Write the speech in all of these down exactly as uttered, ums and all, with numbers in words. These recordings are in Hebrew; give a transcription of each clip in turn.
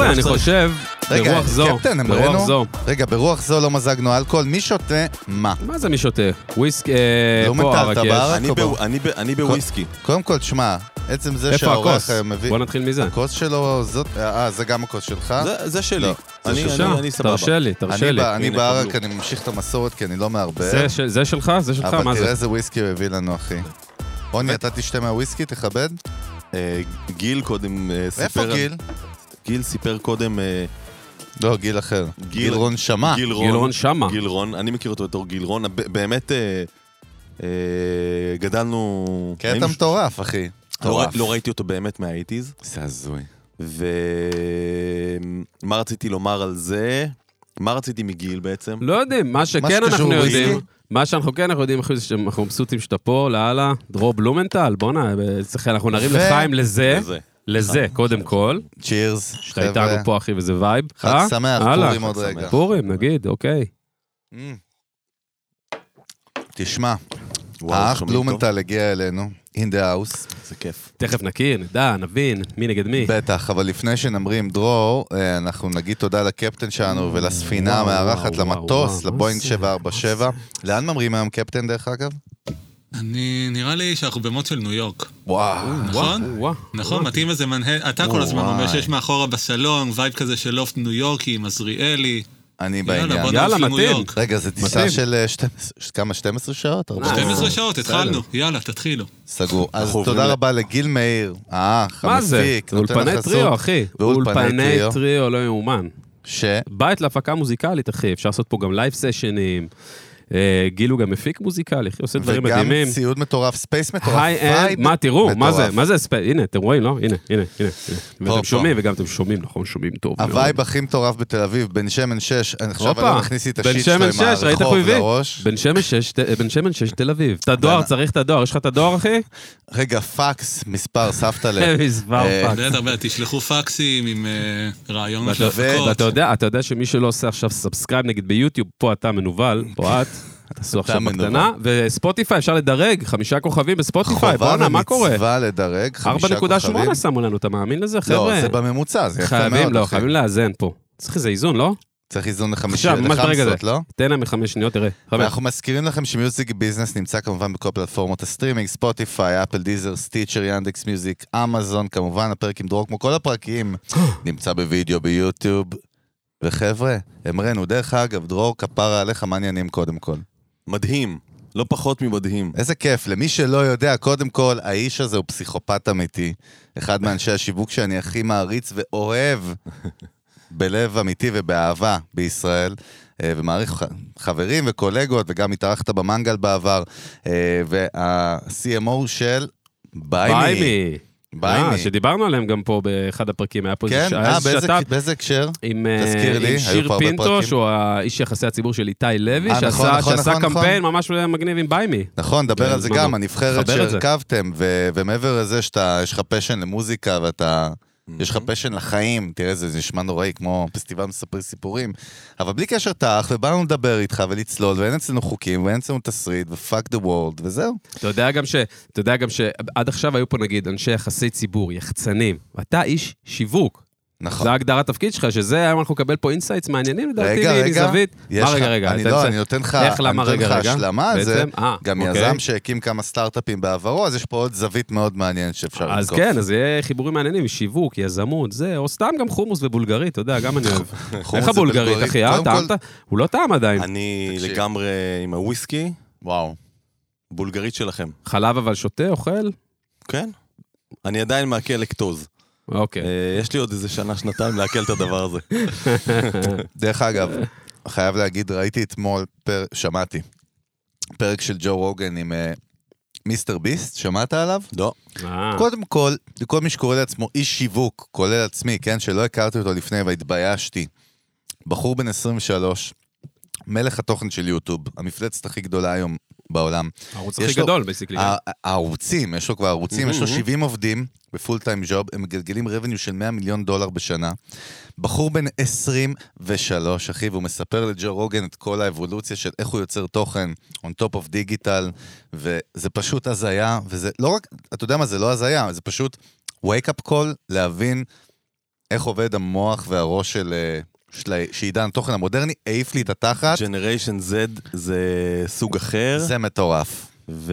חבר'ה, אני חושב, ברוח זו. קפטן, אמרנו. רגע, ברוח זו לא מזגנו אלכוהול. מי שותה מה? מה זה מי שותה? וויסקי, לא מטלת בארץ? אני בוויסקי. קודם כל, תשמע, עצם זה שהאורח מביא... בוא נתחיל מזה. הכוס שלו, אה, זה גם הכוס שלך? זה שלי. אני סבבה. תרשה לי, תרשה לי. אני בערק, אני ממשיך את המסורת, כי אני לא מערבב. זה שלך? זה שלך? מה זה? אבל תראה איזה וויסקי הוא הביא לנו, אחי. רוני, אתה תשתה מהוויסקי, תכבד? גיל קודם סיפר... איפה גיל? גיל סיפר קודם... לא, גיל אחר. גיל רון שמה. גיל רון שמה. גיל רון, אני מכיר אותו בתור גיל רון. באמת גדלנו... קטע מטורף, אחי. לא ראיתי אותו באמת מהאייטיז. זה הזוי. ומה רציתי לומר על זה? מה רציתי מגיל בעצם? לא יודעים, מה שכן אנחנו יודעים... מה שאנחנו כן אנחנו יודעים, אנחנו מבסוטים שאתה פה, לאללה, דרור בלומנטל, בוא'נה, אנחנו נרים לחיים לזה, לזה, קודם כל. צ'ירס. שאתה איתנו פה, אחי, וזה וייב. חג שמח, פורים עוד רגע. פורים, נגיד, אוקיי. תשמע, האח בלומנטל הגיע אלינו, in the house. זה כיף. תכף נכיר, נדע, נבין, מי נגד מי. בטח, אבל לפני שנמרים דרור, אנחנו נגיד תודה לקפטן שלנו ולספינה המארחת, למטוס, לבוינג שבע ארבע שבע. לאן ממרים היום קפטן דרך אגב? אני, נראה לי שאנחנו במות של ניו יורק. וואו. נכון? נכון, מתאים איזה מנהל, אתה כל הזמן אומר שיש מאחורה בסלון, וייב כזה של לופט ניו יורקי, עם עזריאלי. אני בעניין. יאללה, מתאים. רגע, זה טיסה של כמה, שתים עשרה שעות? שתים עשרה שעות, התחלנו. יאללה, תתחילו. סגור. אז תודה רבה לגיל מאיר, האח, המפיק. מה זה? אולפני טריו, אחי. אולפני טריו, לא יאומן. ש? בית להפקה מוזיקלית, אחי. אפשר לעשות פה גם לייב סשנים. גיל הוא גם מפיק מוזיקלי, אחי, עושה דברים מדהימים. וגם ציוד מטורף, ספייס מטורף. מה, תראו, מה זה? מה זה ספייס? הנה, אתם רואים, לא? הנה, הנה, הנה. ואתם שומעים, וגם אתם שומעים, נכון, שומעים טוב. הווייב הכי מטורף בתל אביב, בן שמן שש, עכשיו אני לא מכניסי את השיט שלו עם הרחוב לראש. בן שמן שש, תל אביב. את הדואר, צריך את הדואר, יש לך את הדואר, אחי? רגע, פקס, מספר, סבתא ל... מספר פקס. הרבה, תשלחו פקסים עם רעיון של הפקות. אתה יודע שמי שלא עושה עכשיו סאבסקרייב, נגיד ביוטיוב, פה אתה מנוול, פה את. תעשו עכשיו בקטנה, וספוטיפיי אפשר לדרג, חמישה כוכבים בספוטיפיי, בואנה, מה קורה? חובה ומצווה לדרג, חמישה כוכבים. ארבע נקודה שמונה שמו לנו, אתה מאמין לזה, חבר'ה? לא, זה בממוצע, זה יפה מאוד. חייבים, לא, חייבים לאזן פה. צריך איזה איזון, לא? צריך איזון לחמסות, לא? תן להם מחמש שניות, תראה. אנחנו מזכירים לכם שמיוזיק ביזנס נמצא כמובן בכל פלטפורמות הסטרימינג, ספוטיפיי, אפל, דיזר, סטיצ'ר, ינדקס מיוזיק, אמזון, כמובן, הפרק עם דרור, כמו כל הפרקים, נמצא בווידאו, ביוטיוב. וחבר'ה, אמרנו, דרך אגב, דרור, כפרה עליך, מה עניינים קודם כל? מדהים, לא פחות ממדהים. איזה כיף, למי שלא יודע, קודם כל, האיש הזה הוא פסיכופת אמיתי, אחד מאנשי השיווק שאני הכי מעריץ ואוהב בלב אמיתי ובאהבה בישראל, ומעריך חברים וקולגות, וגם התארחת במנגל בעבר, וה-סי אם או של ביימי. אה, שדיברנו עליהם גם פה באחד הפרקים, היה פה כן, אה, באיזה הקשר? תזכיר לי, עם שיר פינטו, שהוא האיש יחסי הציבור של איתי לוי, שעשה קמפיין ממש מגניב עם ביימי. נכון, דבר על זה גם, הנבחרת שהרכבתם, ומעבר לזה שאתה, יש לך פשן למוזיקה, ואתה, יש לך פשן לחיים, תראה, זה נשמע נוראי, כמו פסטיבל מספרי סיפורים, אבל בלי קשר תח, ובאנו לדבר איתך ולצלול, ואין אצלנו חוקים, ואין אצלנו תסריט, ו-fuck the world, וזהו. אתה יודע גם ש... אתה יודע גם שעד עכשיו היו פה נגיד אנשי יחסי ציבור, יחצנים, ואתה איש שיווק. נכון. זה ההגדרת התפקיד שלך, שזה היום אנחנו נקבל פה אינסייטס מעניינים, לדעתי, מזווית. מה רגע, רגע? אני לא, אני נותן לך השלמה, זה גם יזם שהקים כמה סטארט-אפים בעברו, אז יש פה עוד זווית מאוד מעניינת שאפשר לקוף. אז כן, אז יהיה חיבורים מעניינים, שיווק, יזמות, זה, או סתם גם חומוס ובולגרית, אתה יודע, גם אני אוהב. איך הבולגרית, אחי? הוא לא טעם עדיין. אני לגמרי עם הוויסקי. וואו. בולגרית שלכם. חלב אבל שותה, אוכל? כן. אני עדיין מעכל לקטוז. אוקיי. יש לי עוד איזה שנה, שנתיים להקל את הדבר הזה. דרך אגב, חייב להגיד, ראיתי אתמול, שמעתי, פרק של ג'ו רוגן עם מיסטר ביסט, שמעת עליו? לא. קודם כל, לכל מי שקורא לעצמו איש שיווק, כולל עצמי, כן, שלא הכרתי אותו לפני והתביישתי. בחור בן עשרים ושלוש, מלך התוכן של יוטיוב, המפלצת הכי גדולה היום בעולם. הערוץ הכי גדול, בסיקלי. הערוצים, יש לו כבר ערוצים, יש לו שבעים עובדים בפול טיים ג'וב, הם מגלגלים רבניו של מאה מיליון דולר בשנה. בחור בן עשרים ושלוש, אחי, והוא מספר לג'ו רוגן את כל האבולוציה של איך הוא יוצר תוכן, on top of digital, וזה פשוט הזיה, וזה לא רק, אתה יודע מה, זה לא הזיה, זה פשוט wake up call, להבין איך עובד המוח והראש של, של שעידן התוכן המודרני, העיף לי את התחת. Generation Z זה סוג אחר. זה מטורף.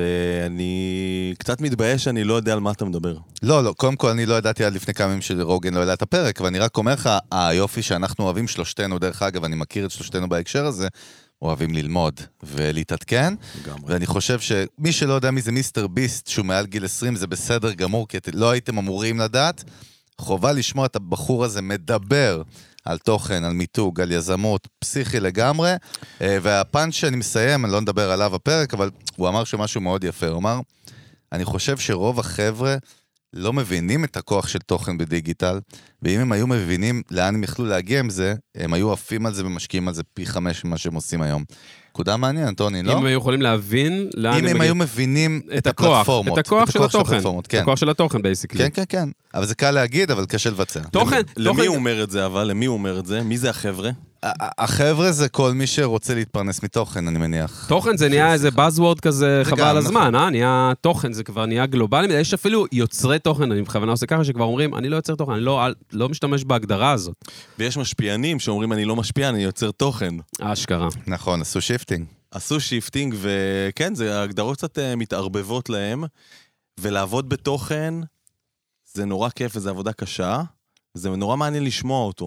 ואני קצת מתבייש, אני לא יודע על מה אתה מדבר. לא, לא, קודם כל אני לא ידעתי עד לפני כמה ימים שרוגן לא ידע את הפרק, ואני רק אומר לך, היופי שאנחנו אוהבים שלושתנו, דרך אגב, אני מכיר את שלושתנו בהקשר הזה, אוהבים ללמוד ולהתעדכן, ואני חושב שמי שלא יודע מי זה מיסטר ביסט, שהוא מעל גיל עשרים, זה בסדר גמור, כי לא הייתם אמורים לדעת, חובה לשמוע את הבחור הזה מדבר על תוכן, על מיתוג, על יזמות, פסיכי לגמרי, והפאנץ' שאני מסיים, אני לא נדבר עליו הפרק, אבל הוא אמר שמשהו מאוד יפה, הוא אמר, אני חושב שרוב החבר'ה לא מבינים את הכוח של תוכן בדיגיטל, ואם הם היו מבינים לאן הם יכלו להגיע עם זה, הם היו עפים על זה ומשקיעים על זה פי חמש ממה שהם עושים היום. נקודה מעניין, טוני, לא? אם הם היו יכולים להבין לאן אם הם היו מבינים את הפלטפורמות. את הכוח של התוכן. את הכוח של התוכן, בייסיקלי. כן, כן, כן. אבל זה קל להגיד, אבל קשה לבצע. תוכן. למי הוא אומר את זה, אבל? למי הוא אומר את זה? מי זה החבר'ה? החבר'ה זה כל מי שרוצה להתפרנס מתוכן, אני מניח. תוכן זה נהיה איזה buzzword כזה חבל על הזמן, אה? נהיה תוכן, זה כבר נהיה גלובלי. יש אפילו יוצרי תוכן, אני בכוונה עושה ככה, שכבר אומרים, אני לא יוצר תוכן, אני לא משתמש בהגדרה הזאת. ויש משפיענים שאומרים, אני לא משפיע, אני יוצר תוכן. אשכרה. נכון, עשו שיפטינג. עשו שיפטינג, וכן, זה הגדרות קצת מתערבבות להם, ולעבוד בתוכן, זה נורא כיף וזה עבודה קשה, זה נורא מעניין לשמוע אותו.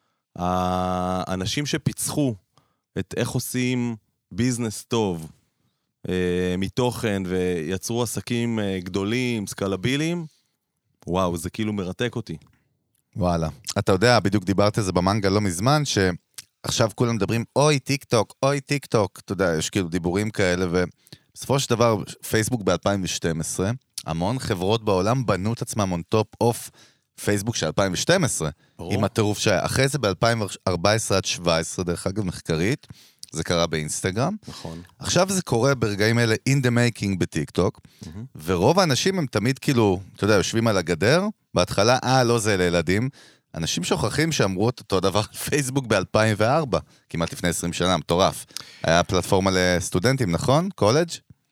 האנשים שפיצחו את איך עושים ביזנס טוב אה, מתוכן ויצרו עסקים אה, גדולים, סקלביליים, וואו, זה כאילו מרתק אותי. וואלה. אתה יודע, בדיוק דיברתי על זה במנגה לא מזמן, שעכשיו כולם מדברים, אוי טיק טוק, אוי טיק טוק, אתה יודע, יש כאילו דיבורים כאלה, ובסופו של דבר, פייסבוק ב-אלפיים ושתים עשרה, המון חברות בעולם בנו את עצמם on top of פייסבוק של אלפיים ושתים עשרה, ברור. עם הטירוף שהיה. אחרי זה ב-אלפיים וארבע עשרה עד שבע עשרה, דרך אגב מחקרית, זה קרה באינסטגרם. נכון. עכשיו זה קורה ברגעים האלה in the making בטיק טוק, mm-hmm. ורוב האנשים הם תמיד כאילו, אתה יודע, יושבים על הגדר, בהתחלה, אה, לא זה לילדים, אנשים שוכחים שאמרו את אותו דבר על פייסבוק ב-אלפיים וארבע, כמעט לפני עשרים שנה, מטורף. היה פלטפורמה לסטודנטים, נכון? קולג'?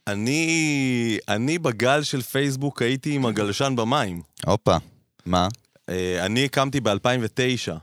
אני, אני בגל של פייסבוק הייתי עם הגלשן במים. אופה. מה? אני הקמתי ב-אלפיים ותשע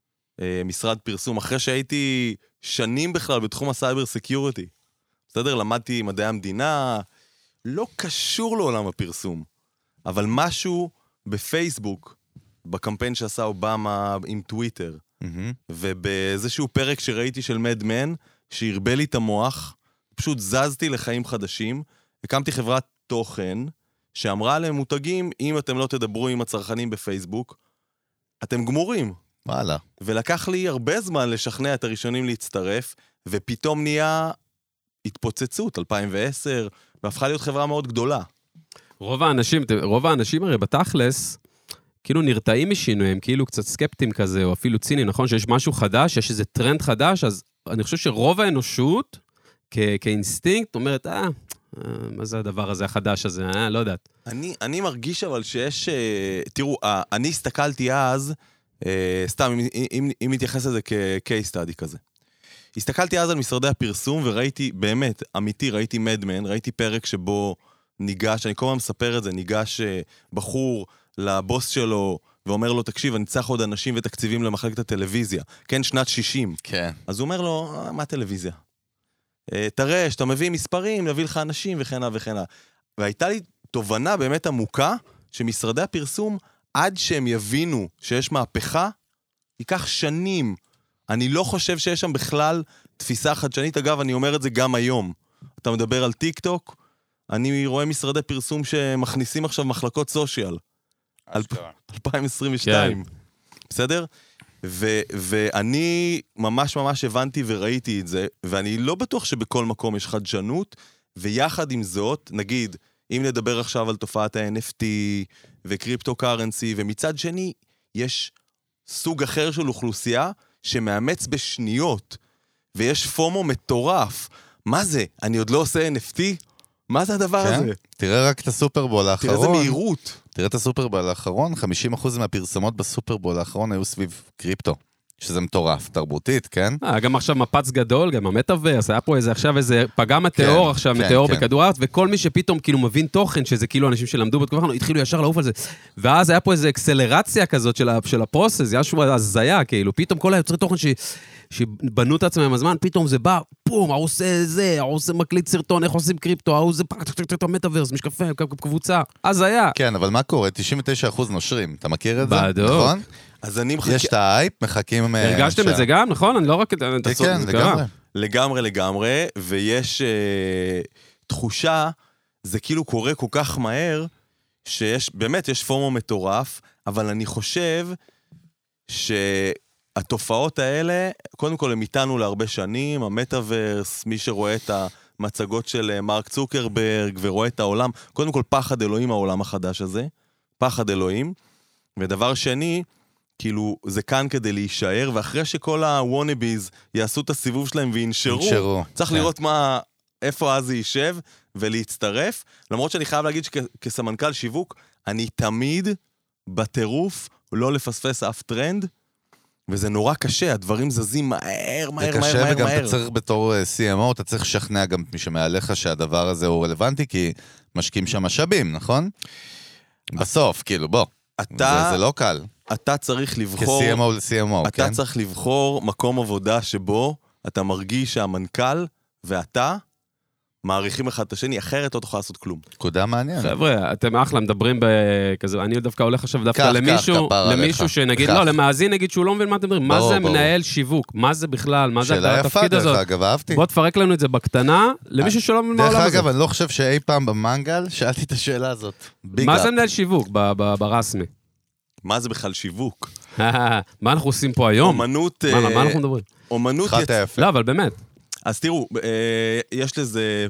משרד פרסום, אחרי שהייתי שנים בכלל בתחום הסייבר סקיוריטי. בסדר? למדתי מדעי המדינה, לא קשור לעולם הפרסום, אבל משהו בפייסבוק, בקמפיין שעשה אובמה עם טוויטר, mm-hmm. ובאיזשהו פרק שראיתי של מדמן, שהרבה לי את המוח, פשוט זזתי לחיים חדשים, הקמתי חברת תוכן, שאמרה להם מותגים, אם אתם לא תדברו עם הצרכנים בפייסבוק, אתם גמורים. וואלה. ולקח לי הרבה זמן לשכנע את הראשונים להצטרף, ופתאום נהיה התפוצצות, אלפיים ועשר, והפכה להיות חברה מאוד גדולה. רוב האנשים, רוב האנשים הרי בתכלס, כאילו נרתעים משינויים, כאילו קצת סקפטיים כזה, או אפילו ציני, נכון? שיש משהו חדש, יש איזה טרנד חדש, אז אני חושב שרוב האנושות, כ- כאינסטינקט, אומרת, אה, מה זה הדבר הזה, החדש הזה, אה, לא יודעת. אני, אני מרגיש אבל שיש, תראו, אני הסתכלתי אז, סתם, אם, אם, אם נתייחס לזה כ-case study כזה. הסתכלתי אז על משרדי הפרסום, וראיתי, באמת, אמיתי, ראיתי מדמן, ראיתי פרק שבו ניגש, אני כל הזמן מספר את זה, ניגש בחור לבוס שלו, ואומר לו, תקשיב, אני צריך עוד אנשים ותקציבים למחלקת הטלוויזיה. כן, שנת שישים. כן. אז הוא אומר לו, מה טלוויזיה? תראה, שאתה מביא מספרים, נביא לך אנשים וכן הלאה וכן הלאה. והייתה לי תובנה באמת עמוקה, שמשרדי הפרסום, עד שהם יבינו שיש מהפכה, ייקח שנים. אני לא חושב שיש שם בכלל תפיסה חדשנית. אגב, אני אומר את זה גם היום. אתה מדבר על טיק טוק, אני רואה משרדי פרסום שמכניסים עכשיו מחלקות סושיאל. אלפיים עשרים ושתיים. בסדר? ו- ואני ממש ממש הבנתי וראיתי את זה, ואני לא בטוח שבכל מקום יש חדשנות, ויחד עם זאת, נגיד, אם נדבר עכשיו על תופעת ה-אן אף טי וקריפטו-קרנסי, ומצד שני, יש סוג אחר של אוכלוסייה שמאמץ בשניות, ויש פומו מטורף. מה זה? אני עוד לא עושה אן אף טי? מה זה הדבר כן? הזה? תראה רק את הסופרבול האחרון. תראה איזה מהירות. תראה את הסופרבול האחרון, חמישים אחוז מהפרסמות בסופרבול האחרון היו סביב קריפטו. שזה מטורף, תרבותית, כן? אה, גם עכשיו מפץ גדול, גם המטאברס, היה פה איזה עכשיו איזה, פגע מטאור כן, עכשיו, כן, מטאור כן. בכדור הארץ, וכל מי שפתאום כאילו מבין תוכן, שזה כאילו אנשים שלמדו בתקופה, התחילו ישר לעוף על זה, ואז היה פה איזה אקסלרציה כזאת של, של הפרוסס, זה היה שוב הזיה, כאילו, פתאום כל היוצרי תוכן ש... שבנו את עצמם הזמן, פתאום זה בא, פום, הוא עושה זה, הוא עושה מקליט סרטון, איך עושים קריפטו, הוא זה מטאברס, משקפה, קבוצה, אז היה. כן, אבל מה קורה? תשעים ותשעה אחוז נושרים, אתה מכיר את זה? בדיוק. נכון? אז אני מחכה... יש את האייפ, מחכים... הרגשתם את זה גם, נכון? אני לא רק... כן, לגמרי. לגמרי, לגמרי, ויש תחושה, זה כאילו קורה כל כך מהר, שיש, באמת, יש פומו מטורף, אבל אני חושב ש... התופעות האלה, קודם כל הם איתנו להרבה שנים, המטאברס, מי שרואה את המצגות של מרק צוקרברג ורואה את העולם, קודם כל פחד אלוהים העולם החדש הזה, פחד אלוהים, ודבר שני, כאילו זה כאן כדי להישאר, ואחרי שכל הוונביז יעשו את הסיבוב שלהם וינשרו, ינשרו, צריך כן. לראות מה, איפה אז זה יישב ולהצטרף, למרות שאני חייב להגיד שכסמנכ"ל שיווק, אני תמיד בטירוף לא לפספס אף טרנד, וזה נורא קשה, הדברים זזים מהר, מהר, מהר, מהר. זה קשה, וגם אתה צריך בתור סי אם או, אתה צריך לשכנע גם מי שמעליך שהדבר הזה הוא רלוונטי, כי משקיעים שם משאבים, נכון? בסוף, כאילו, בוא. זה לא קל. אתה צריך לבחור... כ-סי אם או ל-סי אם או, כן? אתה צריך לבחור מקום עבודה שבו אתה מרגיש שהמנכ"ל ואתה מעריכים אחד את השני, אחרת לא תוכל לעשות כלום. נקודה מעניין. חבר'ה, אתם אחלה, מדברים בכזה, אני דווקא הולך עכשיו דווקא למישהו, למישהו שנגיד, לא, למאזין נגיד שהוא לא מבין מה אתם מדברים, מה זה מנהל שיווק, מה זה בכלל, מה זה התפקיד הזאת. דרך אגב, אהבתי. בוא תפרק לנו את זה בקטנה, למישהו שלא מבין מה העולם הזה. דרך אגב, אני לא חושב שאי פעם במנגל שאלתי את השאלה הזאת. מה זה מנהל שיווק ברסמי? מה זה בכלל שיווק? מה אנחנו עושים פה היום? אומנות... מה אנחנו מדברים? אומנות... לא, אבל באמת. אז תראו, יש לזה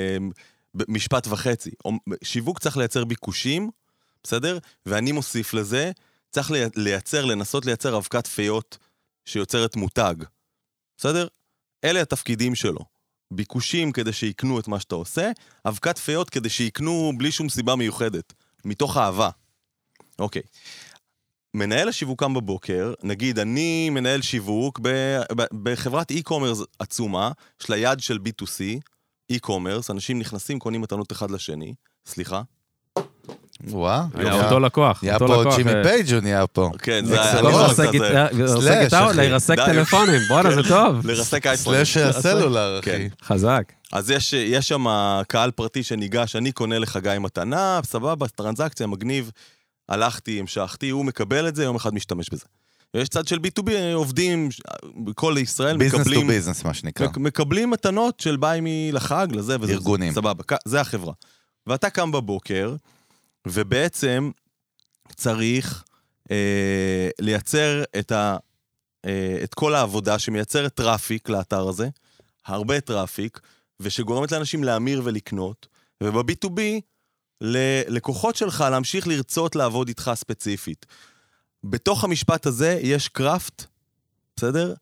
משפט וחצי. שיווק צריך לייצר ביקושים, בסדר? ואני מוסיף לזה, צריך לייצר, לנסות לייצר אבקת פיות שיוצרת מותג. בסדר? אלה התפקידים שלו. ביקושים כדי שיקנו את מה שאתה עושה, אבקת פיות כדי שיקנו בלי שום סיבה מיוחדת, מתוך אהבה. אוקיי. מנהל השיווק קם בבוקר, נגיד אני מנהל שיווק בחברת e-commerce עצומה, יש לה יד של בי טו סי, e-commerce, אנשים נכנסים, קונים מתנות אחד לשני, סליחה. וואו. היה אותו לקוח. היה פה ג'ימי פייג' הוא נהיה פה. כן, זה היה לרסק גיטרות, לרסק טלפונים, בואנה זה טוב. לרסק אייפונים. סלש הסלולר, אחי. חזק. אז יש שם קהל פרטי שניגש, אני קונה לחגי מתנה, סבבה, טרנזקציה, מגניב. הלכתי, המשכתי, הוא מקבל את זה, יום אחד משתמש בזה. ויש צד של בי טו בי, עובדים, בכל ישראל מקבלים... ביזנס טו ביזנס, מה שנקרא. מקבלים מתנות של ביי לחג, לזה וזה. ארגונים. סבבה, זה החברה. ואתה קם בבוקר, ובעצם צריך אה, לייצר את, ה, אה, את כל העבודה שמייצרת טראפיק לאתר הזה, הרבה טראפיק, ושגורמת לאנשים להמיר ולקנות, וב-בי טו בי, ללקוחות שלך להמשיך לרצות לעבוד איתך ספציפית. בתוך המשפט הזה יש קראפט, בסדר?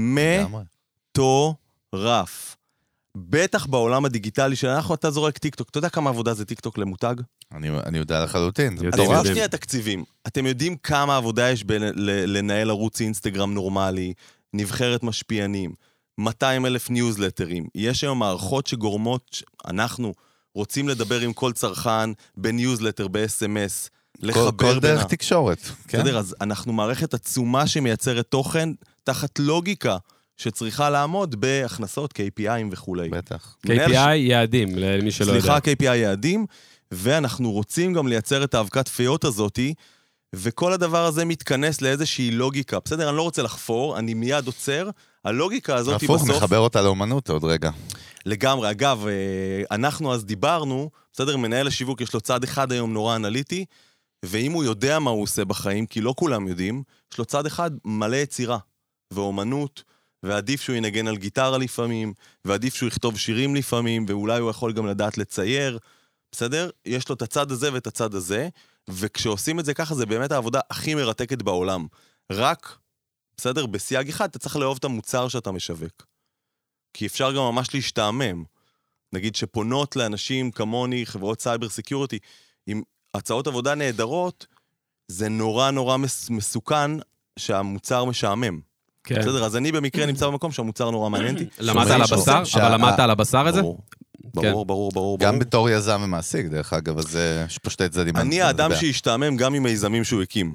מטורף. בטח בעולם הדיגיטלי שאנחנו, אתה זורק טיקטוק. אתה יודע כמה עבודה זה טיקטוק למותג? אני, אני יודע לחלוטין. אז לא שנייה תקציבים. אתם יודעים כמה עבודה יש לנהל ערוץ אינסטגרם נורמלי, נבחרת משפיענים, מאתיים אלף ניוזלטרים. יש היום מערכות שגורמות, אנחנו... רוצים לדבר עם כל צרכן, בניוזלטר, ב-אס אם אס, לחבר בינה. כל דרך תקשורת. בסדר, אז אנחנו מערכת עצומה שמייצרת תוכן, תחת לוגיקה, שצריכה לעמוד בהכנסות, קיי פי איי וכו'. בטח. קיי פי איי יעדים, למי שלא יודע. סליחה, קיי פי איי יעדים, ואנחנו רוצים גם לייצר את האבקת פיות הזאת, וכל הדבר הזה מתכנס לאיזושהי לוגיקה. בסדר, אני לא רוצה לחפור, אני מיד עוצר, הלוגיקה הזאת הפוך, בסוף... מחבר אותה לאומנות עוד רגע. לגמרי, אגב, אנחנו אז דיברנו, בסדר, מנהל השיווק יש לו צד אחד היום נורא אנליטי, ואם הוא יודע מה הוא עושה בחיים, כי לא כולם יודעים, יש לו צד אחד מלא יצירה, ואומנות, ועדיף שהוא ינגן על גיטרה לפעמים, ועדיף שהוא יכתוב שירים לפעמים, ואולי הוא יכול גם לדעת לצייר, בסדר? יש לו את הצד הזה ואת הצד הזה, וכשעושים את זה ככה, זה באמת העבודה הכי מרתקת בעולם. רק, בסדר, בסייג אחד, אתה צריך לאהוב את המוצר שאתה משווק. כי אפשר גם ממש להשתעמם. נגיד שפונות לאנשים כמוני, חברות סייבר סקיוריטי, עם הצעות עבודה נהדרות, זה נורא נורא מסוכן שהמוצר משעמם. בסדר, אז אני במקרה נמצא במקום שהמוצר נורא מעניין אותי. למדת על הבשר? אבל למדת על הבשר הזה? ברור, ברור, ברור. גם בתור יזם ומעסיק, דרך אגב, אז יש פה שתי צדדים. אני האדם שהשתעמם גם עם מיזמים שהוא הקים.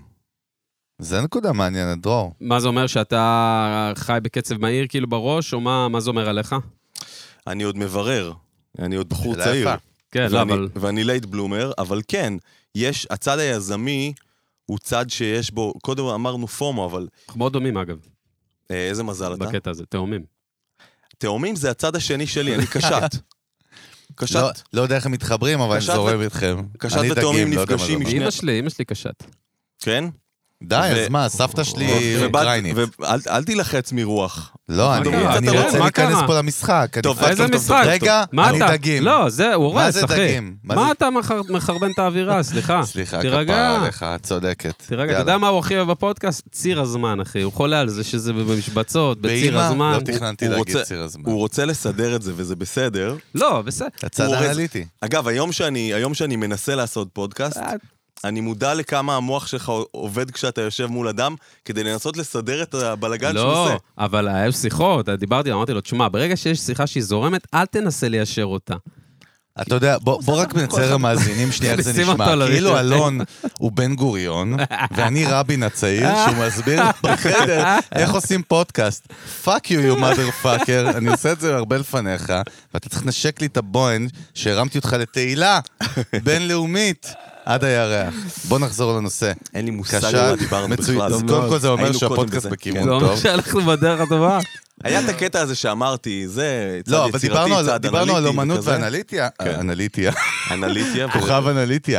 זה נקודה מעניינת, דרור. מה זה אומר, שאתה חי בקצב מהיר כאילו בראש, או מה זה אומר עליך? אני עוד מברר, אני עוד בחור צעיר. כן, לא, אבל... ואני לייט בלומר, אבל כן, יש, הצד היזמי הוא צד שיש בו, קודם אמרנו פומו, אבל... אנחנו מאוד דומים, אגב. איזה מזל אתה? בקטע הזה, תאומים. תאומים זה הצד השני שלי, אני קשת. קשת. לא יודע איך הם מתחברים, אבל אני זורם איתכם. קשת ותאומים נפגשים משני... אמא שלי, אמא שלי קשת. כן? די, אז מה, סבתא שלי אוקראינית. אל תילחץ מרוח. לא, אני רוצה להיכנס פה למשחק. טוב, איזה משחק? רגע, אני דגים. לא, זה הורס, אחי. מה זה דגים? מה אתה מחרבן את האווירה? סליחה. סליחה, כפרה עליך, צודקת. תירגע, אתה יודע מה הוא הכי אוהב בפודקאסט? ציר הזמן, אחי. הוא חולה על זה שזה במשבצות, בציר הזמן. לא תכננתי להגיד ציר הזמן. הוא רוצה לסדר את זה, וזה בסדר. לא, בסדר. הצד האנליטי. אגב, היום שאני מנסה לעשות פודקאסט, אני מודע לכמה המוח שלך עובד כשאתה יושב מול אדם, כדי לנסות לסדר את הבלגן שהוא עושה. לא, אבל היו שיחות, דיברתי, אמרתי לו, תשמע, ברגע שיש שיחה שהיא זורמת, אל תנסה ליישר אותה. אתה יודע, בוא רק נצר המאזינים שנייה איך זה נשמע. כאילו אלון הוא בן גוריון, ואני רבין הצעיר, שהוא מסביר בחדר איך עושים פודקאסט. Fuck you, you motherfucker. אני עושה את זה הרבה לפניך, ואתה צריך לנשק לי את הבוין, שהרמתי אותך לתהילה בינלאומית. עד הירח. בוא נחזור לנושא. אין לי מושג מה דיברנו בכלל. קודם כל זה אומר שהפודקאסט בכיוון טוב. זה אומר שהלכנו בדרך הטובה. היה את הקטע הזה שאמרתי, זה צד לא, יצירתי, אבל צד אנליטי. דיברנו על אומנות ואנליטיה. אנליטיה. אנליטיה. כוכב אנליטיה.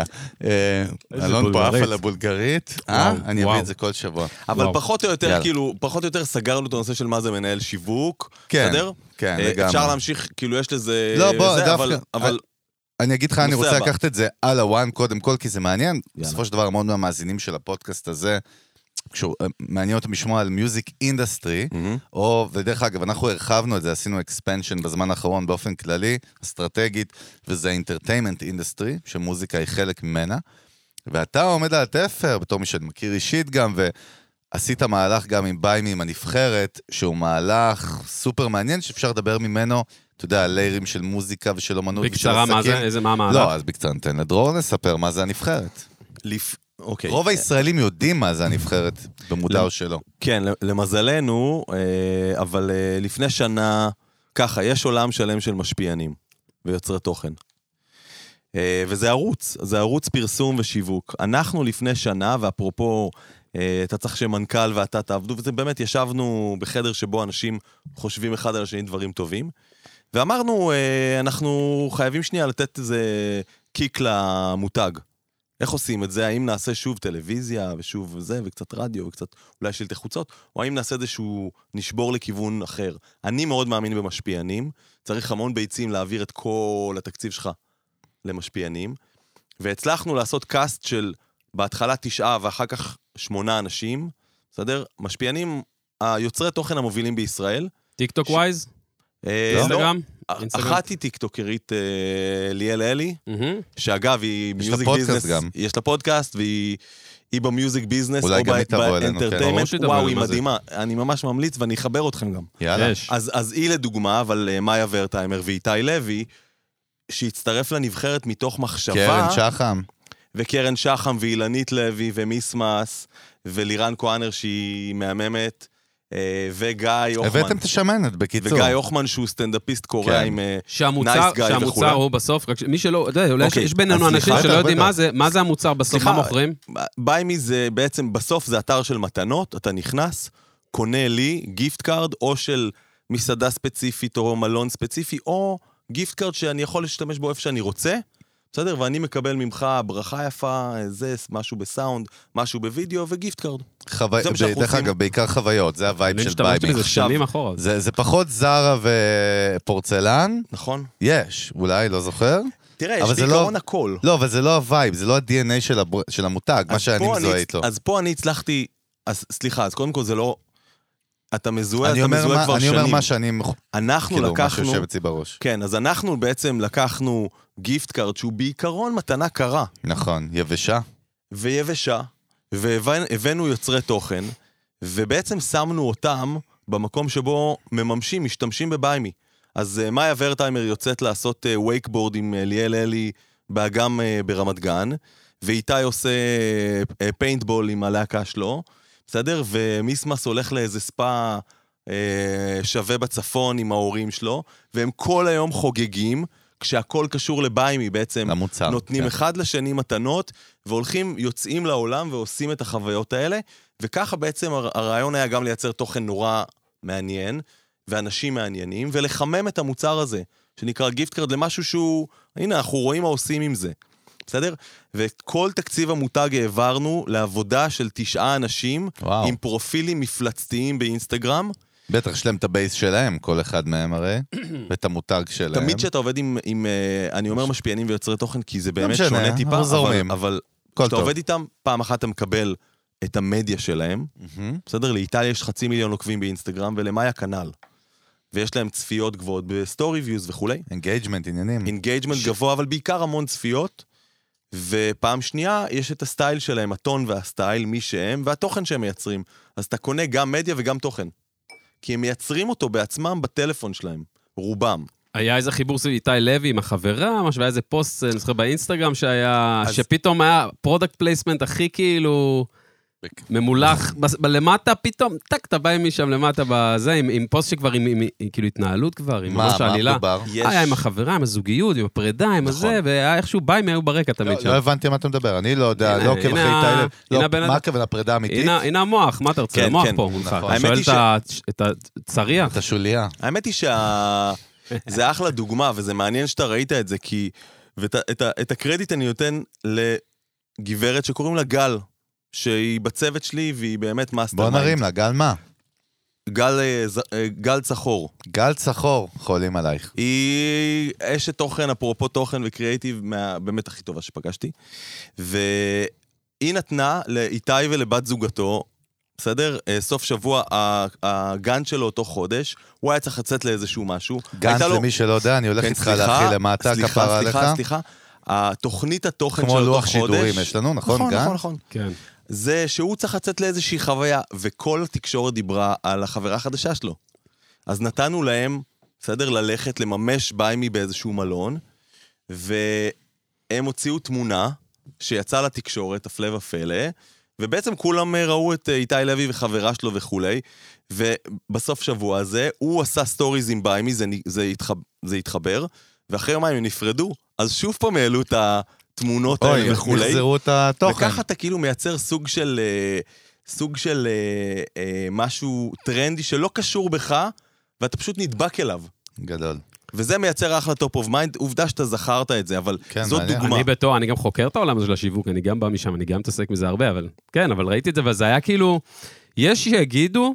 אלון פה אף על הבולגרית. אה? אני אביא את זה כל שבוע. אבל פחות או יותר, כאילו, פחות או יותר סגרנו את הנושא של מה זה מנהל שיווק. כן, בסדר? כן, לגמרי. אפשר להמשיך, כאילו, יש לזה... לא, בוא, דווקא. אבל... אני אגיד לך, אני רוצה לקחת את זה על הוואן קודם כל, כי זה מעניין. בסופו של דבר, המון מהמאזינים של הפודקאסט הזה, מעניין אותם לשמוע על מיוזיק אינדסטרי, או, ודרך אגב, אנחנו הרחבנו את זה, עשינו אקספנשן בזמן האחרון באופן כללי, אסטרטגית, וזה אינטרטיימנט אינדסטרי, שמוזיקה היא חלק ממנה, ואתה עומד על התפר, בתור מי שאני מכיר אישית גם, ועשית מהלך גם עם ביימי, עם הנבחרת, שהוא מהלך סופר מעניין, שאפשר לדבר ממנו, אתה יודע, ליירים של מוזיקה ושל אומנות ושל עסקים. בקצרה, מה זה? איזה מה המהלך? לא, אז בקצרה נתן לדרור נספר מה זה הנבחרת. אוקיי. רוב הישראלים יודעים מה זה הנבחרת, במודע או שלא. כן, למזלנו, אבל לפני שנה, ככה, יש עולם שלם של משפיענים ויוצרי תוכן. וזה ערוץ, זה ערוץ פרסום ושיווק. אנחנו לפני שנה, ואפרופו, אתה צריך שמנכ"ל ואתה תעבדו, וזה באמת ישבנו בחדר שבו אנשים חושבים אחד על השני דברים טובים, ואמרנו, אנחנו חייבים שנייה לתת איזה קיק למותג. איך עושים את זה? האם נעשה שוב טלוויזיה, ושוב זה, וקצת רדיו, וקצת אולי שלטי חוצות, או האם נעשה איזשהו נשבור לכיוון אחר? אני מאוד מאמין במשפיענים, צריך המון ביצים להעביר את כל התקציב שלך למשפיענים, והצלחנו לעשות קאסט של בהתחלה תשעה ואחר כך שמונה אנשים, בסדר? משפיענים, היוצרי תוכן המובילים בישראל. טיקטוק ווייז? אינסטגרם? אחת היא טיקטוקרית ליאל אלי, שאגב היא מיוזיק ביזנס, יש לה פודקאסט, והיא במיוזיק ביזנס, או באנטרטיימנט, וואו, היא מדהימה, אני ממש ממליץ, ואני אחבר אתכם גם. יאללה. אז היא לדוגמה, אבל מאיה ורטיימר ואיתי לוי, שהצטרף לנבחרת מתוך מחשבה, קרן שחם. וקרן שחם ואילנית לוי ומיסמאס, ולירן כהנר שהיא מהממת, וגיא אוחמן. הבאתם תשמנת, בקיצור. וגיא אוחמן שהוא סטנדאפיסט קורא עם נייס גיא וכו'. שהמוצר הוא בסוף, מי שלא, אתה יודע, אולי יש בינינו אנשים שלא יודעים מה זה המוצר בסוף, מה מוכרים? ביימי זה בעצם, בסוף זה אתר של מתנות, אתה נכנס, קונה לי גיפט קארד, או של מסעדה ספציפית, או מלון ספציפי, או גיפט קארד שאני יכול להשתמש בו איפה שאני רוצה, בסדר? ואני מקבל ממך ברכה יפה, זה, משהו בסאונד, משהו בווידאו, וגיפט קארד. דרך אגב, בעיקר חוויות, זה הווייב של בייבי. זה זה פחות זרה ופורצלן. נכון. יש, אולי, לא זוכר. תראה, יש בעיקרון הכל. לא, אבל זה לא הווייב, זה לא ה-די אן איי של המותג, מה שאני מזוהה איתו. אז פה אני הצלחתי, סליחה, אז קודם כל זה לא... אתה מזוהה, אתה מזוהה כבר שנים. אני אומר מה שאני... אנחנו לקחנו... מה שיושב אצלי בראש. כן, אז אנחנו בעצם לקחנו גיפט קארד, שהוא בעיקרון מתנה קרה. נכון, יבשה. ויבשה, והבאנו יוצרי תוכן, ובעצם שמנו אותם במקום שבו מממשים, משתמשים בביימי. אז uh, מאיה ורטהיימר יוצאת לעשות וייקבורד uh, עם uh, ליאל אלי באגם uh, ברמת גן, ואיתי עושה פיינטבול uh, עם הלהקה שלו, בסדר? ומיסמס הולך לאיזה ספה uh, שווה בצפון עם ההורים שלו, והם כל היום חוגגים, כשהכל קשור לביימי בעצם, למוצר, נותנים כן. אחד לשני מתנות, והולכים, יוצאים לעולם ועושים את החוויות האלה, וככה בעצם הרעיון היה גם לייצר תוכן נורא מעניין, ואנשים מעניינים, ולחמם את המוצר הזה, שנקרא גיפט קארד, למשהו שהוא, הנה, אנחנו רואים מה עושים עם זה, בסדר? ואת כל תקציב המותג העברנו לעבודה של תשעה אנשים, וואו. עם פרופילים מפלצתיים באינסטגרם. בטח יש להם את הבייס שלהם, כל אחד מהם הרי, ואת המותג שלהם. תמיד שאתה עובד עם, עם אני אומר משפיענים ויוצרי תוכן, כי זה באמת שונה טיפה, אבל, אבל כשאתה עובד איתם, פעם אחת אתה מקבל את המדיה שלהם, בסדר? לאיטליה יש חצי מיליון עוקבים באינסטגרם, ולמאיה כנ"ל. ויש להם צפיות גבוהות בסטורי ויוז וכולי. אינגייג'מנט, עניינים. אינגייג'מנט גבוה, אבל בעיקר המון צפיות. ופעם שנייה, יש את הסטייל שלהם, הטון והסטייל, מי שהם, והתוכן שהם מייצרים. אז אתה קונה גם מדיה וגם תוכן. כי הם מייצרים אותו בעצמם בטלפון שלהם, רובם. היה איזה חיבור סביב איתי לוי עם החברה, משהו, היה איזה פוסט, אני זוכר באינסטגרם שהיה, אז... שפתאום היה פרודקט פלייסמנט הכי כאילו... ממולח, למטה פתאום, טק, אתה בא עם משם למטה בזה, עם, עם פוסט שכבר, עם, עם, עם כאילו התנהלות כבר, עם ממש העלילה. היה עם החברה, עם הזוגיות, עם הפרידה, עם הזה, והיה איכשהו בא עם היו ברקע תמיד שם. לא הבנתי מה אתה מדבר, אני לא יודע, לא עוקב אחרי איתי לב, מה הכוון הפרידה האמיתית? הנה המוח, מה אתה רוצה? המוח פה, אני שואל את הצריה. את השוליה. האמת היא שזה אחלה דוגמה, וזה מעניין שאתה ראית את זה, כי, ואת הקרדיט אני נותן לגברת שקוראים לה גל, שהיא בצוות שלי, והיא באמת מאסטר מיינד. בוא נרים לה, גל מה? גל, גל צחור. גל צחור, חולים עלייך. היא אשת תוכן, אפרופו תוכן וקריאיטיב, באמת הכי טובה שפגשתי. והיא נתנה לאיתי ולבת זוגתו, בסדר? סוף שבוע, הגן שלו אותו חודש, הוא היה צריך לצאת לאיזשהו משהו. גן למי שלא יודע, אני הולך איתך להכיל למטה, כפרה עליך. סליחה, סליחה. התוכנית התוכן של אותו אותו חודש. כמו לוח שידורים יש לנו, נכון? נכון, גן? נכון, נכון. כן. זה שהוא צריך לצאת לאיזושהי חוויה, וכל התקשורת דיברה על החברה החדשה שלו. אז נתנו להם, בסדר, ללכת לממש ביימי באיזשהו מלון, והם הוציאו תמונה שיצאה לתקשורת, הפלא ופלא, ובעצם כולם ראו את איתי לוי וחברה שלו וכולי, ובסוף שבוע הזה, הוא עשה סטוריז עם ביימי, זה, זה, התחב, זה התחבר, ואחרי יומיים הם נפרדו, אז שוב פעם העלו את התמונות האלה וכולי. אוי, נחזרו את התוכן. וככה אתה כאילו מייצר סוג של, סוג של משהו טרנדי שלא קשור בך, ואתה פשוט נדבק אליו. גדול. וזה מייצר אחלה טופ אוף מיינד, עובדה שאתה זכרת את זה, אבל כן, זאת מעניין. דוגמה. אני בתור, אני גם חוקר את העולם הזה של השיווק, אני גם בא משם, אני גם מתעסק מזה הרבה, אבל כן, אבל ראיתי את זה, וזה היה כאילו, יש שיגידו,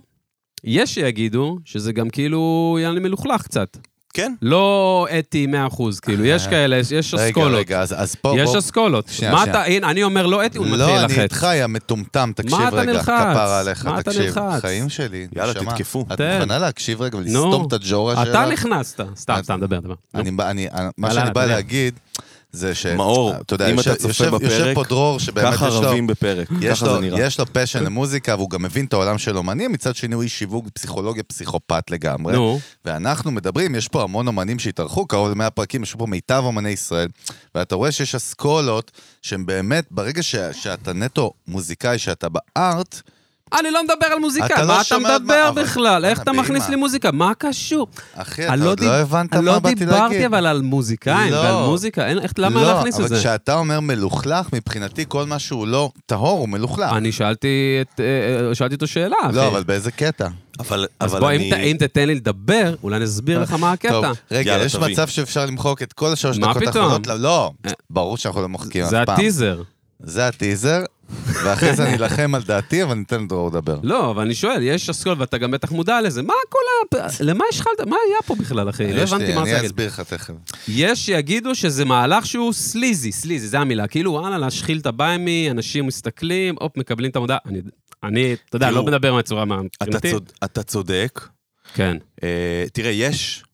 יש שיגידו, שזה גם כאילו, יהיה לי מלוכלך קצת. כן. לא אתי מאה אחוז, כאילו, יש כאלה, יש אסכולות. רגע, רגע, אז, אז פה... יש פה... אסכולות. שנייה, מה שנייה. אתה, הנה, אני אומר לא אתי, הוא מתחיל לא, ללחץ. אני איתך, יא מטומטם, תקשיב מה אתה רגע, נלחץ? כפרה עליך, מה אתה תקשיב. נלחץ? חיים שלי, יאללה, נשמה. תתקפו. את תן. מוכנה להקשיב רגע נו. ולסתום את הג'ורה שלך? אתה נכנסת. סתם, סתם, דבר, דבר. אני, נו. בא- אני, מה יאללה, שאני בא תודה. להגיד, זה ש... מאור, אתה יודע, אם יושב, אתה צופה יושב, בפרק, יושב פה דרור שבאמת ככה יש לו... רבים בפרק, יש ככה לו, זה נראה. יש לו פשן למוזיקה, והוא גם מבין את העולם של אומנים, מצד שני הוא איש שיווק, פסיכולוגיה, פסיכופת לגמרי. נו. ואנחנו מדברים, יש פה המון אומנים שהתארחו, קרוב למאה פרקים, יש פה מיטב אומני ישראל, ואתה רואה שיש אסכולות, שהם באמת, ברגע ש, שאתה נטו מוזיקאי, שאתה בארט, אני לא מדבר על מוזיקה, אתה לא מה אתה שומע את מדבר מה- אבל- בכלל? איך אתה באמא. מכניס לי מוזיקה? מה קשור? אחי, אני אתה עוד דיב- לא הבנת אני מה לא באתי דיברתי להגיד. אבל על מוזיקאים לא. ועל מוזיקה, אין- איך- למה לא, להכניס את אבל זה? כשאתה אומר מלוכלך, מבחינתי כל מה שהוא לא טהור הוא מלוכלך. אני שאלתי את- אה, אה, שאלתי אותו שאלה, אחי. לא, אבל באיזה קטע? אבל, אז אבל בוא, אני... אם ת- אם תתן לי לדבר, אולי נסביר לך מה הקטע. טוב, רגע, יאללה, יש תביא. מצב שאפשר למחוק את כל השלוש מה דקות פתאום? האחרונות? לא, אה. ברור שאנחנו לא מוחקים אף זה פעם. הטיזר. זה הטיזר, ואחרי זה אני אלחם על דעתי, אבל ניתן לדרור לדבר. לא, אבל אני שואל, יש אסכול ואתה גם בטח מודע לזה, מה כל ה... למה השחלת? מה היה פה בכלל, אחי? לא יש לי, הבנתי מה אני זה להגיד. אסביר לך תכף. יש שיגידו שזה מהלך שהוא סליזי, סליזי, זה המילה. כאילו, וואלה, להשחיל את הביימי, אנשים מסתכלים, הופ, מקבלים את המודעה. אני, אני, אתה יודע, תראו, לא מדבר מהצורה אתה, מבחינתי. צוד, אתה צודק. כן. אה, תראה, יש...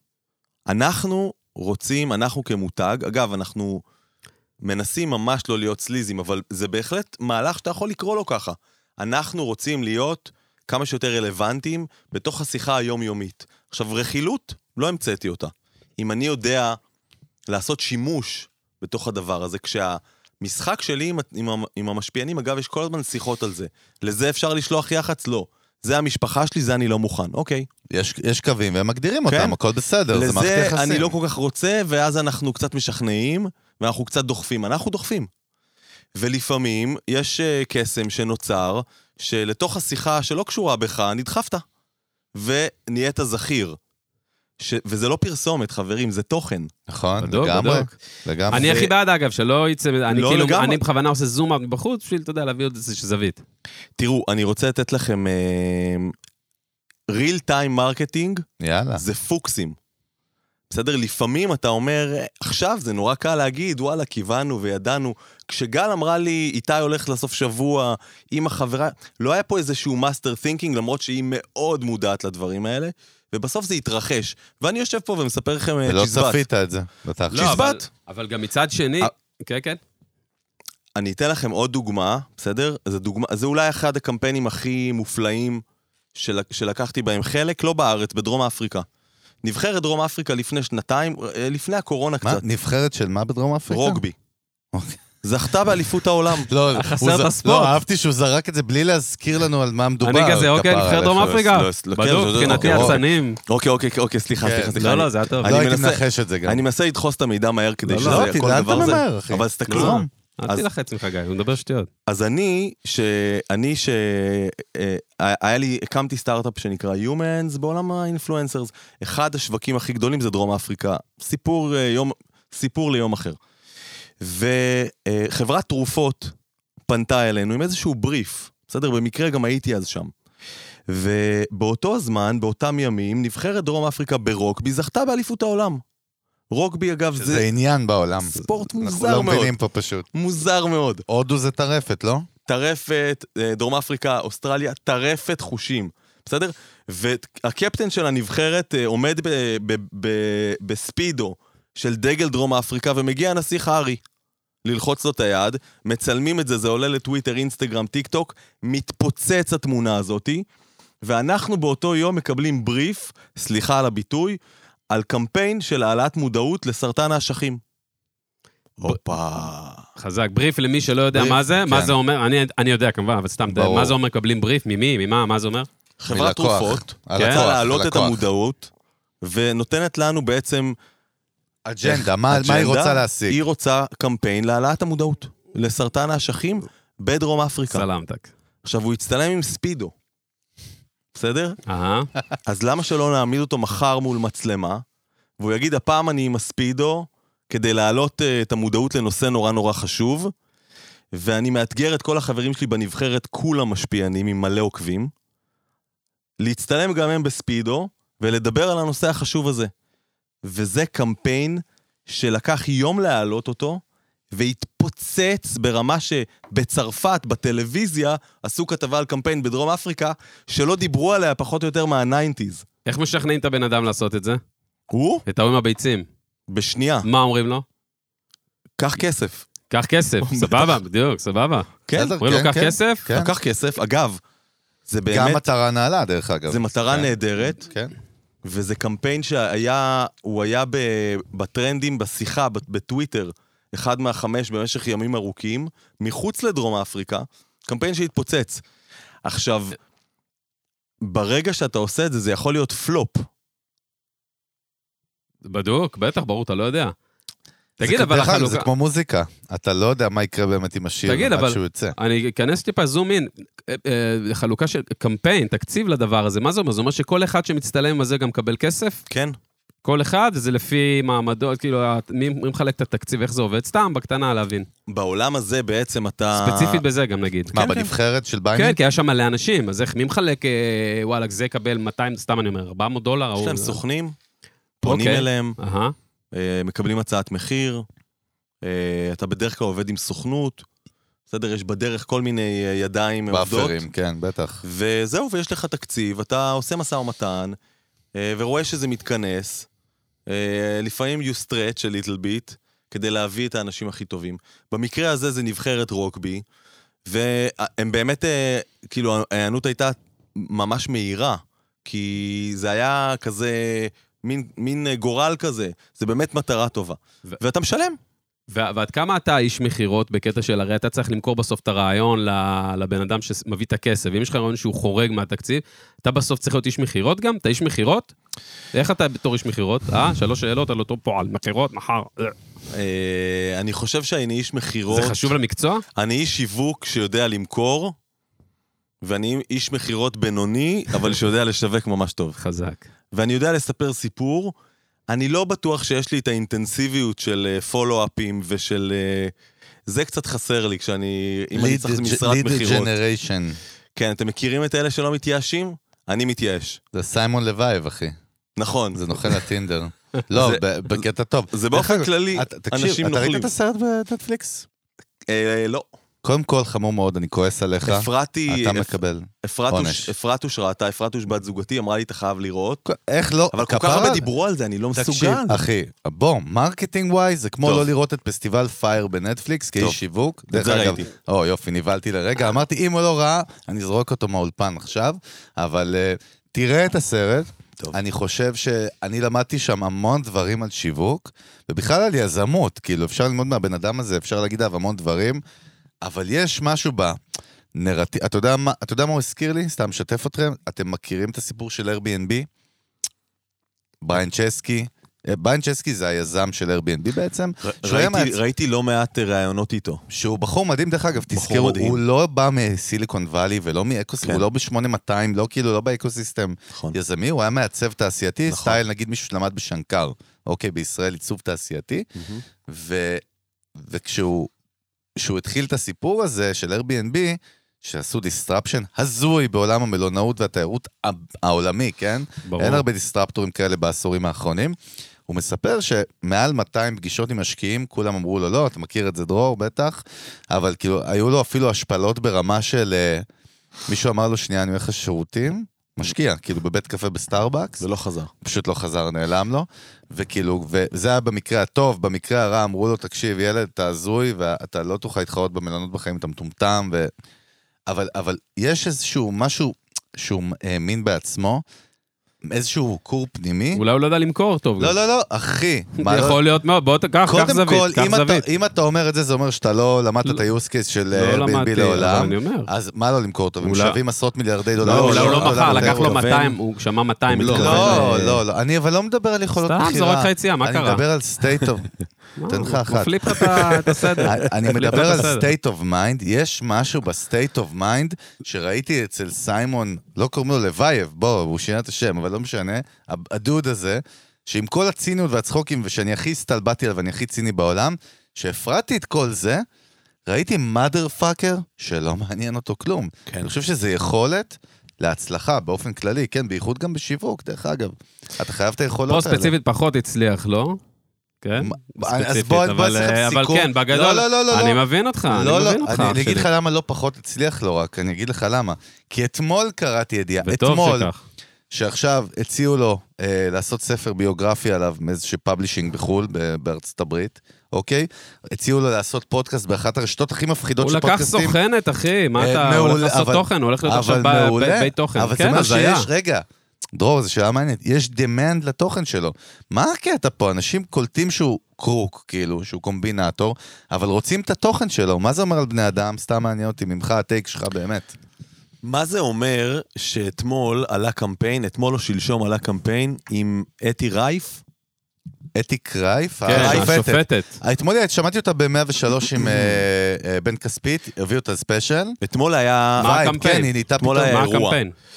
אנחנו רוצים, אנחנו כמותג, אגב, אנחנו מנסים ממש לא להיות סליזים, אבל זה בהחלט מהלך שאתה יכול לקרוא לו ככה. אנחנו רוצים להיות כמה שיותר רלוונטיים בתוך השיחה היומיומית. עכשיו, רכילות, לא המצאתי אותה. אם אני יודע לעשות שימוש בתוך הדבר הזה, כשהמשחק שלי עם, עם, עם המשפיענים, אגב, יש כל הזמן שיחות על זה. לזה אפשר לשלוח יח"צ? לא. זה המשפחה שלי, זה אני לא מוכן. אוקיי. יש, יש קווים והם מגדירים אותם, כן? הכל בסדר, זה מערכת יחסים. לזה אני לא כל כך רוצה, ואז אנחנו קצת משכנעים, ואנחנו קצת דוחפים. אנחנו דוחפים. ולפעמים יש uh, קסם שנוצר, שלתוך השיחה שלא קשורה בך, נדחפת. ונהיית זכיר. ש... וזה לא פרסומת, חברים, זה תוכן. נכון, בדוק, לגמרי. בדוק. לגמרי. אני ו... הכי בעד, אגב, שלא יצא... אני לא כאילו, לגמרי. אני בכוונה עושה זום אאוט מבחוץ, בשביל, אתה יודע, להביא עוד איזושהי זווית. תראו, אני רוצה לתת לכם... Uh, real time marketing, יאללה. זה פוקסים. בסדר? לפעמים אתה אומר, עכשיו זה נורא קל להגיד, וואלה, כיוונו וידענו. כשגל אמרה לי, איתי הולך לסוף שבוע עם החברה, לא היה פה איזשהו מאסטר תינקינג, למרות שהיא מאוד מודעת לדברים האלה, ובסוף זה התרחש. ואני יושב פה ומספר לכם ולא צ'יזבט. צפית את זה. בטח. לא, אבל, צ'יזבט. אבל גם מצד שני... כן, כן. אני אתן לכם עוד דוגמה, בסדר? זה, דוגמה, זה אולי אחד הקמפיינים הכי מופלאים של, שלקחתי בהם חלק, לא בארץ, בדרום אפריקה. נבחרת דרום אפריקה לפני שנתיים, לפני הקורונה מה? קצת. נבחרת של מה בדרום אפריקה? רוגבי. אוקיי. זכתה באליפות העולם. לא, חסר את ז... הספורט. לא, אהבתי שהוא זרק את זה בלי להזכיר לנו על מה מדובר. אני כזה, אוקיי, נבחרת דרום אפריקה. בדוק, מבחינתי הצנים. אוקיי, אוקיי, אוקיי, סליחה, סליחה, סליחה. לא, לא, זה היה טוב. לא הייתי מנחש את זה גם. אני מנסה לדחוס את המידע מהר כדי לא, שזה לא, כל תדע, דבר אתה זה. ממהר, אחי. אבל תסתכלו. לא, אל תלחץ ממך, גיא, הוא מדבר שטויות. אז אני, שאני ש... היה לי, הקמתי סטארט-אפ שנקרא Humans בעולם האינפלואנסרס. אחד השווקים הכי גדולים זה דרום אפריקה. סיפור יום, סיפור ליום אחר. וחברת תרופות פנתה אלינו עם איזשהו בריף. בסדר? במקרה גם הייתי אז שם. ובאותו הזמן, באותם ימים, נבחרת דרום אפריקה ברוקבי זכתה באליפות העולם. רוקבי, אגב, זה... זה עניין בעולם. ספורט מוזר מאוד. אנחנו לא מבינים פה פשוט. מוזר מאוד. הודו זה טרפת, לא? טרפת, דרום אפריקה, אוסטרליה, טרפת חושים. בסדר? והקפטן של הנבחרת עומד בספידו של דגל דרום אפריקה, ומגיע הנסיך הארי ללחוץ לו את היד, מצלמים את זה, זה עולה לטוויטר, אינסטגרם, טיק טוק, מתפוצץ התמונה הזאת, ואנחנו באותו יום מקבלים בריף, סליחה על הביטוי, על קמפיין של העלאת מודעות לסרטן האשכים. הופה. חזק, בריף למי שלא יודע מה זה, מה זה אומר, אני יודע כמובן, אבל סתם, מה זה אומר קבלים בריף, ממי, ממה, מה זה אומר? חברת תרופות, רוצה להעלות את המודעות, ונותנת לנו בעצם... אג'נדה, מה היא רוצה להשיג? היא רוצה קמפיין להעלאת המודעות לסרטן האשכים בדרום אפריקה. סלמתק. עכשיו, הוא יצטלם עם ספידו. בסדר? אהה. אז למה שלא נעמיד אותו מחר מול מצלמה, והוא יגיד, הפעם אני עם הספידו, כדי להעלות uh, את המודעות לנושא נורא נורא חשוב, ואני מאתגר את כל החברים שלי בנבחרת, כולם משפיענים עם מלא עוקבים, להצטלם גם הם בספידו, ולדבר על הנושא החשוב הזה. וזה קמפיין שלקח יום להעלות אותו, והתפוצץ ברמה שבצרפת, בטלוויזיה, עשו כתבה על קמפיין בדרום אפריקה, שלא דיברו עליה פחות או יותר מה-ניינטיז. איך משכנעים את הבן אדם לעשות את זה? הוא? את ההוא עם הביצים. בשנייה. מה אומרים לו? קח כסף. קח כסף, סבבה, בדיוק, סבבה. כן, אומרים לו, קח כסף? קח כסף. אגב, זה באמת... גם מטרה נעלה, דרך אגב. זה מטרה נהדרת. כן. וזה קמפיין שהיה, הוא היה בטרנדים, בשיחה, בטוויטר, אחד מהחמש במשך ימים ארוכים, מחוץ לדרום אפריקה, קמפיין שהתפוצץ. עכשיו, ברגע שאתה עושה את זה, זה יכול להיות פלופ. בדוק, בטח, ברור, אתה לא יודע. תגיד, אבל החלוקה... זה כמו מוזיקה. אתה לא יודע מה יקרה באמת עם השיר עד שהוא יוצא. אני אכנס טיפה זום אין, חלוקה של קמפיין, תקציב לדבר הזה, מה זה אומר? זה אומר שכל אחד שמצטלם עם הזה גם מקבל כסף? כן. כל אחד, זה לפי מעמדות, כאילו, מי מחלק את התקציב, איך זה עובד? סתם, בקטנה להבין. בעולם הזה בעצם אתה... ספציפית בזה גם נגיד. מה, בנבחרת של בייני? כן, כי היה שם מלא אנשים, אז איך, מי מחלק, וואלה, זה יקבל מאתיים, סתם אני אומר, ארבע מאות דולר? יש להם סוכנים, פונים אליהם, מקבלים הצעת מחיר, אתה בדרך כלל עובד עם סוכנות, בסדר, יש בדרך כל מיני ידיים עובדות. באפרים, כן, בטח. וזהו, ויש לך תקציב, אתה עושה מסע ומתן, ורואה שזה מתכנס, לפעמים you stretch a little bit, כדי להביא את האנשים הכי טובים. במקרה הזה זה נבחרת רוקבי, והם באמת, כאילו, הענות הייתה ממש מהירה, כי זה היה כזה, מין, מין גורל כזה, זה באמת מטרה טובה. ו... ואתה משלם. ועד כמה אתה איש מחירות בקטע של, הרי אתה צריך למכור בסוף את הרעיון לבן אדם שמביא את הכסף, ואם יש לך רעיון שהוא חורג מהתקציב, אתה בסוף צריך להיות איש מחירות גם? אתה איש מחירות? איך אתה בתור איש מחירות? אה? שלוש שאלות על אותו פועל, מחירות, מחר. אני חושב שאני איש מחירות... זה חשוב למקצוע? אני איש שיווק שיודע למכור, ואני איש מחירות בינוני, אבל שיודע לשווק ממש טוב. חזק. ואני יודע לספר סיפור, אני לא בטוח שיש לי את האינטנסיביות של פולו-אפים ושל... זה קצת חסר לי כשאני... אם אני צריך משרד מחירות. lead generation. כן, אתם מכירים את אלה שלא מתייאשים? אני מתייאש. זה סיימון לוייב, אחי. נכון. זה נוכל לטינדר. לא, בקטע טוב. זה באופן כללי, אנשים נוכלים. אתה ראית את הסרט בנטפליקס? לא. קודם כל, חמור מאוד, אני כועס עליך. אפרתי... אתה מקבל עונש. אפרטוש ראתה, אפרטוש בת זוגתי, אמרה לי, אתה חייב לראות. איך לא? אבל כל כך הרבה דיברו על זה, אני לא מסוגל. אחי, בוא, מרקטינג ווייז, זה כמו לא לראות את פסטיבל פייר בנטפליקס, כאיש שיווק. את זה ראיתי. או, יופי, ניבלתי לרגע. אמרתי, אם הוא לא ראה, אני אזרוק אותו מהאולפן עכשיו, אבל תראה את הסרט. אני חושב שאני למדתי שם המון דברים על שיווק, ובכלל על יזמות, כאילו, אפשר ללמוד מהבן אדם הזה, אפשר להגיד עליו המון דברים, אבל יש משהו בנרטיב, אתה יודע מה, אתה יודע מה הוא הזכיר לי? סתם משתף אתכם, אתם מכירים את הסיפור של Airbnb? בריין צ'סקי, בריין צ'סקי זה היזם של Airbnb בעצם. ראיתי, ראיתי לא מעט רעיונות איתו. שהוא בחור מדהים, דרך אגב, תזכרו, הוא לא בא מסיליקון ואלי ולא מאקוסיסטם, הוא לא ב-שמונה מאתיים, לא כאילו, לא באקוסיסטם יזמי, הוא היה מעצב תעשייתי, סטייל נגיד מישהו שלמד בשנקר, אוקיי, בישראל עיצוב תעשייתי, וכשהוא שהוא התחיל את הסיפור הזה של Airbnb, שעשו דיסטרפשן הזוי בעולם המלונאות והתיירות העולמי, כן? ברור. אין הרבה דיסטרפטורים כאלה בעשורים האחרונים. הוא מספר שמעל מאתיים פגישות עם משקיעים, כולם אמרו לו, לא, אתה מכיר את זה דרור, בטח, אבל כאילו, היו לו אפילו השפלות ברמה של, מישהו אמר לו, שנייה, אני הולך לשירותים, משקיע, כאילו בבית קפה בסטארבקס. ולא חזר. פשוט לא חזר, נעלם לו. וכאילו, וזה היה במקרה הטוב, במקרה הרע, אמרו לו, תקשיב, ילד, אתה הזוי, ואתה לא תוכל להתחרות במלונות בחיים, אתה מטומטם, ו... אבל, אבל יש איזשהו משהו שהוא האמין בעצמו, איזשהו קור פנימי. אולי הוא לא יודע למכור טוב. לא, לא, לא, אחי. יכול להיות מאוד, בוא, קח זווית, קח זווית. אם אתה אומר את זה, זה אומר שאתה לא למדת את ה-use case של Airbnb לעולם. אז מה לא למכור טוב? הם שווים עשרות מיליארדי דולר. אולי הוא לא מכר, לקח לו מאתיים, הוא שמע מאתיים. לא, לא, לא. אני אבל לא מדבר על יכולות מחירה. סתם, זורק לך יציאה, מה קרה? אני מדבר על state of... תן לך אחת. מפליפ לך את הסדר. אני מדבר על state of mind. יש משהו ב-state of mind שראיתי אצל סיימון, לא קוראים לו לוייב, בוא, הוא שינה את השם, אבל לא משנה, הדוד הזה, שעם כל הציניות והצחוקים, ושאני הכי הסתלבטתי עליו, ואני הכי ציני בעולם, שהפרעתי את כל זה, ראיתי motherfucker שלא מעניין אותו כלום. כן. אני חושב שזה יכולת להצלחה באופן כללי, כן, בייחוד גם בשיווק, דרך אגב. אתה חייב את היכולות האלה. פה ספציפית פחות הצליח, לא? כן? אז בוא נעשה לך סיכום. אבל כן, בגדול, לא, לא, לא, אני מבין אותך, אני מבין אותך. אני אגיד לך למה לא פחות הצליח לו רק, אני אגיד לך למה. כי אתמול קראתי ידיעה, וטוב שכך. שעכשיו הציעו לו אה, לעשות ספר ביוגרפי עליו, מאיזשהו פאבלישינג בחול, בארצות הברית, אוקיי? הציעו לו לעשות פודקאסט באחת הרשתות הכי מפחידות של פודקאסטים. הוא לקח סוכנת, אחי, מה אתה הולך לעשות תוכן? הוא הולך להיות עכשיו בית תוכן. אבל זה מה שיש, רגע, דרור, זו שאלה מעניינת, יש demand לתוכן שלו. מה הקטע פה? אנשים קולטים שהוא קרוק, כאילו, שהוא קומבינטור, אבל רוצים את התוכן שלו. מה זה אומר על בני אדם? סתם מעניין אותי ממך, הטייק שלך באמת. מה זה אומר שאתמול עלה קמפיין, אתמול או שלשום עלה קמפיין עם אתי רייף? אתי קרייף? כן, השופטת. אתמול שמעתי אותה ב-מאה ושלוש עם בן כספית, הביאו אותה ספיישל. אתמול היה... מה הקמפיין? אתמול היה אירוע.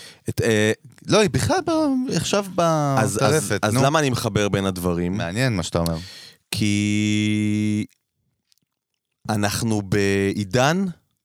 לא, היא בכלל עכשיו בטרפת. אז למה אני מחבר בין הדברים? מעניין מה שאתה אומר. כי אנחנו בעידן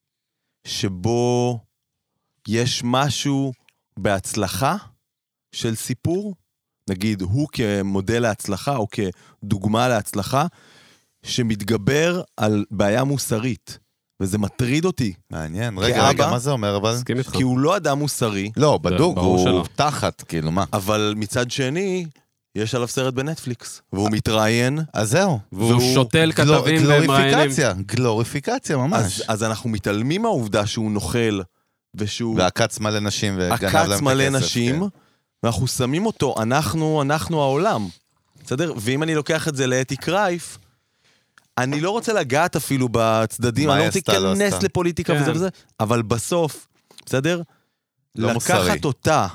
שבו יש משהו בהצלחה של סיפור, נגיד הוא כמודל להצלחה או כדוגמה להצלחה, שמתגבר על בעיה מוסרית, וזה מטריד אותי. מעניין, רגע, רגע, מה זה אומר אבל? כי הוא לא אדם מוסרי. לא, בדוק, הוא תחת, כאילו, מה? אבל מצד שני, יש עליו סרט בנטפליקס, והוא מתראיין. אז זהו. והוא שותל כתבים ומראיינים. גלוריפיקציה, גלוריפיקציה ממש. אז אנחנו מתעלמים מהעובדה שהוא נוכל, ושהוא... ועקץ מלא נשים וגנב להם את הכסף. עקץ מלא נשים, ואנחנו שמים אותו, אנחנו, אנחנו העולם. בסדר? ואם אני לוקח את זה לאתי קרייף, אני לא רוצה לגעת אפילו בצדדים, אני לא רוצה להיכנס לפוליטיקה וזה וזה, אבל בסוף, בסדר? לקחת אותה,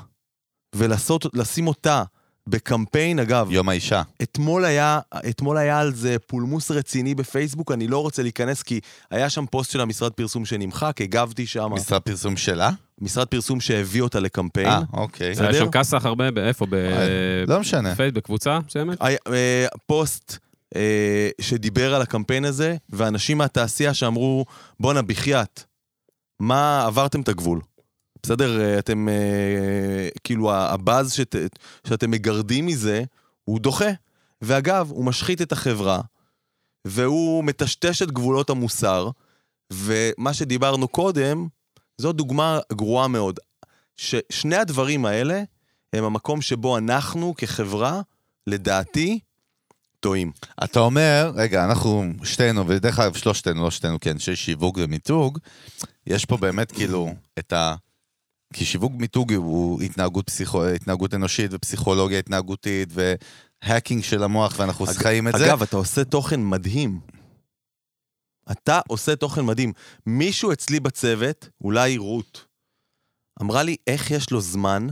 ולשים אותה בקמפיין, אגב, יום האישה. אתמול היה, אתמול היה על זה פולמוס רציני בפייסבוק, אני לא רוצה להיכנס, כי היה שם פוסט של המשרד פרסום שנמחק, הגבתי שם. משרד פרסום שלה? משרד פרסום שהביא אותה לקמפיין. אה, אוקיי. היה שם כסח הרבה, באיפה? לא משנה. בקבוצה מסוימת? פוסט שדיבר על הקמפיין הזה, ואנשים מהתעשייה שאמרו, בונה, בחייאת, מה עברתם את הגבול? בסדר, אתם, כאילו, הבאז שאת, שאתם מגרדים מזה, הוא דוחה. ואגב, הוא משחית את החברה, והוא מטשטש את גבולות המוסר, ומה שדיברנו קודם, זו דוגמה גרועה מאוד. ששני הדברים האלה, הם המקום שבו אנחנו כחברה, לדעתי, טועים. אתה אומר, רגע, אנחנו שתינו, ודרך אגב שלושתנו, לא שתינו, כן, שיש שיווק ומיתוג, יש פה באמת כאילו את ה... כי שיווק מיתוג הוא התנהגות, פסיכו... התנהגות אנושית ופסיכולוגיה התנהגותית והאקינג של המוח, ואנחנו אג... חיים את אגב, זה. אגב, אתה עושה תוכן מדהים. אתה עושה תוכן מדהים. מישהו אצלי בצוות, אולי רות, אמרה לי, איך יש לו זמן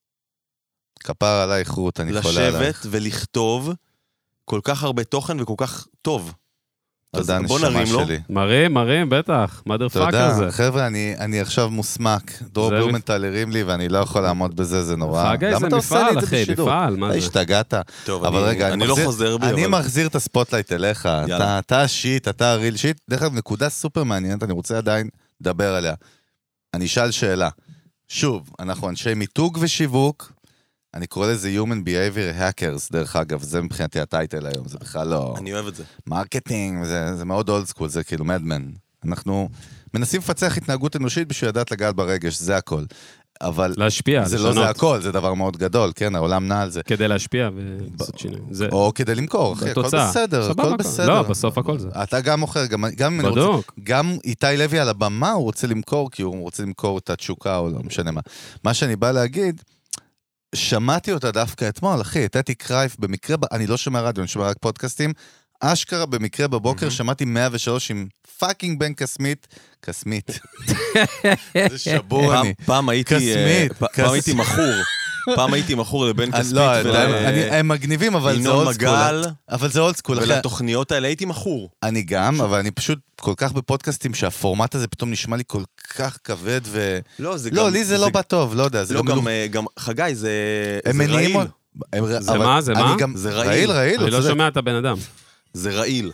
כפר עלייך רות, אני חולה עלייך. לשבת ולכתוב כל כך הרבה תוכן וכל כך טוב. תודה, נשמה שלי. מרים, מרים, בטח. מאדר פאקר זה. תודה, חבר'ה, אני, אני עכשיו מוסמק. דרור בלומנטל הרים לי, ואני לא יכול לעמוד בזה, זה נורא. חגי, זה מפעל, אחי, מפעל, מה זה? השתגעת. טוב, אבל אני, רגע, אני, אני לא חוזר בי, אני אבל... מחזיר את הספוטלייט אליך. אתה, אתה השיט, אתה הריל שיט. דרך אגב, נקודה סופר מעניינת, אני רוצה עדיין לדבר עליה. אני אשאל שאלה. שוב, אנחנו אנשי מיתוג ושיווק, אני קורא לזה Human Behavior Hackers, דרך אגב, זה מבחינתי הטייטל היום, זה בכלל לא... אני אוהב את זה. מרקטינג, זה, זה מאוד אולד סקול, זה כאילו מדמן. אנחנו מנסים לפצח התנהגות אנושית בשביל לדעת לגעת ברגש, זה הכל. אבל... להשפיע, זה לשנות. לא זה הכל, זה דבר מאוד גדול, כן, העולם נע על זה. כדי להשפיע ולעשות שינוי. זה... או כדי למכור, אחי, הכל בסדר, הכל בסדר. לא, בסוף הכל זה. אתה גם מוכר, גם, גם, בדוק. רוצה, גם איתי לוי על הבמה, הוא רוצה למכור, כי הוא רוצה למכור את התשוקה, או לא משנה מה. מה שאני בא להגיד, שמעתי אותה דווקא אתמול, אחי, את אתי קרייף במקרה, אני לא שומע רדיו, אני שומע רק פודקאסטים, אשכרה במקרה בבוקר, שמעתי מאה ושלוש עם פאקינג בן קסמית, קסמית. זה שבור אני. פעם הייתי מכור, פעם הייתי מכור לבן קסמית. הם מגניבים, אבל זה אולד סקול. אבל זה אולד סקול. ולתוכניות האלה הייתי מכור. אני גם, אבל אני פשוט כל כך בפודקאסטים שהפורמט הזה פתאום נשמע לי כל כך כבד ו... לא, לי זה לא בא טוב, לא יודע. לא, גם חגי, זה רעיל. זה מה? זה מה? זה רעיל. רעיל, אני לא שומע את הבן אדם. זה רעיל.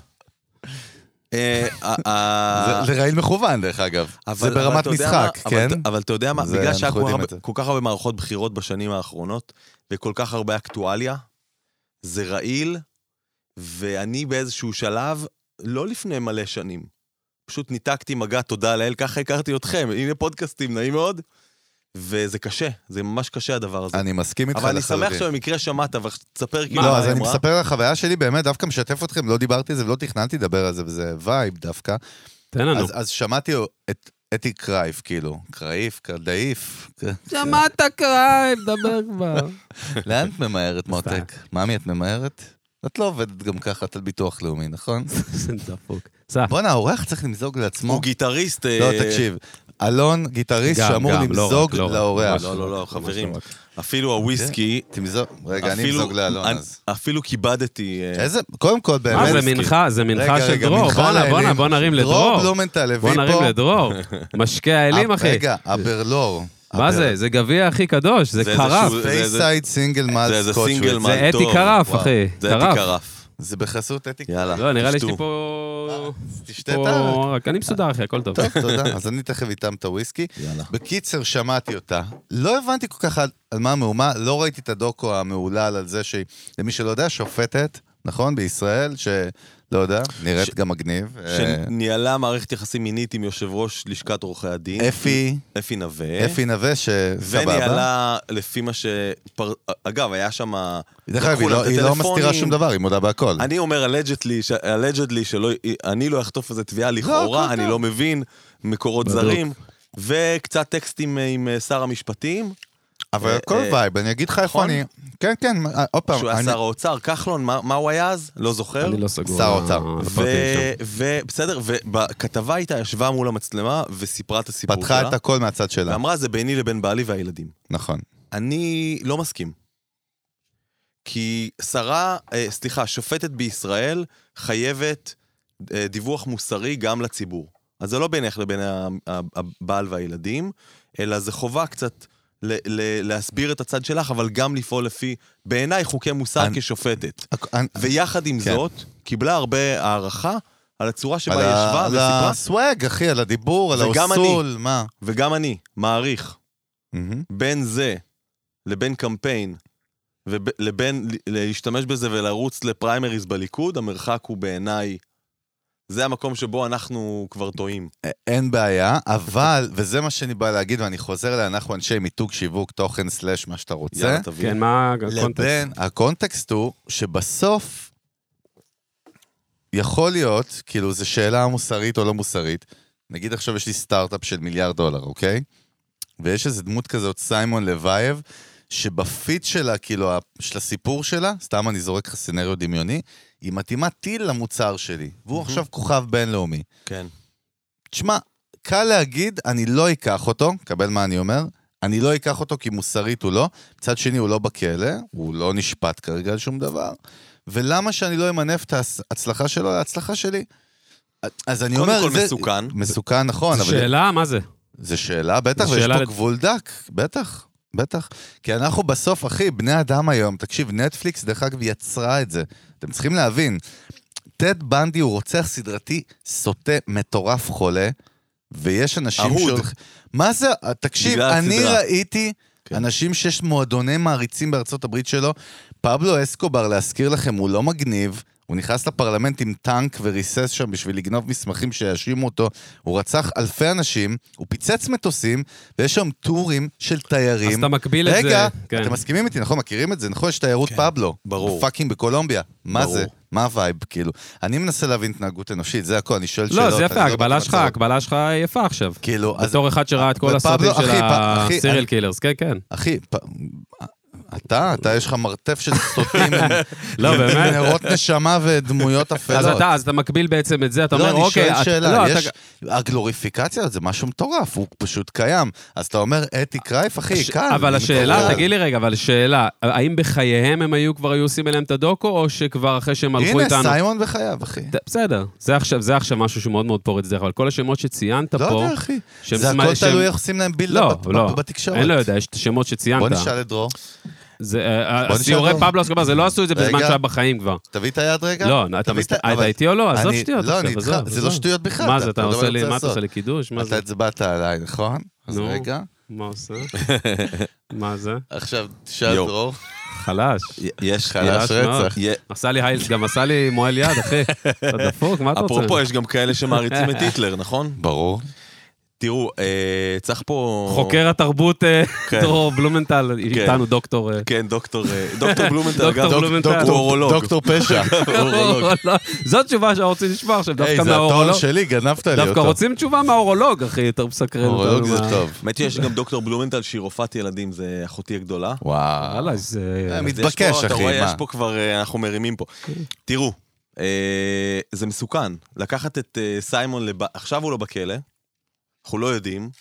זה רעיל מכוון, דרך אגב. זה ברמת משחק, כן? אבל אתה יודע מה, בגלל שהיה כל כך הרבה מערכות בחירות בשנים האחרונות, וכל כך הרבה אקטואליה, זה רעיל, ואני באיזשהו שלב, לא לפני מלא שנים, פשוט ניתקתי מגע, תודה לאל, ככה הכרתי אתכם, הנה פודקאסטים, נעים מאוד, וזה קשה, זה ממש קשה הדבר הזה. אני מסכים איתך לחלוטין. אבל אני שמח שבמקרה שמעת, ותספר כאילו... לא, אז אני מספר על החוויה שלי, באמת, דווקא משתף אתכם, לא דיברתי על זה ולא תכננתי לדבר על זה, וזה וייב דווקא. תן לנו. אז שמעתי את אתי קרייף, כאילו, קרייף, קרדאיף. שמעת קרייף, דבר כבר. לאן את ממהרת, מותק? מאמי, את ממהרת? את לא עובדת גם ככה, את על ביטוח לאומי, נכון? זה דפוק. בוא'נה, האורח צריך למזוג לעצמו. הוא גיטריסט... לא, תקשיב. אלון, גיטריסט שאמור למזוג לאורח. לא, לא, לא, חברים. אפילו הוויסקי... תמזוג, רגע, אני אמזוג לאלון אז. אפילו כיבדתי... איזה, קודם כל באמת... מה, זה מנחה, זה מנחה של דרור. בוא'נה, בוא נרים לדרור. דרור בלומנטל הביא פה... בוא נרים לדרור. משקה האלים, אחי. רגע, הברלור. מה זה? זה גביע הכי קדוש, זה קרף. פייסייד סינגל מאלט סקוטש. זה אתי קרף, אחי. זה אתי קרף. זה בחסות אתי קרף. יאללה. לא, נראה לי שלי פה... תשתה את אני מסודר, אחי, הכל טוב. טוב, תודה. אז אני תכף איתם את הוויסקי. בקיצר, שמעתי אותה. לא הבנתי כל כך על מה המהומה, לא ראיתי את הדוקו המעולל על זה שלמי שלא יודע, שופטת, נכון, בישראל, ש... לא יודע, נראית גם מגניב. שניהלה מערכת יחסים מינית עם יושב ראש לשכת עורכי הדין. אפי. אפי נווה. אפי נווה, שסבבה. וניהלה לפי מה ש... אגב, היה שם... דרך אגב, היא לא מסתירה שום דבר, היא מודה בהכל. אני אומר, allegedly, שאני לא אחטוף איזה תביעה לכאורה, אני לא מבין, מקורות זרים. וקצת טקסטים עם שר המשפטים. אבל הכל וייב, אני אגיד לך איפה אני... כן, כן, עוד פעם. שהוא היה שר האוצר, כחלון, מה הוא היה אז? לא זוכר. אני לא סגור. שר האוצר. ובסדר, ובכתבה איתה ישבה מול המצלמה וסיפרה את הסיפור שלה. פתחה את הכל מהצד שלה. ואמרה, זה ביני לבין בעלי והילדים. נכון. אני לא מסכים. כי שרה, סליחה, שופטת בישראל חייבת דיווח מוסרי גם לציבור. אז זה לא בינך לבין הבעל והילדים, אלא זה חובה קצת ל- ל- להסביר את הצד שלך, אבל גם לפעול לפי, בעיניי, חוקי מוסר אני, כשופטת. אני, ויחד עם כן. זאת, קיבלה הרבה הערכה על הצורה שבה היא ישבה וסיפרה. על הסווג, אחי, על הדיבור, על האוסול, אני, מה? וגם אני, מעריך, mm-hmm. בין זה לבין קמפיין, ולבין להשתמש בזה ולרוץ לפריימריז בליכוד, המרחק הוא בעיניי, זה המקום שבו אנחנו כבר טועים. אין בעיה, אבל, וזה מה שאני בא להגיד, ואני חוזר לה, אנחנו אנשי מיתוג, שיווק, תוכן, סלש, מה שאתה רוצה. יאללה, תביא. כן, מה הקונטקסט? לבין, הקונטקסט הוא שבסוף יכול להיות, כאילו, זו שאלה מוסרית או לא מוסרית, נגיד עכשיו יש לי סטארט-אפ של מיליארד דולר, אוקיי? ויש איזו דמות כזאת, סיימון לוייב, שבפיט שלה, כאילו, של הסיפור שלה, סתם אני זורק לך סצנריו דמיוני, היא מתאימה טיל למוצר שלי, והוא עכשיו כוכב בינלאומי. כן. תשמע, קל להגיד, אני לא אקח אותו, קבל מה אני אומר, אני לא אקח אותו כי מוסרית הוא לא, מצד שני הוא לא בכלא, הוא לא נשפט כרגע על שום דבר, ולמה שאני לא אמנף את ההצלחה שלו, ההצלחה שלי? אז אני אומר, קודם כל מסוכן. מסוכן, נכון. זו שאלה, מה זה? זו שאלה, בטח, ויש פה גבול דק, בטח. בטח, כי אנחנו בסוף, אחי, בני אדם היום, תקשיב, נטפליקס דרך אגב יצרה את זה, אתם צריכים להבין, טד בנדי הוא רוצח סדרתי, סוטה, מטורף חולה, ויש אנשים שהולך... מה זה? תקשיב, אני הסדרה. ראיתי כן. אנשים שיש מועדוני מעריצים בארצות הברית שלו, פבלו אסקובר, להזכיר לכם, הוא לא מגניב, הוא נכנס לפרלמנט עם טנק וריסס שם בשביל לגנוב מסמכים שיאשימו אותו, הוא רצח אלפי אנשים, הוא פיצץ מטוסים, ויש שם טורים של תיירים. אז אתה מקביל את זה. רגע, אתם מסכימים איתי, נכון? מכירים את זה? נכון? יש תיירות פבלו. ברור. פאקינג בקולומביה. מה זה? מה הווייב? כאילו, אני מנסה להבין התנהגות אנושית, זה הכל, אני שואל שאלות. לא, זה יפה, הקבלה שלך, הקבלה שלך יפה עכשיו. כאילו, בתור אחד שראה את כל הסרטים של הסיריאל קילרס, כן, כן. אחי, אתה, אתה יש לך מרתף של סוטים, לא, באמת? נרות נשמה ודמויות אפלות. אז אתה, אז אתה מקביל בעצם את זה, אתה אומר, אוקיי... לא, אני שואל שאלה, יש... הגלוריפיקציה זה משהו מטורף, הוא פשוט קיים. אז אתה אומר, אתי קרייף, אחי, קל. אבל השאלה, תגיד לי רגע, אבל השאלה, האם בחייהם הם היו כבר היו עושים אליהם את הדוקו, או שכבר אחרי שהם הלכו איתנו... הנה, סיימון בחייו, אחי. בסדר, זה עכשיו, זה עכשיו משהו שהוא מאוד מאוד פורץ דרך, אבל כל השמות שציינת פה... לא יודע, אחי. זה הכל תלוי איך עושים להם בילד בתקשורת. אני לא יודע, יש שמות שציינת. בוא נשאל את דרור. סיורי פבלו אסקובר, זה לא עשו את זה בזמן שהיה בחיים כבר. תביא את היד רגע? לא, אתה איתי או לא? עזוב שטויות. לא, אני איתך, זה לא שטויות בכלל. מה זה, אתה עושה לי, מה אתה עושה לי קידוש? אתה הצבעת עליי, נכון? אז רגע. מה עושה? מה זה? עכשיו, תשאל דרור. חלש. יש חלש רצח. עשה לי היילס, גם עשה לי מועל יד, אחי. אתה דפוק, מה אתה רוצה? אפרופו, יש גם כאלה שמעריצים את היטלר, נכון? ברור. תראו, צריך פה... חוקר התרבות, דרור בלומנטל, איתנו דוקטור... כן, דוקטור בלומנטל, דוקטור אורולוג. דוקטור פשע. זאת תשובה שרוצים לשמוע עכשיו, דווקא מהאורולוג. היי, זה התואר שלי, גנבת לי אותו. דווקא רוצים תשובה מהאורולוג, אחי, יותר מסקרן. אורולוג זה טוב. האמת שיש גם דוקטור בלומנטל, שהיא רופאת ילדים, זה אחותי הגדולה. וואו. זה מתבקש, אחי. אתה רואה, יש פה כבר, אנחנו מרימים פה. תראו, זה מסוכן. לקחת את סיימון, עכשיו הוא לא בכלא. אנחנו לא יודעים,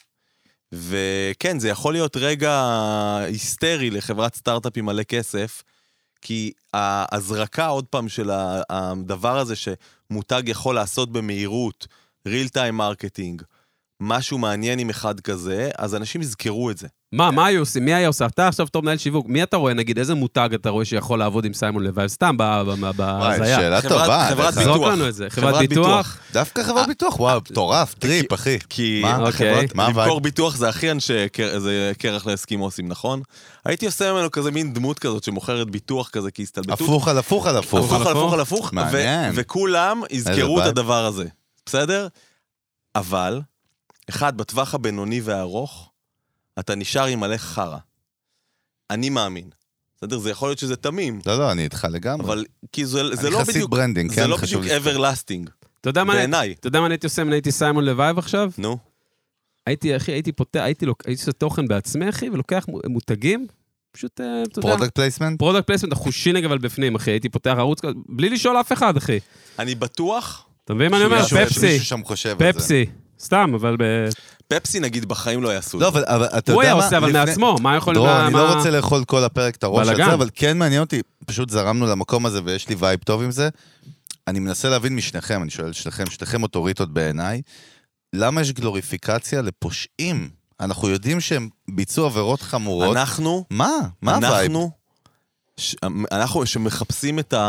וכן, זה יכול להיות רגע היסטרי לחברת סטארט-אפים מלא כסף, כי ההזרקה עוד פעם של הדבר הזה שמותג יכול לעשות במהירות, real time marketing, משהו מעניין עם אחד כזה, אז אנשים יזכרו את זה. מה, מה היו עושים? מי היה עושה? אתה עכשיו טוב מנהל שיווק, מי אתה רואה, נגיד, איזה מותג אתה רואה שיכול לעבוד עם סיימון לוייב? סתם, בהזיה. שאלה טובה. חברת ביטוח. חברת ביטוח? דווקא חברת ביטוח, וואו, טורף, טריפ, אחי. כי למכור ביטוח זה הכי אנשי קרח לאסקימוסים, נכון? הייתי עושה ממנו כזה מין דמות כזאת שמוכרת ביטוח כזה כהסתלבטות. הפוך על הפוך על הפוך. הפוך על הפוך על הפוך. וכולם יזכרו את הדבר הזה. בסדר? אבל, אחד, בטווח הבינוני והארוך, אתה נשאר עם מלא חרה. אני מאמין. בסדר? זה יכול להיות שזה תמים. לא, לא, אני איתך לגמרי. אבל, כי זה לא בדיוק... אני חסיד ברנדינג, כן? זה לא בדיוק everlasting. אתה יודע מה אני הייתי עושה אם הייתי סיימון לוייב עכשיו? נו. הייתי, אחי, הייתי פותח, הייתי עושה תוכן בעצמי, אחי, ולוקח מותגים, פשוט, אתה יודע... פרודקט פלייסמנט? פרודקט פלייסמנט, החושינג אבל בפנים, אחי, הייתי פותח ערוץ, בלי לשאול אף אחד, אחי. אני בטוח... אתה מבין מה אני אומר? פפסי. מישהו שם חושב על זה. פפסי. סתם, אבל ב... פפסי נגיד בחיים לא יעשו. לא, אבל אתה יודע מה... הוא היה עושה, אבל מעצמו, מה יכול... דרור, אני לא רוצה לאכול כל הפרק את הראש על זה, אבל כן מעניין אותי, פשוט זרמנו למקום הזה ויש לי וייב טוב עם זה. אני מנסה להבין משניכם, אני שואל שניכם, שניכם אוטוריטות בעיניי, למה יש גלוריפיקציה לפושעים? אנחנו יודעים שהם ביצעו עבירות חמורות. אנחנו... מה? מה הווייב? אנחנו... אנחנו שמחפשים את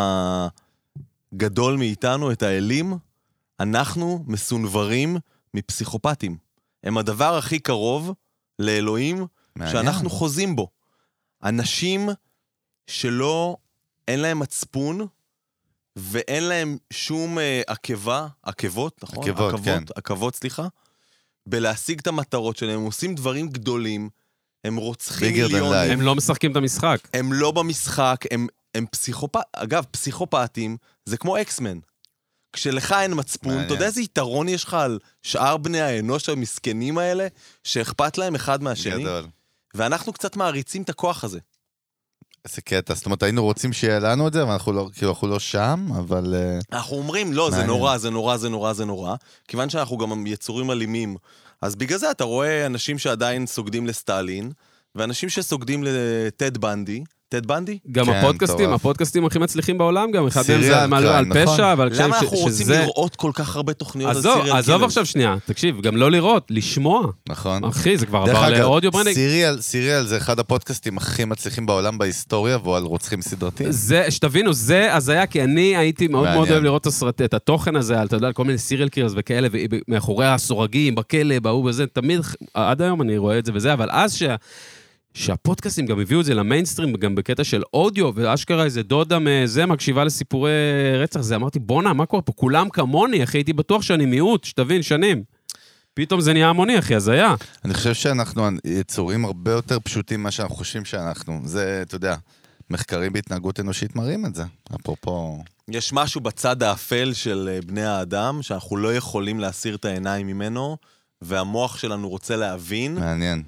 הגדול מאיתנו, את האלים, אנחנו מסונברים מפסיכופטים. הם הדבר הכי קרוב לאלוהים מעניין. שאנחנו חוזים בו. אנשים שלא, אין להם מצפון, ואין להם שום uh, עקבה, עקבות, נכון? עקבות, עקבות, כן. עקבות, סליחה, בלהשיג את המטרות שלהם. הם עושים דברים גדולים, הם רוצחים מיליונים. הם לא משחקים את המשחק. הם לא במשחק, הם, הם פסיכופט... אגב, פסיכופטים זה כמו אקסמן. כשלך אין מצפון, אתה יודע איזה יתרון יש לך על שאר בני האנוש המסכנים האלה, שאכפת להם אחד מהשני? גדול. ואנחנו קצת מעריצים את הכוח הזה. איזה קטע, זאת אומרת, היינו רוצים שיהיה לנו את זה, אבל אנחנו לא, כאילו, אנחנו לא שם, אבל... אנחנו אומרים, לא, זה נורא, זה נורא, זה נורא, זה נורא, כיוון שאנחנו גם יצורים אלימים, אז בגלל זה אתה רואה אנשים שעדיין סוגדים לסטלין, ואנשים שסוגדים לטד בנדי, טד בנדי? גם כן, הפודקאסטים, טוב. הפודקאסטים הכי מצליחים בעולם גם, אחד מהם זה על, על נכון. פשע, אבל למה אנחנו ש, רוצים שזה... לראות כל כך הרבה תוכניות עזוב, על סיריאל? עזוב עכשיו שנייה, תקשיב, גם לא לראות, לשמוע. נכון. אחי, זה כבר עבר לאודיו ברנינג. סיריאל, סיריאל זה אחד הפודקאסטים הכי מצליחים בעולם בהיסטוריה, והוא על רוצחים סדרתיים. זה, שתבינו, זה אז היה, כי אני הייתי מאוד מעניין. מאוד אוהב לראות את, את התוכן הזה, אתה יודע, על כל מיני סיריאל קירס וכאלה, ומאחורי הסורגים, בכלא, באו בזה, תמיד, עד היום אני רואה את זה וזה, אבל אז שה... שהפודקאסטים גם הביאו את זה למיינסטרים, גם בקטע של אודיו, ואשכרה איזה דודה מזה, מקשיבה לסיפורי רצח, זה אמרתי, בונה, מה קורה פה? כולם כמוני, אחי, הייתי בטוח שאני מיעוט, שתבין, שנים. פתאום זה נהיה המוני, אחי, אז היה. אני חושב שאנחנו יצורים הרבה יותר פשוטים מה שאנחנו חושבים שאנחנו. זה, אתה יודע, מחקרים בהתנהגות אנושית מראים את זה. אפרופו... יש משהו בצד האפל של בני האדם, שאנחנו לא יכולים להסיר את העיניים ממנו, והמוח שלנו רוצה להבין. מעניין.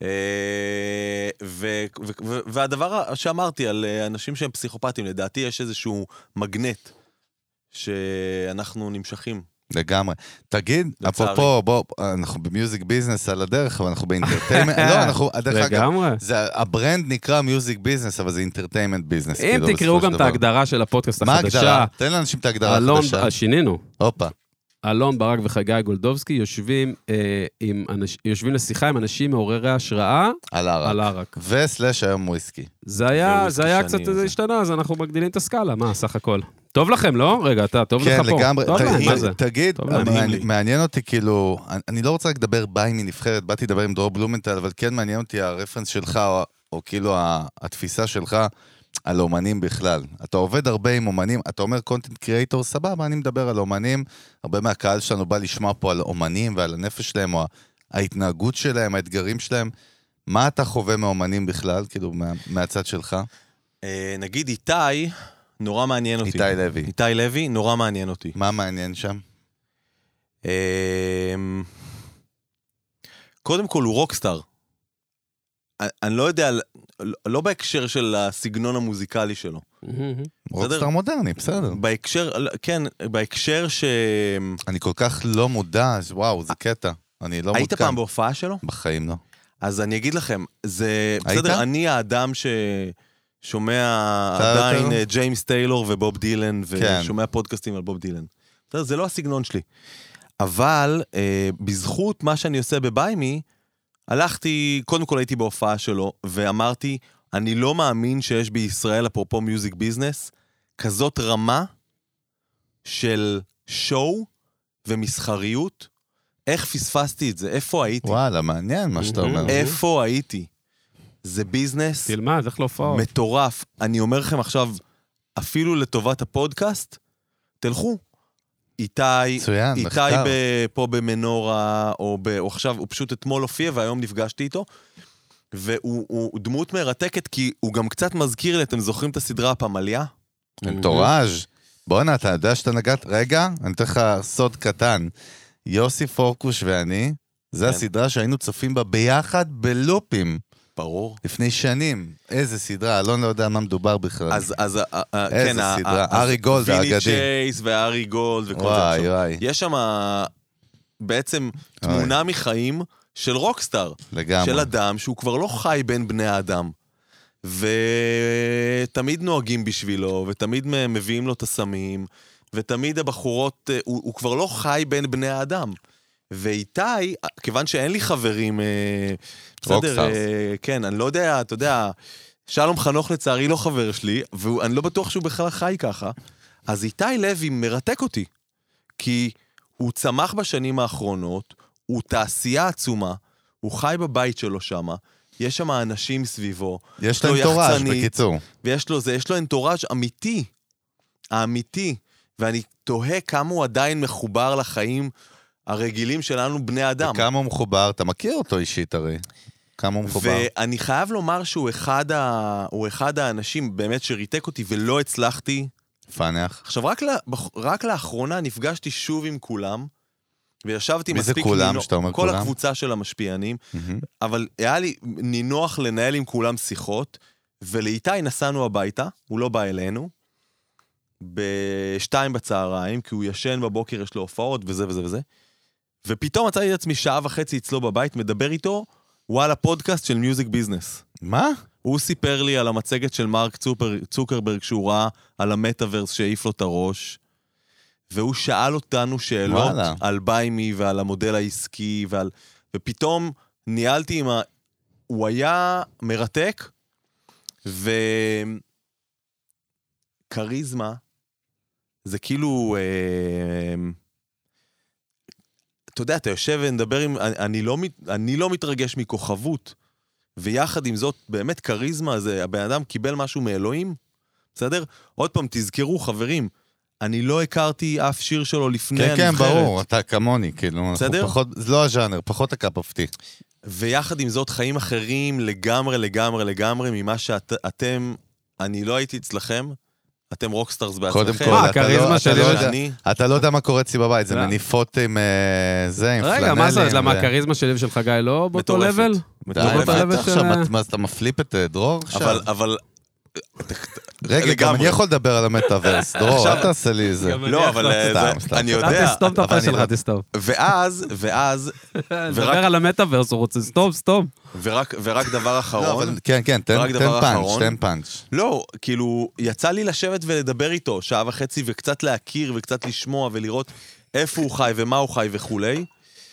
והדבר שאמרתי על אנשים שהם פסיכופטים, לדעתי יש איזשהו מגנט שאנחנו נמשכים. לגמרי. תגיד, אפרופו, בוא, אנחנו במיוזיק ביזנס על הדרך, אבל אנחנו באינטרטיימנט, לא, אנחנו, הדרך אגב, הברנד נקרא מיוזיק ביזנס, אבל זה אינטרטיימנט ביזנס. אם תקראו גם את ההגדרה של הפודקאסט החדשה. מה ההגדרה? תן לאנשים את ההגדרה החדשה. שינינו. הופה. אלון ברק וחגי גולדובסקי יושבים, אה, עם אנש, יושבים לשיחה עם אנשים מעוררי השראה על הרק. על הרק. וסלש היום וויסקי. זה היה, זה היה קצת איזה השתנה, אז אנחנו מגדילים את הסקאלה, מה, סך הכל. טוב לכם, לא? רגע, אתה, טוב כן, לך פה. לגמרי. טוב תגיד, מה זה? תגיד מעניין אותי כאילו, אני, אני לא רוצה לדבר ביי מנבחרת, באתי לדבר עם דרור בלומנטל, אבל כן מעניין אותי הרפרנס שלך, או, או כאילו התפיסה שלך, על אומנים בכלל. אתה עובד הרבה עם אומנים, אתה אומר קונטנט קריאייטור, סבבה, אני מדבר על אומנים, הרבה מהקהל שלנו בא לשמוע פה על אומנים ועל הנפש שלהם, או ההתנהגות שלהם, האתגרים שלהם. מה אתה חווה מאומנים בכלל, כאילו, מה, מהצד שלך? נגיד איתי, נורא מעניין אותי. איתי לוי. איתי לוי, נורא מעניין אותי. מה מעניין שם? קודם כל הוא רוקסטאר. אני לא יודע, לא בהקשר של הסגנון המוזיקלי שלו. רוקסטאר מודרני, בסדר. בהקשר, כן, בהקשר ש... אני כל כך לא מודע, אז וואו, זה קטע. אני לא מודע. היית פעם בהופעה שלו? בחיים לא. אז אני אגיד לכם, זה... בסדר, אני האדם ששומע עדיין ג'יימס טיילור ובוב דילן, ושומע פודקאסטים על בוב דילן. זה לא הסגנון שלי. אבל בזכות מה שאני עושה בביימי, הלכתי, קודם כל הייתי בהופעה שלו, ואמרתי, אני לא מאמין שיש בישראל, אפרופו מיוזיק ביזנס, כזאת רמה של שואו ומסחריות. איך פספסתי את זה? איפה הייתי? וואלה, מעניין מה שאתה אומר. איפה הייתי? זה ביזנס תלמד, איך לא הופעות. מטורף. אני אומר לכם עכשיו, אפילו לטובת הפודקאסט, תלכו. איתי, מצוין, איתי ב, פה במנורה, או, ב, או עכשיו, הוא פשוט אתמול הופיע, והיום נפגשתי איתו, והוא הוא דמות מרתקת, כי הוא גם קצת מזכיר לי, אתם זוכרים את הסדרה הפמליה? אנטוראז'. בוא'נה, אתה יודע שאתה נגעת, רגע, אני אתן לך סוד קטן, יוסי פורקוש ואני, זה הסדרה שהיינו צופים בה ביחד בלופים. ברור. לפני שנים. איזה סדרה, אלון לא יודע מה מדובר בכלל. אז, אז, איזה כן, סדרה, ארי גולד האגדי. ויני צ'ייס וארי גולד וכל וואי, זה. וואי. יש שם בעצם תמונה וואי. מחיים של רוקסטאר. לגמרי. של אדם שהוא כבר לא חי בין בני האדם. ותמיד נוהגים בשבילו, ותמיד מביאים לו את הסמים, ותמיד הבחורות, הוא, הוא כבר לא חי בין בני האדם. ואיתי, כיוון שאין לי חברים, בסדר, כן, אני לא יודע, אתה יודע, שלום חנוך לצערי לא חבר שלי, ואני לא בטוח שהוא בכלל חי ככה, אז איתי לוי מרתק אותי, כי הוא צמח בשנים האחרונות, הוא תעשייה עצומה, הוא חי בבית שלו שמה, יש שם אנשים סביבו, יש לו אנטוראז' בקיצור. ויש לו זה, יש לו אנטוראז' אמיתי, האמיתי, ואני תוהה כמה הוא עדיין מחובר לחיים הרגילים שלנו בני אדם. וכמה הוא מחובר, אתה מכיר אותו אישית הרי. כמה הוא מחובר. ואני חייב לומר שהוא אחד, ה... הוא אחד האנשים באמת שריתק אותי ולא הצלחתי. פנח. עכשיו, רק, לה... רק לאחרונה נפגשתי שוב עם כולם, וישבתי מספיק... מי זה כולם, שאתה אומר כל כולם? כל הקבוצה של המשפיענים, Mm-hmm. אבל היה לי נינוח לנהל עם כולם שיחות, ולאיתי נסענו הביתה, הוא לא בא אלינו, בשתיים בצהריים, כי הוא ישן בבוקר, יש לו הופעות וזה וזה וזה, ופתאום מצאתי את עצמי שעה וחצי אצלו בבית, מדבר איתו, וואלה, פודקאסט של מיוזיק ביזנס. מה? הוא סיפר לי על המצגת של מרק צופר, צוקרברג, שהוא ראה על המטאברס שהעיף לו את הראש, והוא שאל אותנו שאלות וואלה. על ביימי ועל המודל העסקי, ועל... ופתאום ניהלתי עם ה... הוא היה מרתק, וקריזמה, זה כאילו... אה... אתה יודע, אתה יושב ונדבר עם... אני לא, אני לא מתרגש מכוכבות, ויחד עם זאת, באמת קריזמה, זה, הבן אדם קיבל משהו מאלוהים, בסדר? עוד פעם, תזכרו, חברים, אני לא הכרתי אף שיר שלו לפני כן, הנבחרת. כן, ברור, אתה כמוני, כאילו, בסדר? פחות, זה לא הז'אנר, פחות הקאפ-אפטי. ויחד עם זאת, חיים אחרים לגמרי, לגמרי, לגמרי, ממה שאתם, אני לא הייתי אצלכם, אתם רוקסטארס בעצמכם. קודם כל, אתה לא, אתה, לא יודע, אני... אתה לא יודע מה קורה אצלי בבית, זה מניפות עם זה, עם פלנלים. רגע, מה זה? למה הקריזמה שלי ושל חגי לא באותו לבל? די, עכשיו, מה, אתה מפליפ את דרור עכשיו? אבל, אבל... רגע, גם אני יכול לדבר על המטאברס, דרור, אל תעשה לי איזה. לא, אבל אני יודע... תסתום את הפה שלך, תסתום. ואז, ואז... דבר על המטאברס, הוא רוצה, סתום, סתום. ורק דבר אחרון... כן, כן, תן פאנץ', תן פאנץ'. לא, כאילו, יצא לי לשבת ולדבר איתו שעה וחצי, וקצת להכיר, וקצת לשמוע, ולראות איפה הוא חי, ומה הוא חי וכולי,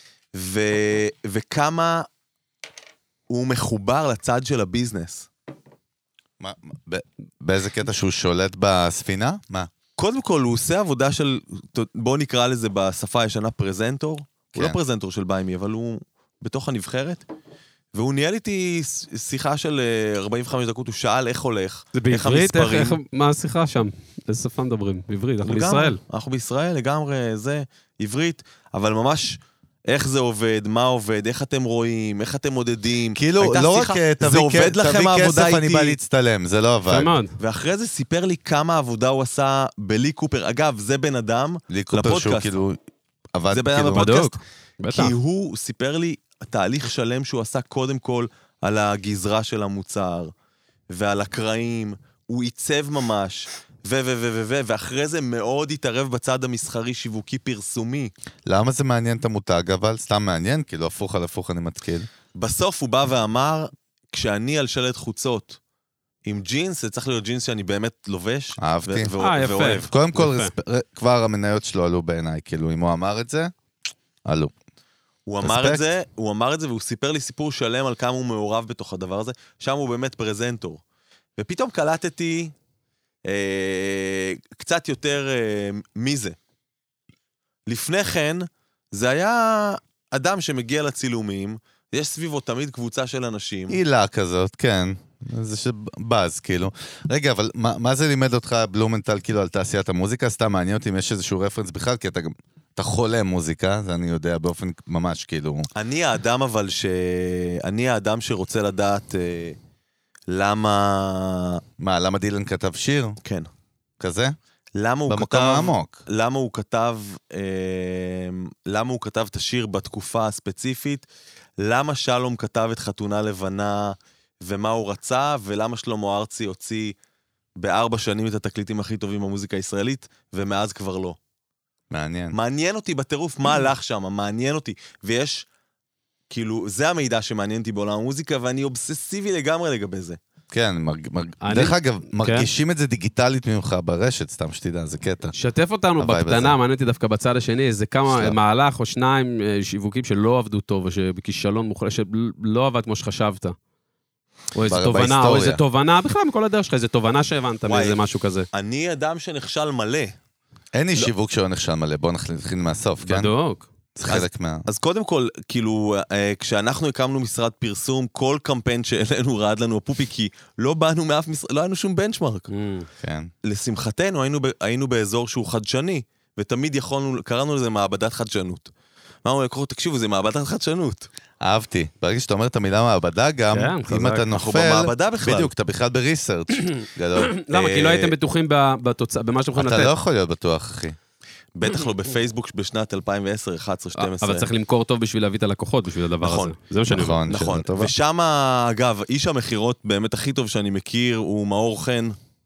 וכמה הוא מחובר לצד של הביזנס. מה, באיזה קטע שהוא שולט בספינה? מה? קודם כל, הוא עושה עבודה של, בואו נקרא לזה בשפה הישנה פרזנטור. הוא לא פרזנטור של ביימי, אבל הוא בתוך הנבחרת. והוא ניהל איתי שיחה של ארבעים וחמש דקות, הוא שאל איך הולך, איך המספרים. מה השיחה שם? איזה שפה מדברים? עברית, אנחנו בישראל. אנחנו בישראל, לגמרי, זה עברית, אבל ממש... איך זה עובד, מה עובד, איך אתם רואים, איך אתם מודדים. כאילו, לא רק תביא כסף, אני בא להצטלם, זה לא עבד. ואחרי זה סיפר לי כמה עבודה הוא עשה בלי קופר. אגב, זה בן אדם לפודקאסט. זה בן אדם לפודקאסט. כי הוא סיפר לי תהליך שלם שהוא עשה קודם כל על הגזרה של המוצר, ועל הקרעים, הוא עיצב ממש. ו, ו, ו, ו, ו, ואחרי זה מאוד התערב בצד המסחרי, שיווקי, פרסומי. למה זה מעניין את המותג, אבל? סתם מעניין, כאילו הפוך על הפוך אני מתקיל. בסוף הוא בא ואמר, כשאני על שלט חוצות עם ג'ינס, זה צריך להיות ג'ינס שאני באמת לובש. אהבתי. ו- ו- ואוהב. קודם כל, כבר המניות שלו עלו בעיניי, כאילו, אם הוא אמר את זה, עלו. הוא אמר את זה, הוא אמר את זה, והוא סיפר לי סיפור שלם על כמה הוא מעורב בתוך הדבר הזה, שם הוא באמת פרזנטור. ופתאום קלטתי אה, קצת יותר אה, מי זה. לפני כן, זה היה אדם שמגיע לצילומים, יש סביבו תמיד קבוצה של אנשים. הילה כזאת, כן. זה שבאז, כאילו. רגע, אבל מה, מה זה לימד אותך בלומנטל, כאילו, על תעשיית המוזיקה? סתם מעניין אותי אם יש איזשהו רפרנס בכלל, כי אתה גם... אתה חולה מוזיקה, זה אני יודע באופן ממש, כאילו... אני האדם אבל ש... אני האדם שרוצה לדעת אה, למה... מה, למה דילן כתב שיר? כן. כזה? למה הוא במקום כתב, העמוק. למה הוא כתב, אה, למה הוא כתב את השיר בתקופה הספציפית, למה שלום כתב את חתונה לבנה, ומה הוא רצה, ולמה שלמה ארצי הוציא בארבע שנים את התקליטים הכי טובים במוזיקה הישראלית, ומאז כבר לא. מעניין. מעניין אותי בטירוף מה הלך שם, מעניין אותי, ויש, כאילו, זה המידע שמעניין אותי בעולם המוזיקה, ואני אובססיבי לגמרי לגבי זה. כן, מרג... מרג... אני... דרך אגב, כן. מרגישים את זה דיגיטלית ממך ברשת, סתם שתדע, זה קטע. שתף אותנו בקטנה, מעניין אותי דווקא בצד השני, איזה כמה שלב. מהלך או שניים שיווקים שלא עבדו טוב, או שבכישלון מוחלט, שלא עבד כמו שחשבת. או איזו תובנה, בהיסטוריה. או איזו תובנה, בכלל מכל הדרך שלך, איזו תובנה שהבנת מאיזה משהו כזה. אני אדם שנכשל מלא. אין לי לא. שיווק שלא נכשל מלא, בואו נתחיל מהסוף, כן? בדוק. זה חלק מה... אז קודם כל, כאילו, כשאנחנו הקמנו משרד פרסום, כל קמפיין שאלינו רעד לנו הפופי, כי לא באנו מאף משרד, לא היינו שום בנצ'מרק. כן. לשמחתנו, היינו, היינו באזור שהוא חדשני, ותמיד יכולנו, קראנו לזה מעבדת חדשנות. אמרנו לקרוא, תקשיבו, זה מעבדת חדשנות. אהבתי. ברגע שאתה אומר את המילה מעבדה גם, כן, אם אתה אנחנו נופל... במעבדה בכלל. בדיוק, אתה בכלל בריסרצ' גדול. למה? כי לא הייתם בטוחים בתוצאה, במה שאתם יכולים לתת. אתה לא יכול להיות בטוח, אחי. בטח לא בפייסבוק בשנת אלפיים ועשר, אחת עשרה, שתים עשרה. אבל צריך למכור טוב בשביל להביא את הלקוחות בשביל הדבר הזה. זה מה שאני נכון, נכון. ושם, אגב, איש המחירות באמת הכי טוב שאני מכיר, הוא מאור חן,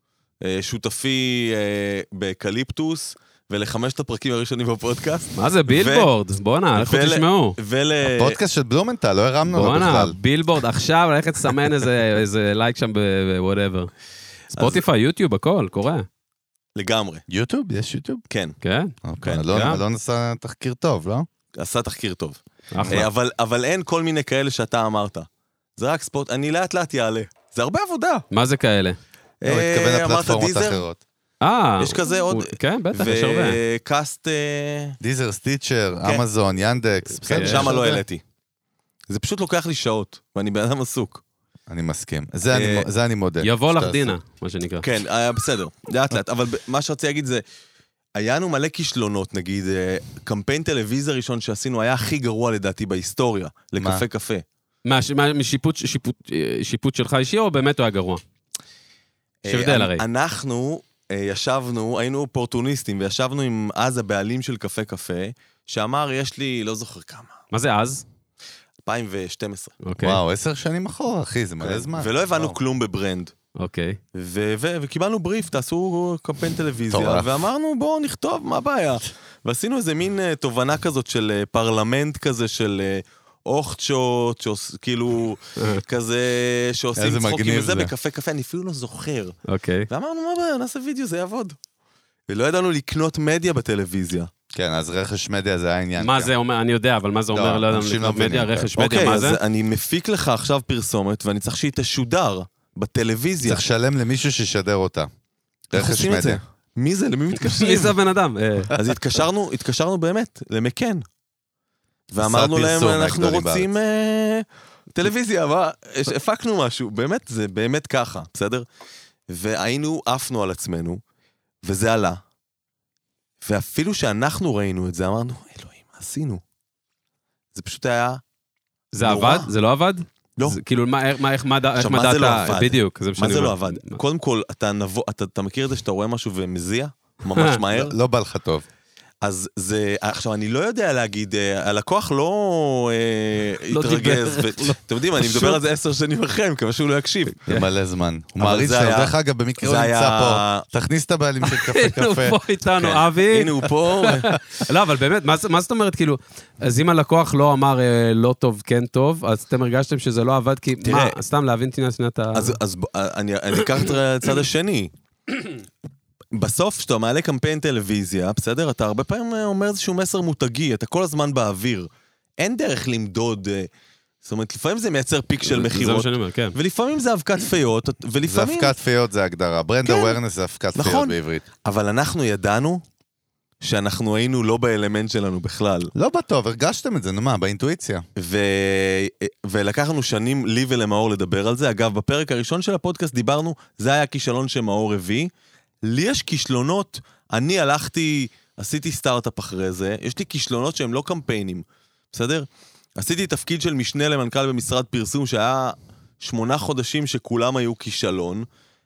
שותפי בקליפטוס, ולחמשת הפרקים הראשונים בפודקאסט. מה זה בילבורד? בואנה, לכו תשמעו. הפודקאסט של בלומנטל, לא הרמנו לו בכלל. בואנה, בילבורד, עכשיו ללכת לסמן איזה לייק שם ב-whatever. ספוטיפיי, יוטיוב, הכל, קורה. לגמרי. יוטיוב? יש יוטיוב? כן. כן. אוקיי, אלון עשה תחקיר טוב, לא? עשה תחקיר טוב. אחלה. אבל, אבל אין כל מיני כאלה שאתה אמרת. זה רק ספורט, אני לאט לאט יעלה. זה הרבה עבודה. מה זה כאלה? הוא התכוון לפלטפורמות אחרות. אה. יש כזה עוד... כן, בטח, יש הרבה. וקאסט... דיזר, סטיצ'ר, אמזון, ינדקס. שם לא העליתי. זה פשוט לוקח לי שעות, ואני בן אדם עסוק. אני מסכים. זה אני מודה. יבוא לך דינה, מה שנקרא. כן, בסדר, לאט לאט. אבל מה שרציתי להגיד זה, היה לנו מלא כישלונות, נגיד, קמפיין טלוויזיה ראשון שעשינו היה הכי גרוע לדעתי בהיסטוריה, לקפה קפה. מה, משיפוט שלך אישי או באמת הוא היה גרוע? שבדל הרי. אנחנו ישבנו, היינו אופורטוניסטים, וישבנו עם אז הבעלים של קפה קפה, שאמר, יש לי, לא זוכר כמה. מה זה אז? אלפיים ושתים עשרה. וואו, עשר שנים אחורה, אחי, זה מלא זמן. ולא הבנו כלום בברנד. אוקיי. וקיבלנו בריף, תעשו קמפיין טלוויזיה, ואמרנו, בואו נכתוב, מה הבעיה? ועשינו איזה מין תובנה כזאת של פרלמנט כזה, של אוכטשוט, כאילו, כזה, שעושים צחוקים וזה בקפה קפה, אני אפילו לא זוכר. אוקיי. ואמרנו, מה הבעיה, נעשה וידאו, זה יעבוד. ולא ידענו לקנות מדיה בטלוויזיה. כן, אז רכש מדיה זה העניין. מה זה אומר, אני יודע, אבל מה זה אומר, לא יודעים לקנות מדיה, רכש מדיה, מה זה? אוקיי, אז אני מפיק לך עכשיו פרסומת, ואני צריך שהיא תשודר בטלוויזיה. צריך לשלם למישהו שישדר אותה. רכש מדיה. מי זה? למי מתקשרים? מי זה הבן אדם? אז התקשרנו, התקשרנו באמת, למקן. ואמרנו להם, אנחנו רוצים טלוויזיה, הפקנו משהו. באמת, זה באמת ככה, בסדר? והיינו, עפנו על עצמנו, וזה עלה. ואפילו שאנחנו ראינו את זה, אמרנו, אלוהים, מה עשינו? זה פשוט היה... זה עבד? זה לא עבד? לא. כאילו, איך מדעת... מה זה לא עבד? בדיוק. מה זה לא עבד? קודם כל, אתה מכיר את זה שאתה רואה משהו ומזיע? ממש מהר? לא בא לך טוב. אז זה, עכשיו אני לא יודע להגיד, הלקוח לא התרגז, אתם יודעים, אני מדבר על זה עשר שנים אחרי, מקווה שהוא לא יקשיב. זה מלא זמן. הוא מעריץ שלו, דרך אגב, במקרה הוא נמצא פה, תכניס את הבעלים של קפה קפה. הנה הוא פה איתנו, אבי. הנה הוא פה. לא, אבל באמת, מה זאת אומרת, כאילו, אז אם הלקוח לא אמר לא טוב, כן טוב, אז אתם הרגשתם שזה לא עבד, כי מה, סתם להבין תינה שנת ה... אז אני אקח את הצד השני. בסוף, כשאתה מעלה קמפיין טלוויזיה, בסדר? אתה הרבה פעמים אומר איזשהו מסר מותגי, אתה כל הזמן באוויר. אין דרך למדוד, זאת אומרת, לפעמים זה מייצר פיק של מחירות, ולפעמים זה אבקת פיות, ולפעמים... זה אבקת פיות, זה הגדרה. ברנד אווירנס זה אבקת פיות בעברית. אבל אנחנו ידענו שאנחנו היינו לא באלמנט שלנו בכלל. לא בטוב, הרגשתם את זה, נו מה, באינטואיציה. ולקחנו שנים לי ולמאור לדבר על זה. אגב, בפרק הראשון של הפודקאסט דיברנו, זה היה הכישלון שמאור הביא. לי יש כישלונות, אני הלכתי, עשיתי סטארט-אפ אחרי זה, יש לי כישלונות שהם לא קמפיינים, בסדר? עשיתי תפקיד של משנה למנכ"ל במשרד פרסום, שהיה שמונה חודשים שכולם היו כישלון,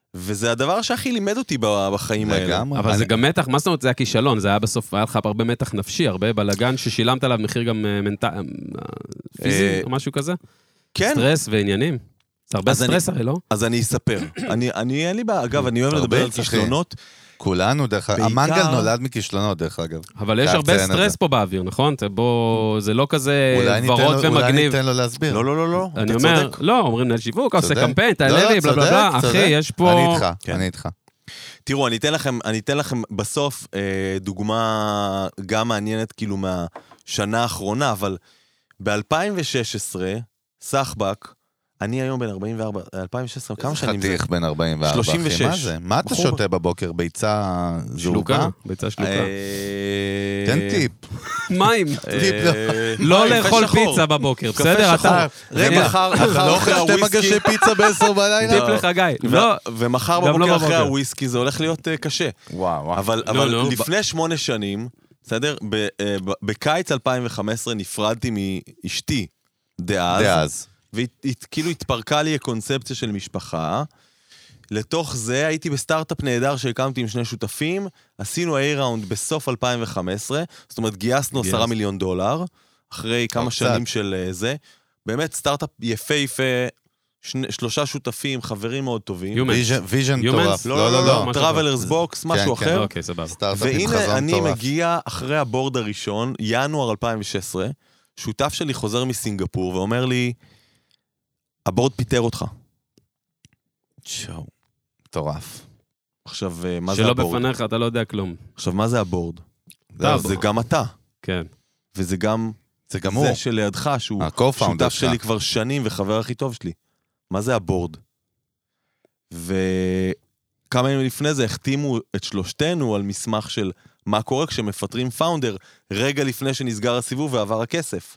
וזה הדבר שהכי לימד אותי בחיים האלה. אבל זה גם מתח, מה זאת אומרת, זה היה כישלון, זה היה בסוף, היה לך הרבה מתח נפשי, הרבה בלגן ששילמת עליו מחיר גם פיזי, או משהו כזה? כן. סטרס ועניינים. זה הרבה סטרס הרי, לא? אז אני אספר. אני, אין לי בעיה, אגב, אני אוהב לדבר על כישלונות. כולנו, דרך אגב, המנגל נולד מכישלונות, דרך אגב. אבל יש הרבה סטרס פה באוויר, נכון? זה לא כזה ורוד ומגניב. אולי ניתן לו להסביר. לא, לא, לא, לא. אני אומר, לא, אומרים נהל שיווק, עושה קמפיין, תעלה לי, בלה בלה בלה, אחי, יש פה... אני איתך, אני איתך. תראו, אני אתן לכם, אני אתן לכם בסוף דוגמה גם מעניינת, כאילו מהשנה האחרונה, אבל ב-אלפיים ושש עשרה, סחבק, אני היום בן ארבעים וארבע, אלפיים ושש עשרה, כמה שנים זה? חתיך בן ארבעים וארבע, שלושים ושש. מה זה? מה אתה שותה בבוקר? ביצה זרוקה? ביצה שלוקה. תן טיפ. מים. טיפ, לא לאכול פיצה בבוקר, בסדר? אתה... רגע, מחר אחרי שתי מגשי פיצה בעשר בלילה? טיפ לך גיא. ומחר בבוקר אחרי הוויסקי זה הולך להיות קשה. וואו. אבל לפני שמונה שנים, בסדר? בקיץ אלפיים וחמש עשרה נפרדתי מאשתי דאז. דאז. וכאילו התפרקה לי הקונספציה של משפחה. לתוך זה הייתי בסטארט-אפ נהדר שהקמתי עם שני שותפים, עשינו איי-ראונד בסוף אלפיים וחמש עשרה, זאת אומרת גייסנו עשרה מיליון דולר, אחרי כמה שנים של זה, באמת סטארט-אפ יפה יפה, שלושה שותפים, חברים מאוד טובים. ויז'ן טורף. לא, לא, לא, טראבלרס בוקס, משהו אחר. והנה אני מגיע אחרי הבורד הראשון, ינואר אלפיים ושש עשרה, שותף שלי חוזר מסינגפור ואומר לי, הבורד פיטר אותך. שואו, טורף. עכשיו, מה זה הבורד? שלא בפניך, אתה לא יודע כלום. עכשיו, מה זה הבורד? זה גם אתה. כן. וזה גם... זה גם הוא. זה שלידך, שהוא שותף שלי כבר שנים וחבר הכי טוב שלי. מה זה הבורד? וכמה ימים לפני זה החתימו את שלושתנו על מסמך של מה קורה כשמפטרים פאונדר, רגע לפני שנסגר הסיבוב ועבר הכסף.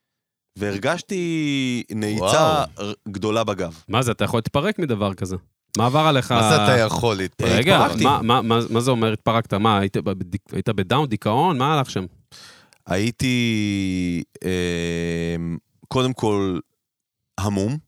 והרגשתי נעיצה גדולה בגב. מה זה, אתה יכול להתפרק מדבר כזה? מה עבר עליך? מה זה אתה יכול להתפרק? רגע, מה זה אומר התפרקת? מה, היית בדאון, דיכאון? מה הלך שם? הייתי קודם כל המום,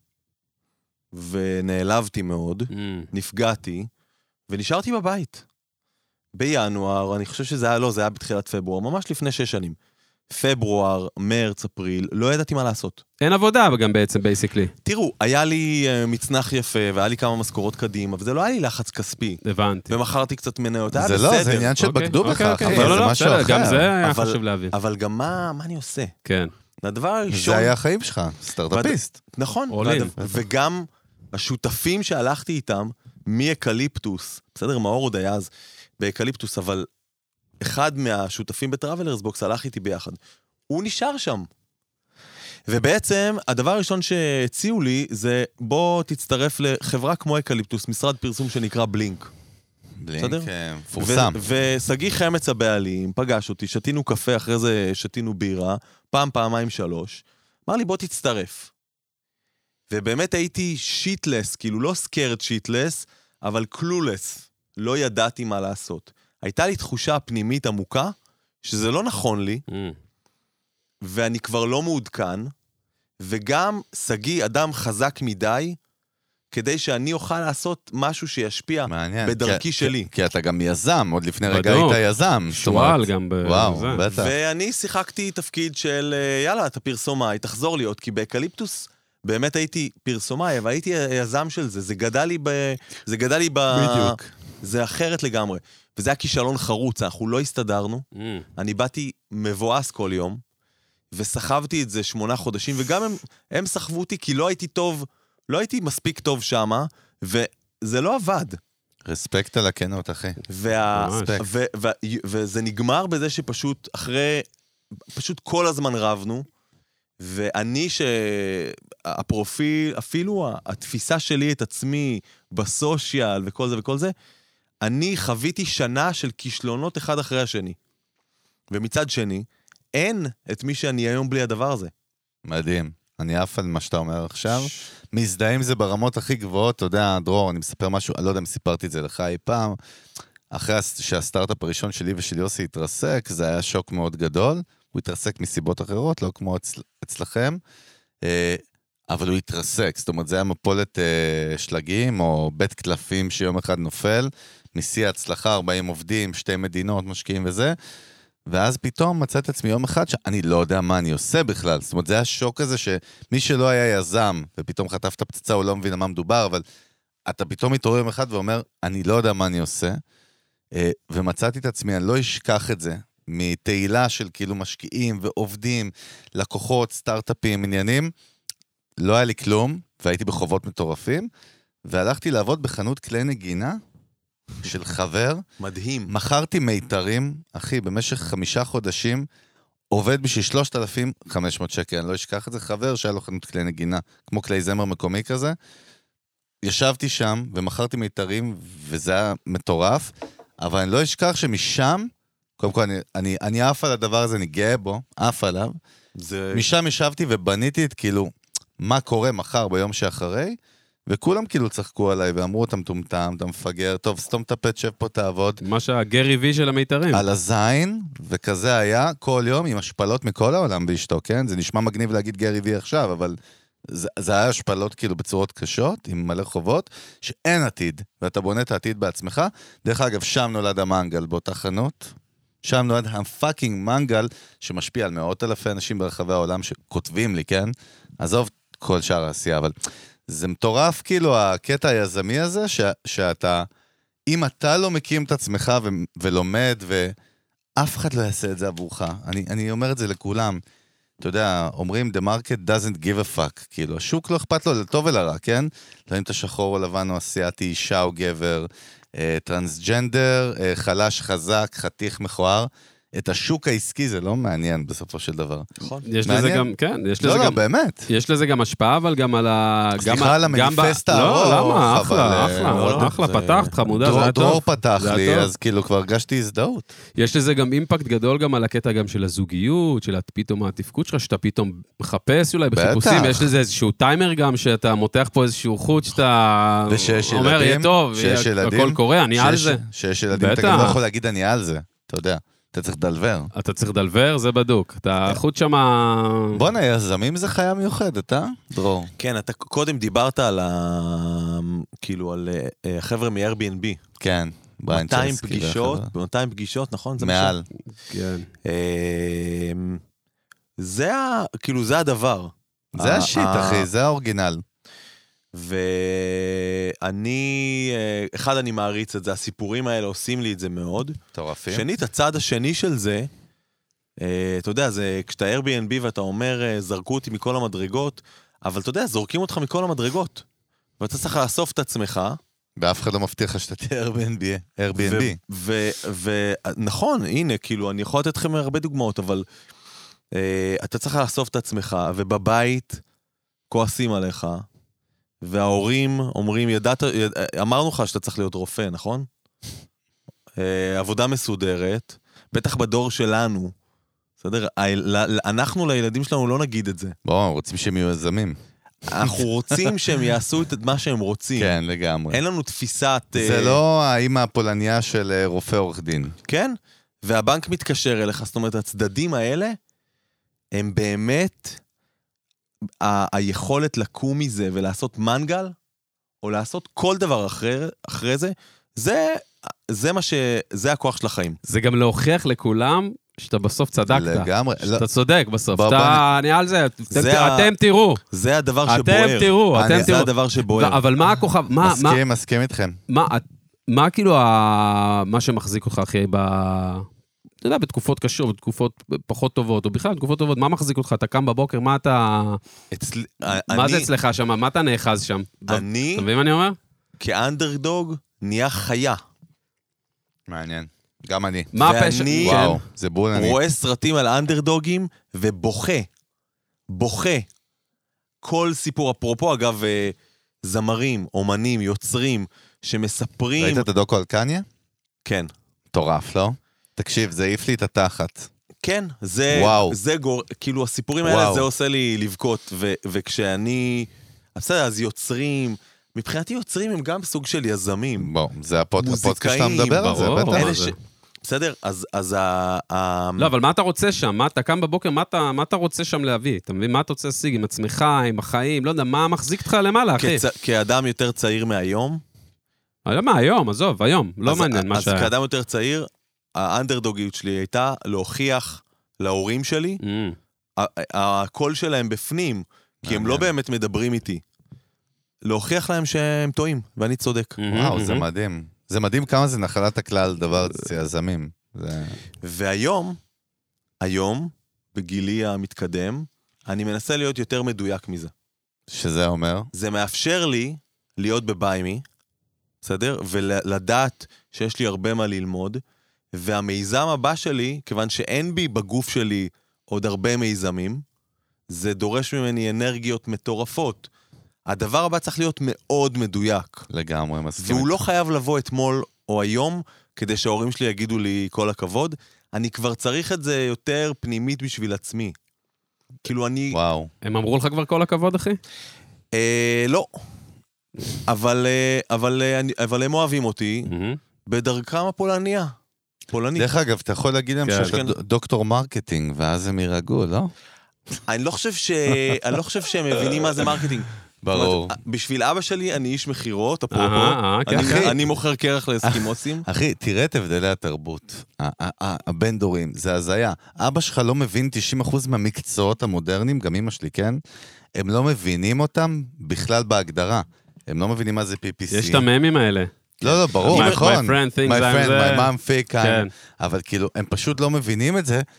ונעלבתי מאוד, נפגעתי, ונשארתי בבית. בינואר, אני חושב שזה היה לא, זה היה בתחילת פברואר, ממש לפני שש שנים. פברואר, מרץ, אפריל, לא ידעתי מה לעשות. אין עבודה גם בעצם, בייסיקלי. תראו, היה לי מצנח יפה, והיה לי כמה משכורות קדימה, וזה לא היה לי לחץ כספי. הבנתי. ומחרתי קצת מניות, זה לא, זה עניין של בגדו בכך, אבל זה משהו אחר. גם זה היה חשוב להבין. אבל גם מה אני עושה? כן. הדבר הראשון... זה היה החיים שלך, סטארט-אפיסט. נכון. וגם השותפים שהלכתי איתם, מאקליפטוס, בסדר, מאור עוד היה אז באקליפטוס, אבל אחד מהשותפים בטראבלרס בוקס הלך איתי ביחד. הוא נשאר שם. ובעצם, הדבר הראשון שהציעו לי, זה בוא תצטרף לחברה כמו אקליפטוס, משרד פרסום שנקרא בלינק. בלינק, פורסם. וסגי חמץ הבעלים, פגש אותי, שתינו קפה, אחרי זה שתינו בירה, פעם, פעמיים, שלוש. אמר לי, בוא תצטרף. ובאמת הייתי שיטלס, כאילו לא סקרד שיטלס, אבל קלולס. לא ידעתי מה לעשות. הייתה לי תחושה פנימית עמוקה, שזה לא נכון לי, mm. ואני כבר לא מעודכן, וגם סגי אדם חזק מדי, כדי שאני אוכל לעשות משהו שישפיע מעניין, בדרכי כי, שלי. כי, כי אתה גם יזם, עוד לפני רגע היית יזם. שואל גם ב... וואו, בטח. ואני שיחקתי תפקיד של, יאללה, אתה פרסומאי, תחזור לי עוד, כי באקליפטוס באמת הייתי פרסומאי, אבל הייתי יזם של זה, זה גדל לי ב... זה גדל לי ב... בדיוק. זה אחרת לגמרי. וזה היה כישלון חרוץ, אנחנו לא הסתדרנו, mm. אני באתי מבואס כל יום, וסחבתי את זה שמונה חודשים, וגם הם, הם סחבו אותי, כי לא הייתי טוב, לא הייתי מספיק טוב שמה, וזה לא עבד. רספקט על הכנות, אחי. וה, ו, ו, ו, וזה נגמר בזה שפשוט אחרי, פשוט כל הזמן רבנו, ואני שהפרופיל, אפילו התפיסה שלי את עצמי בסושיאל וכל זה וכל זה, אני חוויתי שנה של כישלונות אחד אחרי השני. ומצד שני, אין את מי שאני היום בלי הדבר הזה. מדהים. אני אף על מה שאתה אומר עכשיו. מזדהים זה ברמות הכי גבוהות, אתה יודע, דרור, אני מספר משהו, אני לא יודע אם סיפרתי את זה לך אי פעם, אחרי שהסטארט-אפ הראשון שלי ושל יוסי התרסק, זה היה שוק מאוד גדול, הוא התרסק מסיבות אחרות, לא כמו אצל, אצלכם. אבל הוא התרסק, זאת אומרת, זה היה מפולת אה, שלגים, או בית קלפים שיום אחד נופל, משיא הצלחה, ארבעים עובדים, שתי מדינות, משקיעים וזה, ואז פתאום מצאת עצמי יום אחד שאני לא יודע מה אני עושה בכלל, זאת אומרת, זה היה שוק הזה שמי שלא היה יזם, ופתאום חטף את הפצצה, הוא לא מבין על מה מדובר, אבל אתה פתאום מתעורר יום אחד ואומר, אני לא יודע מה אני עושה, אה, ומצאתי את עצמי, אני לא אשכח את זה, מתהילה של כאילו משקיעים ועובדים, לקוחות, סטארט-אפים, עניינים, לא היה לי כלום, והייתי בחובות מטורפים, והלכתי לעבוד בחנות כלי נגינה של חבר. מדהים. מכרתי מיתרים, אחי, במשך חמישה חודשים, עובד בשביל שלושת אלפים וחמש מאות שקל, אני לא אשכח את זה, חבר שהיה לו חנות כלי נגינה, כמו כלי זמר מקומי כזה. ישבתי שם ומכרתי מיתרים, וזה היה מטורף, אבל אני לא אשכח שמשם, קודם כל, אני, אני, אני עף על הדבר הזה, אני גאה בו, עף עליו. זה... משם ישבתי ובניתי את כאילו, מה קורה מחר ביום שאחרי, וכולם כאילו צחקו עליי ואמרו, אתה מטומטם, אתה מפגר, טוב, סתום את הפט, שב פה תעבוד. מה שהגרי וי של המיתרים. על הזין, וכזה היה כל יום עם השפלות מכל העולם באשתו, כן? זה נשמע מגניב להגיד גרי וי עכשיו, אבל זה, זה היה השפלות כאילו בצורות קשות, עם מלא חובות, שאין עתיד, ואתה בונה את העתיד בעצמך. דרך אגב, שם נולד המנגל באותה חנות, שם נולד הפאקינג מנגל, שמשפיע על מאות אלפי אנשים ברחבי העולם שכותבים לי, כן? עזוב כל שאר העשייה, אבל זה מטורף כאילו הקטע היזמי הזה, ש, שאתה, אם אתה לא מקים את עצמך ו, ולומד, ואף אחד לא יעשה את זה עבורך, אני, אני אומר את זה לכולם, אתה יודע, אומרים, the market doesn't give a fuck, כאילו, השוק לא אכפת לו לטוב ולרע, כן? לא אם אתה שחור או לבן או אסיאתי, אישה או גבר, אה, טרנסג'נדר, אה, חלש, חזק, חתיך, מכוער, את השוק העסקי זה לא מעניין בסופו של דבר. נכון. יש לזה גם, כן, יש לזה לא, גם... לא, באמת. יש לזה גם השפעה, אבל גם על ה... סליחה על המניפסט הארוך. לא, למה? אחלה, אבל... אחלה, אחלה, פתחת, חמודה, זה היה טוב. דרור פתח לי, אז כאילו כבר הרגשתי הזדהות. יש לזה גם אימפקט גדול גם על הקטע גם של הזוגיות, של פתאום התפקוד שלך, שאתה פתאום מחפש אולי בחיפושים, יש לזה איזשהו טיימר גם, שאתה מותח פה איזשהו חוט, שאתה אומר, יהיה טוב, הכל קורה, אני על זה. שיש ילדים, אתה גם לא יכול להגיד אני על זה, אתה יודע. אתה צריך דלבר. אתה צריך דלבר, זה בדוק. אתה חוט שמה... בוא'נה, יזמים זה חיה מיוחדת, אה? דרור. כן, אתה קודם דיברת על ה... כאילו, על החבר'ה מ-Airbnb. כן. מאתיים פגישות, מאתיים פגישות, נכון? מעל. כן. זה ה... כאילו, זה הדבר. זה השיט, אחי, זה האורגינל. ואני, אחד אני מעריץ את זה, הסיפורים האלה עושים לי את זה מאוד. טורפים. שנית, הצד השני של זה, אתה יודע, זה כשאתה Airbnb ואתה אומר, זרקו אותי מכל המדרגות, אבל אתה יודע, זורקים אותך מכל המדרגות. ואתה צריך לאסוף את עצמך. ואף אחד לא מבטיח לך שאתה תהיה Airbnb. ונכון, הנה, כאילו, אני יכול לתת לכם הרבה דוגמאות, אבל אתה צריך לאסוף את עצמך, ובבית כועסים עליך, וההורים אומרים, ידעת, יד... אמרנו לך שאתה צריך להיות רופא, נכון? עבודה מסודרת, בטח בדור שלנו, בסדר? אנחנו לילדים שלנו לא נגיד את זה. בואו, רוצים שהם יהיו יזמים. אנחנו רוצים שהם יעשו את מה שהם רוצים. כן, לגמרי. אין לנו תפיסת... זה לא האמא הפולניה של רופא עורך דין. כן, והבנק מתקשר אליך, זאת אומרת, הצדדים האלה, הם באמת... ה- היכולת לקום מזה ולעשות מנגל, או לעשות כל דבר אחרי, אחרי זה, זה, זה מה ש... זה הכוח של החיים. זה גם להוכיח לכולם שאתה בסוף צדקת. לגמרי. שאתה צודק בסוף. אתה... אני על זה. אתם תראו. זה הדבר שבוער. אתם תראו. אתם תראו. זה הדבר שבוער. אבל מה הכוכב... מסכים, מסכים איתכם. מה כאילו מה שמחזיק אותך, אחי, ב... אתה יודע, בתקופות קשות, בתקופות פחות טובות, או בכלל בתקופות טובות, מה מחזיק אותך? אתה קם בבוקר, מה אתה... אצל... מה אני... זה אצלך שם? מה אתה נאחז שם? אני... אתה מבין מה אני אומר? כאנדרדוג נהיה חיה. מעניין. גם אני. מה הפשע? ואני וואו, זה בול אני. רואה סרטים על אנדרדוגים ובוכה. בוכה. כל סיפור, אפרופו אגב, זמרים, אומנים, יוצרים, שמספרים... ראית את הדוקו על קניה? כן. טורף, לא? תקשיב, זה העיף לי את התחת. כן, זה, זה גור, כאילו הסיפורים האלה, וואו. זה עושה לי לבכות, ו, וכשאני, בסדר, אז יוצרים, מבחינתי יוצרים הם גם סוג של יזמים. בוא, זה הפוד, הפודקאסט שאתה מדבר על זה, בטח. אלה, ש, בסדר? אז, אז ה... ה... לא, אבל מה אתה רוצה שם? מה אתה קם בבוקר, מה אתה, מה אתה רוצה שם להביא? אתה מבין? מה אתה רוצה להשיג עם עצמך, עם החיים? לא יודע, מה מחזיק אותך למעלה, אחי? כצ... כאדם יותר צעיר מהיום? לא, מה, היום, עזוב, היום. לא אז, מעניין מה אז שהיה. אז כאדם יותר צעיר, האנדרדוגיות שלי הייתה להוכיח להורים שלי, Mm. הקול שלהם בפנים, כי הם לא באמת מדברים איתי. להוכיח להם שהם טועים, ואני צודק. וואו, זה מדהים. זה מדהים כמה זה נחלת הכלל, דבר יזמים. והיום, היום, בגילי המתקדם, אני מנסה להיות יותר מדויק מזה. שזה אומר? זה מאפשר לי להיות בביימי, בסדר? ולדעת שיש לי הרבה מה ללמוד, והמיזם הבא שלי, כיוון שאין בי בגוף שלי עוד הרבה מיזמים, זה דורש ממני אנרגיות מטורפות. הדבר הבא צריך להיות מאוד מדויק. לגמרי, מסכים. והוא לא חייב לבוא אתמול או היום, כדי שההורים שלי יגידו לי כל הכבוד. אני כבר צריך את זה יותר פנימית בשביל עצמי. כאילו אני... וואו. הם אמרו לך כבר כל הכבוד, אחי? אה, לא. אבל, אה, אבל, אה, אני, אבל הם אוהבים אותי בדרכם הפולניה. פולנית. דרך אגב, אתה יכול להגיד להם כן. שאתה דוקטור מרקטינג, ואז הם ירגעו, לא? אני לא חושב ש... אני לא חושב שהם מבינים מה זה מרקטינג. ברור. בשביל אבא שלי אני איש מחירות, אפרופו. אה, אה, כן, אני- אחי. אני מוכר קרח לאסקימוסים. אחי, תראה את הבדלי התרבות. ה- ה- ה- הבין דורים, זה הזיה. אבא שלך לא מבין תשעים אחוז מהמקצועות המודרניים, גם אמא שלי, כן? הם לא מבינים אותם בכלל בהגדרה. הם לא מבינים מה זה פי פי סי. יש את הממים האלה. לא, לא, ברור, My- נכון. my friend thinks my I'm friend, זה. my mom fake, כן. I'm- אבל כאילו, הם פשוט לא מבינים את זה.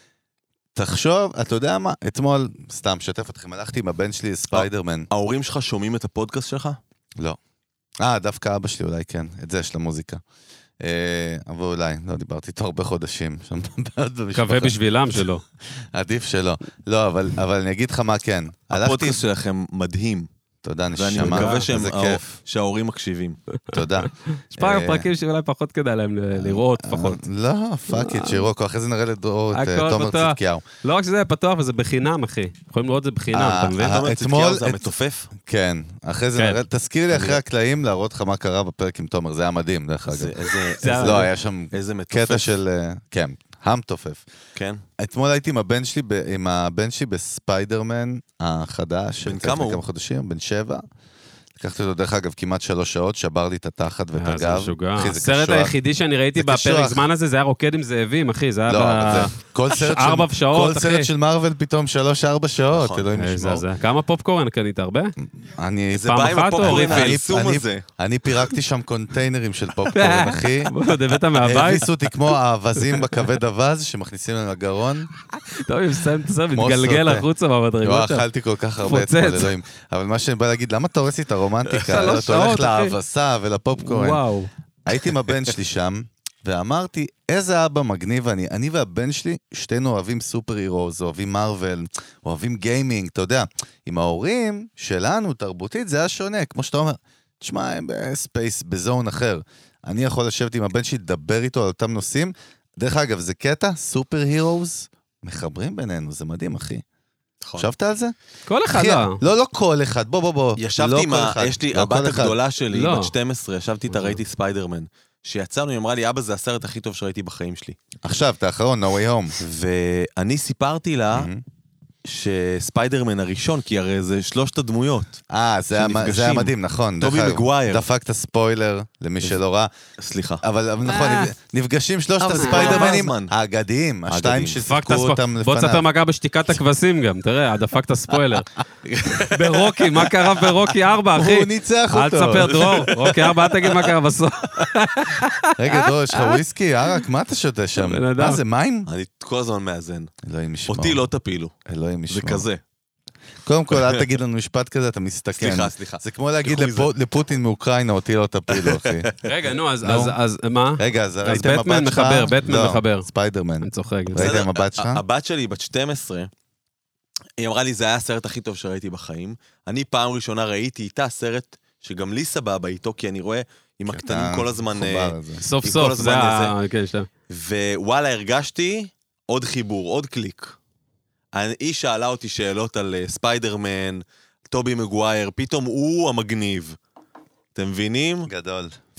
תחשוב, אתה יודע מה? אתמול, סתם, שתף אתכם, הלכתי עם הבן שלי לספיידרמן. ההורים שלך שומעים את הפודקאסט שלך? לא. אה, דווקא אבא שלי אולי כן, את זה יש למוזיקה. אה, אבל אולי, לא דיברתי איתו הרבה חודשים. שם בעיות במשפחה. מקווה בשבילם שלא. עדיף שלא. לא, אבל, אבל אני אגיד לך מה כן. הלכתי, הפודקאסט שלכם מדהים. תודה, ואני נשמה, מקווה שהם- איזה כיף. שההורים מקשיבים. תודה. יש פעם אה, פרקים שאולי פחות כדאי להם ל- לראות, פחות. לא, פאק איט, שירו, אחרי זה נראה לדרור את אה, הכל תומר פתוח. צדקיהו. לא רק שזה פתוח, וזה בחינם, אחי. יכולים לראות את זה בחינם, אה, אתה מבין? אה, תומר אתמול- צדקיהו זה את- המתופף? כן, אחרי זה כן. נראה, תזכיר לי אחרי הקלעים להראות לך מה קרה בפרק עם תומר, זה היה מדהים, דרך זה- אגב. איזה- זה איזה- לא, היה שם איזה מתופף. קטע של, אה, כן, המתופף. כן. אתמול הייתי עם הבן שלי, ב- עם הבן שלי בספיידרמן החדש, בן שיצא כמה לפני הוא? כמה חודשים, בן שבע. לקחתי אותו דרך אגב כמעט שלוש שעות, שבר לי את התחת ואת אה, זה הגב. משוגע. אחי, זה הסרט קשוח. היחידי שאני ראיתי זה בפרק קשוח. זמן הזה, זה היה רוקד עם זאבים, אחי. זה היה לא, ב- אבל זה, כל סרט של- ארבע שעות, כל אחי. סרט של מארוול פתאום שלוש, ארבע שעות, נכון. אלוהים איזה ישמור. זה. כמה פופקורן קנית? הרבה? אני, זה פעם בא עם אחת או הפופקורן ריפיל? העיצום אני- הזה. אני פירקתי שם קונטיינרים של פופקורן, אחי. עוד הבאת מהבית? הביסו אותי כמו האווזים בכבד אווז שמכניסים להם לגרון. טוב, אם מסיים את הסרט, כמו מתגלגל סוטה. החוצה לא, במדרגות שם. אכלתי כל כך הרבה פוצץ. אתמול, אלוהים. אבל מה שאני בא להגיד, למה אתה הורס לי את הרומנטיקה? שלוש אתה הולך שעות, אחי. להאבסה ולפופקורן. וואו. הייתי עם הבן שלי שם, ואמרתי, איזה אבא מגניב אני. אני והבן שלי, שתינו אוהבים סופר הירוז, אוהבים מרוול, אוהבים גיימינג, אתה יודע. עם ההורים שלנו, תרבותית, זה היה שונה. כמו שאתה אומר, תשמע, הם בספייס, בזון אחר. אני יכול לשבת עם הבן שלי, לדבר איתו על אותם נושאים. דרך אגב, זה קטע, סופר הירוז, מחברים בינינו, זה מדהים, אחי. חשבת על זה? כל אחד אחי, לא. לא, לא כל אחד, בוא, בוא, בוא. ישבתי לא עם כל ה... אחד, יש לי, לא הבת כל אחד. הגדולה שלי, לא. בת שתים עשרה, ישבתי איתה, ראיתי ספיידרמן. שיצאנו, היא אמרה לי, אבא, זה הסרט הכי טוב שראיתי בחיים שלי. עכשיו, את האחרון, No Way Home. ואני סיפרתי לה Mm-hmm. שספיידרמן הראשון, כי הרי זה שלושת הדמויות. אה, זה היה- שנפגשים. זה היה מדהים, נכון. טובי דרך אגב, מגווייר. דפקת ספוילר למי שלא ראה. סליחה. אבל אבל נכון, אה. נפגשים שלושת אבל זה הספיידרמנים כל הזמן. האגדיים, השתיים האגדיים. דפקת ששיחקו ספו- אותם בוא תספר לפניו. מה קרה בשתיקת הכבשים גם, תראה, דפקת ספוילר. ברוקי, מה קרה ברוקי ארבע, אחי? הוא ניצח אל אותו. תספר דרור, רוקי ארבע, אל תגיד מה קרה בסוף. רגע, דור, יש לך וויסקי? ערק, מה אתה שותה שם? בן אדם. מה זה, מים? אני כל הזמן מאזן. אלוהים ישמור. אותי לא תפילו. אלוהים זה ישמור. כזה. קודם כל, אל תגיד לנו משפט כזה, אתה מסתכן. סליחה, סליחה. זה כמו להגיד תיקחו לפו- לפוטין מאוקראינה, אותי לא תפילו, אחי. רגע, נו, אז- נו. אז אז מה? רגע, אז אז ראיתם מבט בטמן שלך? מחבר, בטמן לא, מחבר. ספיידרמן. אני צוחק. ראית בסדר, המבט שלך? ה- הבת שלי, בת שתים עשרה, היא אמרה לי, זה היה הסרט הכי טוב שראיתי בחיים. אני פעם ראשונה ראיתי איתה סרט שגם לי סבבה איתו, כי אני רואה עם הקטנים אתה כל הזמן... מחובר אה, לזה. סוף כל סוף, הזמן זה ה... כן, שלב. ווואלה, הרגשתי עוד חיבור, עוד קליק. היא שאלה אותי שאלות על אה, ספיידרמן, טובי מגווייר, פתאום הוא המגניב. אתם מבינים? גדול.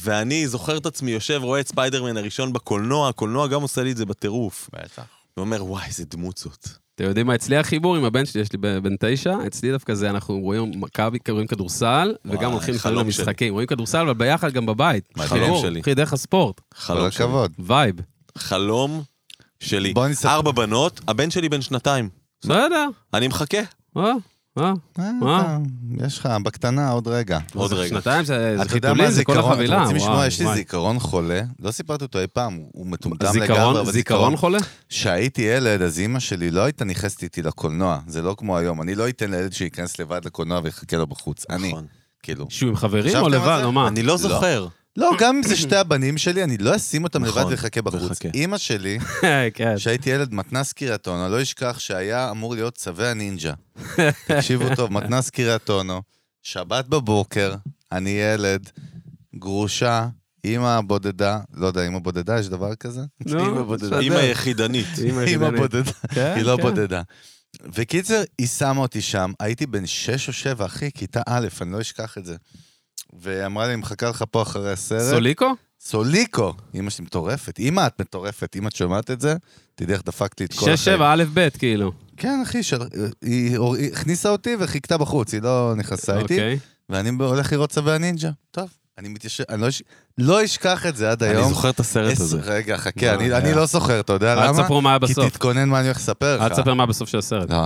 ואני זוכר את עצמי, יושב, רואה את ספיידרמן הראשון בקולנוע, הקולנוע גם עושה לי את זה בטירוף. בטח. ואומר, וואי, איזה דמות זאת. אתם יודעים מה, אצלי החיבור עם הבן שלי, יש לי בן תשע, אצלי דווקא זה, אנחנו רואים מכבי, רואים כדורסל, וגם הולכים לפעמים למשחקים. רואים כדורסל, אבל ביחד גם בבית. חלום שלי. אחי, דרך הספורט. חלום שלי. וייב. חלום שלי. בוא נספר. ארבע בנות, הבן שלי בן שנתיים. בסדר. אני מחכה. אה, אה. אה, יש לך, בקטנה, עוד רגע. עוד רגע. שנתיים זה אתה יודע חיתולים, מה זה כל זיכרון, החבילה. אתם רוצים לשמוע, וואי, יש לי וואי. זיכרון חולה, לא סיפרתי אותו אי פעם, הוא מטומטם זיכרון- לגמרי, אבל זיכרון חולה? כשהייתי ילד, אז אמא שלי לא הייתה נכנסת איתי לקולנוע, זה לא כמו היום, אני לא אתן לילד שייכנס לבד לקולנוע ויחכה לו בחוץ, אני, נכון. כאילו. שהוא עם חברים חשבתם או על לבד, זה? או מה? אני לא זוכר. לא, גם אם זה שתי הבנים שלי, אני לא אשים אותם נכון, לבד ויחכה בחוץ. וחכה. אמא שלי, כן. כשהייתי ילד, מתנ"ס קריית אונו, לא אשכח שהיה אמור להיות צווי הנינג'ה. תקשיבו טוב, מתנ"ס קריית אונו, שבת בבוקר, אני ילד, גרושה, אמא בודדה, לא יודע, אמא בודדה, יש דבר כזה? נו, אמא בודדה. אמא יחידנית. אמא בודדה, כן, היא לא כן. בודדה. וקיצר, היא שמה אותי שם, הייתי בן שש או שבע, אחי, כיתה א', אני לא אשכח את זה. ואמרה לי, מחכה לך פה אחרי הסרט. סוליקו? סוליקו. אמא שלי מטורפת. אמא, את מטורפת. אם את שומעת את זה, תדעי איך דפקת לי את כל שש, שבע, א', ב', כאילו. כן, אחי, של... היא... היא הכניסה אותי וחיכתה בחוץ, היא לא נכנסה איתי. אוקיי. ואני הולך לראות צווי הנינג'ה. טוב, אני מתיישב, אני לא, אש... לא אשכח את זה עד היום. אני זוכר את הסרט עשר- הזה. רגע, חכה, מה, אני, היה? אני לא זוכר, אתה יודע אל למה? תספרו מה היה כי בסוף. תתכונן מה אני הולך לספר לך. אל תספר מה בסוף של הסרט. לא,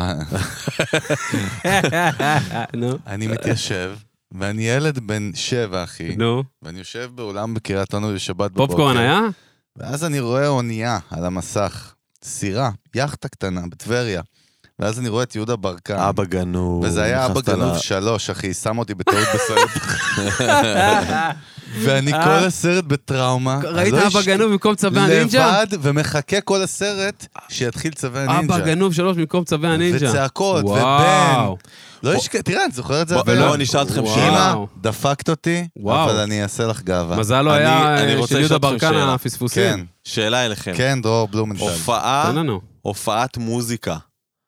נו. אני מתיישב, ואני ילד בן שבע, אחי. נו. ואני יושב באולם בקריית אונו בשבת בבוקר. פופקורן היה? ואז אני רואה אונייה על המסך, סירה, יאכטה קטנה בטבריה. ואז אני רואה את יהודה ברקן. אבא גנוב. וזה היה אבא נכנסת גנוב ל- שלוש, אחי, שם אותי בטעות בסרט. ואני כל הסרט בטראומה. ראית אני לא אבא אש- גנוב במקום צווי הנינג'ה? לבד, ומחכה כל הסרט שיתחיל צווי הנינג'ה. אבא גנוב שלוש במקום צווי הנינג'ה. וצעקות, ובן. וואו. לא יש... תראה, אני זוכר את זה. בוא, עד היום. לא, אני אשאל אתכם וואו. שאלה. אמא, דפקת אותי, וואו. אבל אני אעשה לך גאווה. מזל לא אני- היה אני אה, רוצה של יהודה לשאול אתכם ברקן שאלה. הפספוסים. כן, שאלה אליכם. כן, דרור בלומנטל. הופעה, תן לנו. הופעת מוזיקה.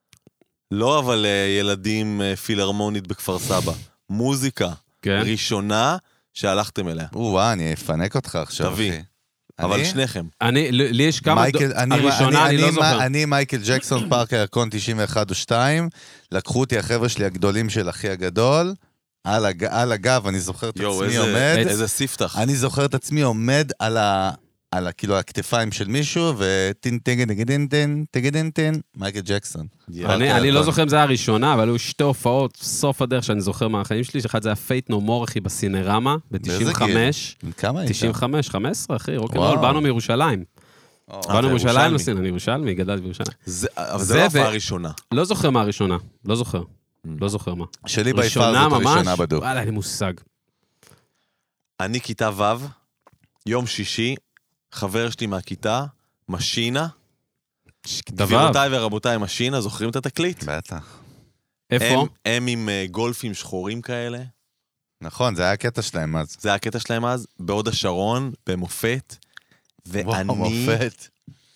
לא אבל אה, ילדים אה, פילהרמונית בכפר סבא. מוזיקה. כן. ראשונה שהלכתם אליה. וואה, אני אפנק אותך עכשיו, תביא. אחי. אבל אני? שניכם. אני, לי יש כמה... מייקל, דו- אני, הראשונה אני לא זוכר. אני מייקל ג'קסון, פארק הירקון תשעים ואחת או שתיים, לקחו אותי החבר'ה שלי הגדולים של אחי הגדול, על, הג, על הגב, אני זוכר את יואו, עצמי איזה- עומד, איזה ספתח. אני זוכר את עצמי עומד על ה... על ה... כאילו הכתפיים של מישהו, וטין טגן טגן טגן טגן טגן, מייקל ג'קסון. אני, אני לא זוכר אם זה היה הראשונה, אבל היו שתי הופעות, סוף הדרך שאני זוכר מהחיים שלי, שאחד זה היה פייט נו מור, אחי, בסינרמה, ב-תשעים וחמש. כמה היית? תשעים וחמש, חמש עשרה, אחי, רוקנרול, וואו. באנו מירושלים. או, באנו אתה מירושלים ירושלמי. לסין, אני ירושלמי, גדלתי בירושלים. זה- אבל זה זה לא ההופעה ו- הראשונה. לא זוכר מה הראשונה, לא זוכר. לא זוכר מה. שלי ביפר ראשונה זאת ממש? הראשונה בדוק. וואלה, אין לי מושג. אני כיתה ו', יום שישי, חבר שלי מהכיתה, משינה. כיתה ו'. גבירותיי ורבותיי, משינה, זוכרים את התקליט? בטח. איפה? הם, הם עם uh, גולפים שחורים כאלה. נכון, זה היה הקטע שלהם אז. זה היה הקטע שלהם אז, בהוד השרון, במופת. וואו, ואני מופת.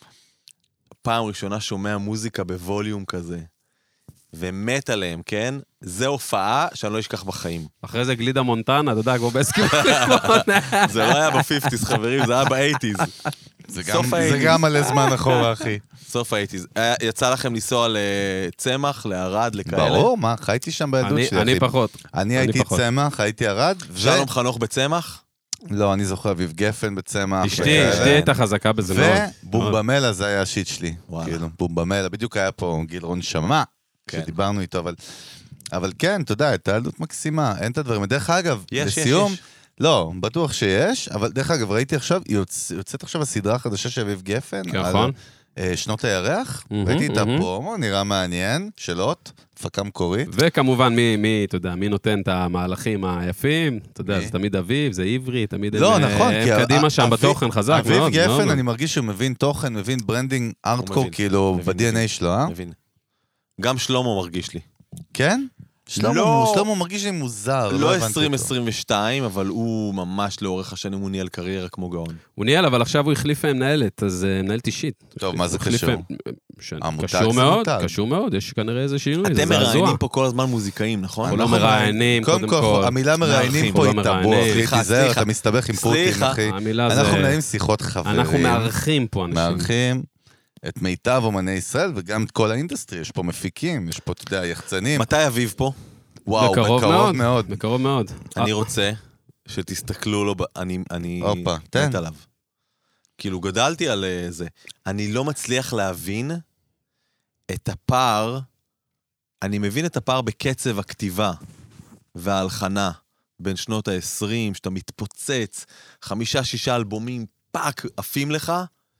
פעם ראשונה שומע מוזיקה בווליום כזה. ומת עליהם, כן? זה הופעה שאני לא אשכח בחיים. אחרי זה גלידה מונטנה, אתה יודע, כמו בסקימון. זה לא היה ב-חמישים חברים, זה היה ב-שמונים. זה סוף גם- זה ה-שמונים. גם מלא זמן אחורה, אחי. סוף ה-שמונים. היה- יצא לכם לנסוע לצמח, לערד, לכאלה? ברור, מה, חייתי שם בילדות אני- שלי, אני אחי. פחות. אני הייתי פחות. צמח, הייתי ערד, ו... שלום חנוך בצמח? לא, אני זוכר אביב גפן בצמח. אשתי, וכאלה. אשתי הייתה חזקה בזה מאוד. ובומבמלה זה היה השיט שלי. וואלה. כאילו, בומבמלה, בדיוק היה פה גילרון שמע, כן. כשדיברנו איתו, אבל... אבל כן, אתה יודע, הייתה ילדות מקסימה, אין את הדברים. דרך אגב, יש, יש, לסיום... יש. לא, בטוח שיש, אבל דרך אגב, ראיתי עכשיו, היא יוצ... יוצאת עכשיו הסדרה החדשה של אביב גפן, נכון. על אה, שנות הירח, מהמם, ראיתי את מהמם. הפרומו, נראה מעניין, של אות, הפקה מקורית. וכמובן, מי, מי, אתה יודע, מי נותן את המהלכים היפים? אתה יודע, מי? זה תמיד אביב, זה עברי, תמיד לא, הם, נכון, הם כי קדימה שם אביב- בתוכן חזק מאוד. אביב גפן, מאוד. אני מרגיש שהוא מבין תוכן, מבין ברנדינג ארטקור, מבין, כאילו, מבין, ב-די אן איי שלו, אה? מבין. גם שלמה מרגיש לי. כן? שלמה, לא. שלמה מרגיש לי מוזר. לא הבנתי עשרים אותו. עשרים ושתיים, אבל הוא ממש לאורך השנים הוא ניהל קריירה כמו גאון. הוא ניהל, אבל עכשיו הוא החליף מנהלת, אז אה, מנהלת אישית. טוב, מה זה הוא החליף- קשור? קשור מאוד, קשור מאוד, יש כנראה איזה שינוי, אתם מראיינים פה כל הזמן מוזיקאים, נכון? אנחנו לא מראיינים, קודם כל. המילה מראיינים פה היא טבו, אחי, תיזהר, אתה מסתבך עם פוטין, אחי. אנחנו מנהלים שיחות חברים. אנחנו מארחים פה אנשים. מארחים את מיטב אומני ישראל, וגם את כל האינדסטרי, יש פה מפיקים, יש פה, אתה יודע, יחצנים. מתי אביב פה? וואו, בקרוב מאוד. בקרוב מאוד. אני רוצה שתסתכלו לו, אני מת עליו. כאילו גדלתי על זה. אני לא מצליח להבין את הפער, אני מבין את הפער בקצב הכתיבה וההלחנה בין שנות ה-עשרים, שאתה מתפוצץ, חמישה, שישה אלבומים, פאק, עפים לך,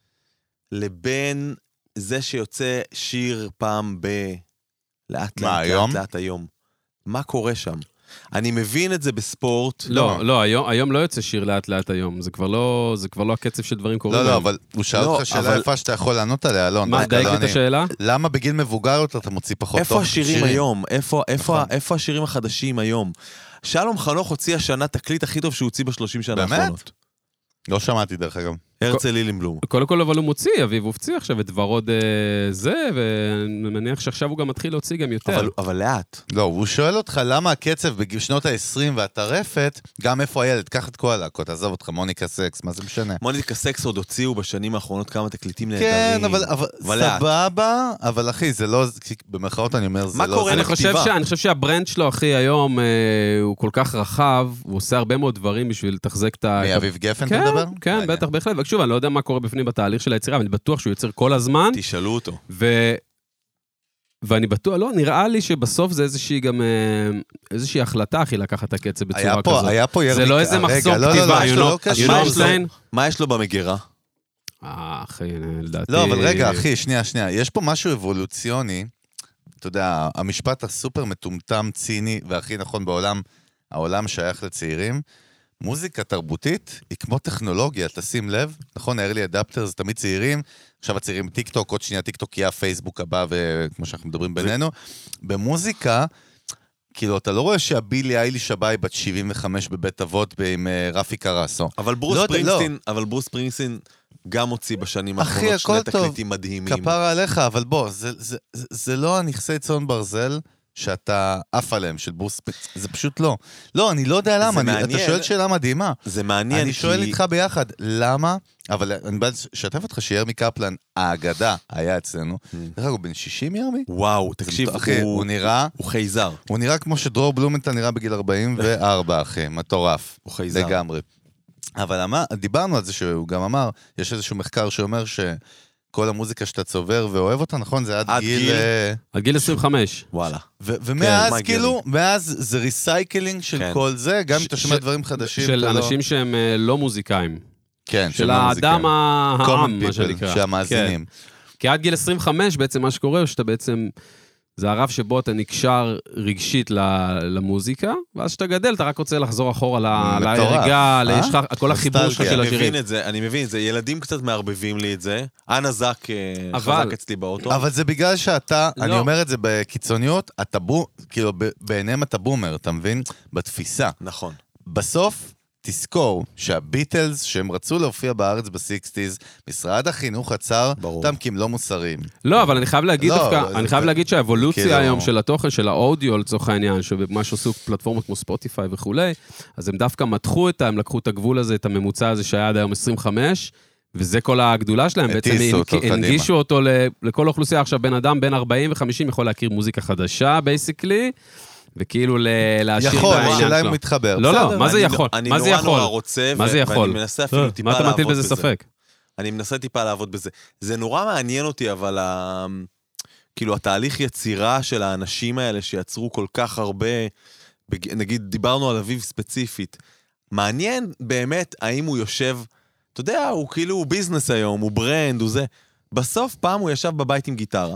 לבין זה שיוצא שיר פעם ב... לאט לאט, לאט לאט היום. מה קורה שם? אני מבין את זה בספורט. לא, לא, היום, היום לא יוצא שיר לאט לאט היום, זה כבר לא, זה כבר לא הקצב של דברים קורים. לא, לא, אבל הוא שאל אותך שאלה יפה שאתה יכול לענות עליה, אלון. מה, דייק לי את השאלה? למה בגיל מבוגר יותר אתה מוציא פחות טוב? איפה השירים היום? איפה, איפה, איפה השירים החדשים היום? שלום חנוך הוציא השנה תקליט הכי טוב שהוא הוציא בשלושים שנה האחרונות. לא שמעתי דרך אגב. הרצל לילינבלום. קודם כל, אבל הוא מוציא, אביב הופציא עכשיו את ורוד זה, ואני מניח שעכשיו הוא גם מתחיל להוציא גם יותר. אבל, אבל לאט. לא, הוא שואל אותך למה הקצב בשנות ה-עשרים והטרפת, גם איפה הילד, קח את כל הלהקות, עזוב אותך, מוניקה סקס, מה זה משנה? מוניקה סקס עוד הוציאו בשנים האחרונות כמה תקליטים נהדרים. כן, אבל, אבל סבבה, אבל אחי, זה לא, במרכאות אני אומר, זה לא... מה קורה אני חושב, ש, אני חושב שהברנד שלו, אחי, היום אה, הוא כל כך רחב, הוא עושה הרבה מאוד דברים בשביל לתחזק את ה... מאביב גפן כן, תדבר? כן, בטח, בהחלט. ושוב, אני לא יודע מה קורה בפנים בתהליך של היצירה, אבל אני בטוח שהוא יוצר כל הזמן. תשאלו אותו. ו... ואני בטוח, לא, נראה לי שבסוף זה איזושהי גם, איזושהי החלטה, אחי, לקחת את הקצב בצורה היה פה, כזאת. היה פה ירמיק. זה לא איזה מחסור כתיבה, you know, מה יש לו במגירה? אה, אחי, לדעתי... לא, אבל רגע, אחי, שנייה, שנייה. יש פה משהו אבולוציוני, אתה יודע, המשפט הסופר מטומטם, ציני, והכי נכון בעולם, העולם שייך לצעירים, מוזיקה תרבותית היא כמו טכנולוגיה, תשים לב, נכון, early adapters זה תמיד צעירים, עכשיו הצעירים טיק טוק, עוד שנייה טיק טוק יהיה הפייסבוק הבא, וכמו שאנחנו מדברים בינינו, במוזיקה, כאילו, אתה לא רואה שהבילי אייליש הבא היא בת שבעים וחמש בבית אבות עם רפי קרסו. אבל ברוס פרינגסטין, אבל ברוס פרינגסטין גם הוציא בשנים האחרונות שני תקליטים מדהימים. כפרה עליך, אבל בוא, זה לא הנכסי צאן ברזל, שאתה עף עליהם, של ברוס פרינגסטין, זה פשוט לא. לא, אני לא יודע למה, אתה שואל שאלה מדהימה. זה מעניין. אני שואל איתך ביחד, למה? אבל אני בא לשתף אותך שירמי קפלן, האגדה, היה אצלנו. דרך אגב, הוא בן שישים ירמי? וואו, תקשיב, הוא נראה... הוא חייזר. הוא נראה כמו שדרור בלומנטל נראה בגיל ארבעים וארבע, אחי, מטורף. הוא חייזר. לגמרי. אבל דיברנו על זה שהוא גם אמר, יש איזשהו מחקר שאומר ש... כל המוזיקה שאתה צובר ואוהב אותה, נכון? זה עד גיל... עד גיל עשרים וחמש. וואלה. ומאז כאילו, מאז זה ריסייקלינג של כל זה, גם אם אתה שומע דברים חדשים. של אנשים שהם לא מוזיקאים. כן, של האדם העם, מה שנקרא. שהמאזינים. כי עד גיל עשרים וחמש בעצם מה שקורה, שאתה בעצם... זה הרב שבו אתה נקשר רגשית למוזיקה, ואז שאתה גדל, אתה רק רוצה לחזור אחורה להרגע, כל החיבור שלך של השירים. אני מבין את זה, ילדים קצת מערבבים לי את זה, אנה זק חזק אצלי באוטו. אבל זה בגלל שאתה, אני אומר את זה בקיצוניות, כאילו בעיניהם אתה בומר, אתה מבין? בתפיסה. נכון. בסוף, תזכור שהביטלס, שהם רצו להופיע בארץ בסיקסטיז, משרד החינוך עצר אותם כי הם לא מוסריים. לא, אבל אני חייב להגיד דווקא, אני חייב להגיד שהאבולוציה היום של התוכן, של האודיו לצורך העניין, שבמה שעשו פלטפורמות כמו ספוטיפיי וכולי, אז הם דווקא מתחו את הם לקחו את הגבול הזה, את הממוצע הזה שהיה עד היום עשרים וחמש, וזה כל הגדולה שלהם, בעצם הנגישו אותו לכל האוכלוסייה. עכשיו בן אדם בין ארבעים וחמישים יכול להכיר מוזיקה חדשה, basically, וכאילו להשאיר את העניין שלו. יכול, שאלה אם הוא מתחבר. לא, לא, מה זה יכול? מה זה יכול? נורא רוצה, ואני מנסה אפילו טיפה לעבוד בזה. אני מנסה טיפה לעבוד בזה. זה נורא מעניין אותי, אבל כאילו התהליך יצירה של האנשים האלה שיצרו כל כך הרבה, נגיד דיברנו על אביב ספציפית, מעניין באמת האם הוא יושב, אתה יודע, הוא כאילו הוא ביזנס היום, הוא ברנד, הוא זה. בסוף פעם הוא ישב בבית עם גיטרה,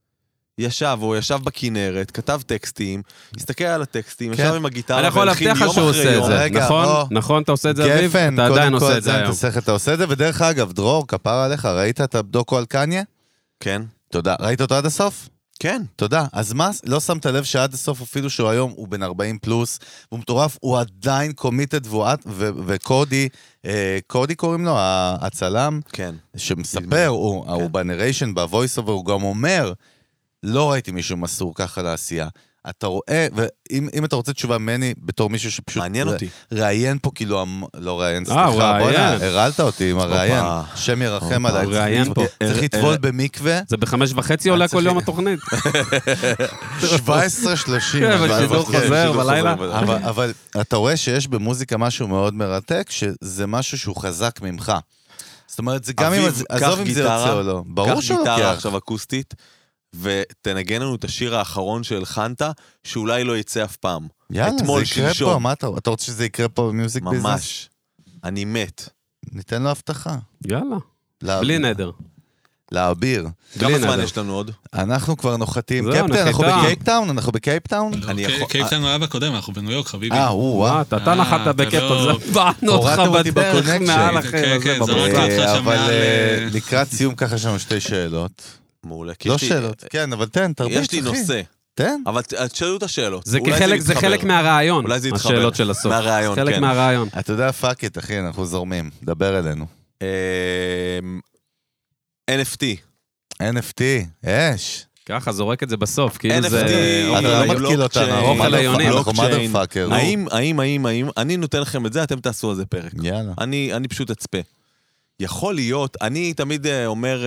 ישב, הוא ישב בכינרת, כתב טקסטים, הסתכל על הטקסטים, ישב עם הגיטרה, אני יכול להבטיח לך שהוא עושה את זה, נכון? נכון, אתה עושה את זה, אביב? אתה עדיין עושה את זה היום. אתה עושה את זה, ודרך אגב, דרור, כפר עליך, ראית את הדוקו על קניה? כן. תודה. ראית אותו עד הסוף? כן. תודה. אז מה, לא שמת לב שעד הסוף אפילו שהוא היום הוא בן ארבעים פלוס, והוא מטורף, הוא עדיין קומיטד, וקודי, קודי קוראים לו, הצלם, כן. שמספר, הוא בנריישן, בוויס אובר, הוא גם אומר, לא ראיתי מישהו מסור ככה לעשייה. אתה רואה, ואם אתה רוצה תשובה מני, בתור מישהו שפשוט... מעניין אותי. ראיין פה, כאילו, לא ראיין, סליחה, בוא'נה, הרלת אותי עם הראיין. שם ירחם עליי. ראיין פה. צריך לטבול במקווה. זה בחמש וחצי עולה כל יום התוכנית. שבע עשרה שלושים. כן, בשידור חוזר בלילה. אבל אתה רואה שיש במוזיקה משהו מאוד מרתק, שזה משהו שהוא חזק ממך. זאת אומרת, זה גם אם... עזוב אם זה יוצא או לא. ברור שהוא לוקח. קח גיטרה עכשיו אקוסטית, ותנגן לנו את השיר האחרון של חנטה, שאולי לא יצא אף פעם. יאללה, זה יקרה פה, מה אתה, אתה רוצה שזה יקרה פה במיוזיק ביזנס? ממש. אני מת. ניתן לו הבטחה. יאללה. בלי נדר. לאביר. כמה זמן יש לנו עוד? אנחנו כבר נוחתים. קפטן, אנחנו בקייפטאון? אנחנו בקייפטאון? קייפטאון היה בקודם, אנחנו בניו יורק, חביבי. אה, וואו. אתה נחת בקייפטאון, זה בענו אותך בדרך מעל אחר. אבל לקראת סיום ככה שם שתי שאלות. מעולה. לא שאלות, כן, אבל תן, תרביץ, יש לי נושא. תן. אבל תשאלו את השאלות. זה חלק מהרעיון. אולי זה יתחבר. השאלות של הסוף. מהרעיון, כן. חלק מהרעיון. אתה יודע, פאק איט, אחי, אנחנו זורמים. דבר אלינו. אן אף טי. אן אף טי, אש. ככה, זורק את זה בסוף, כאילו זה... אתה לא מתקיל אותנו, אנחנו מדר פאקר. האם, האם, האם, האם, אני נותן לכם את זה, אתם תעשו על זה פרק. יאללה. אני פשוט אצפה. יכול להיות, אני תמיד אומר,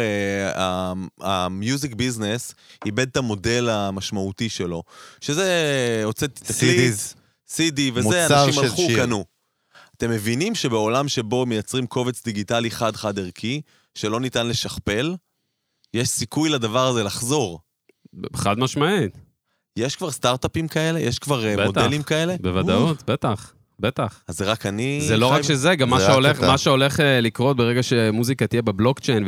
המיוזיק ביזנס איבד את המודל המשמעותי שלו, שזה הוצאת תקליט, סי די, וזה אנשים הלכו, קנו. אתם מבינים שבעולם שבו מייצרים קובץ דיגיטלי חד-חד ערכי, שלא ניתן לשכפל, יש סיכוי לדבר הזה לחזור. חד משמעית. יש כבר סטארט-אפים כאלה? יש כבר מודלים כאלה? בוודאות, בטח. בטח. אז זה רק אני... זה לא רק שזה, גם מה שהולך לקרות ברגע שמוזיקה תהיה בבלוקצ'יין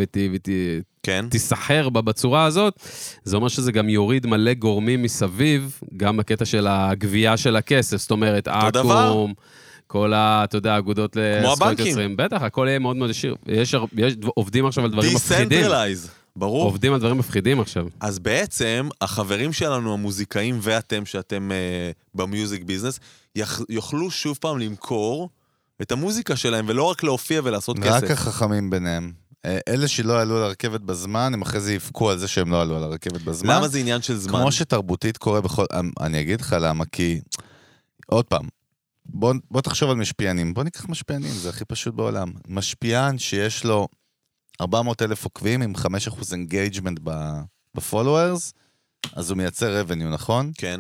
ותסחר בצורה הזאת, זה אומר שזה גם יוריד מלא גורמים מסביב, גם בקטע של הגבייה של הכסף, זאת אומרת, אקום, כל ה, אתה יודע, אגודות לזכויות יוצרים. בטח, הכל יהיה מאוד מאוד ישיר. יש עובדים עכשיו על דברים מפחידים. ברור. עובדים על דברים מפחידים עכשיו. אז בעצם, החברים שלנו, המוזיקאים ואתם, שאתם uh, במיוזיק ביזנס, יוכלו שוב פעם למכור את המוזיקה שלהם, ולא רק להופיע ולעשות רק כסף. רק החכמים ביניהם. אלה שלא עלו על הרכבת בזמן, הם אחרי זה יפקו על זה שהם לא עלו על הרכבת בזמן. למה זה עניין של זמן? כמו שתרבותית קורה בכל... אני אגיד לך למה, כי... עוד פעם, בוא, בוא תחשוב על משפיענים. בוא ניקח משפיענים, זה הכי פשוט בעולם. משפיען שיש לו ארבע מאות אלף עוקבים עם חמישה אחוז אינגייג'מנט בפולוורס, אז הוא מייצר רבניו, נכון? כן.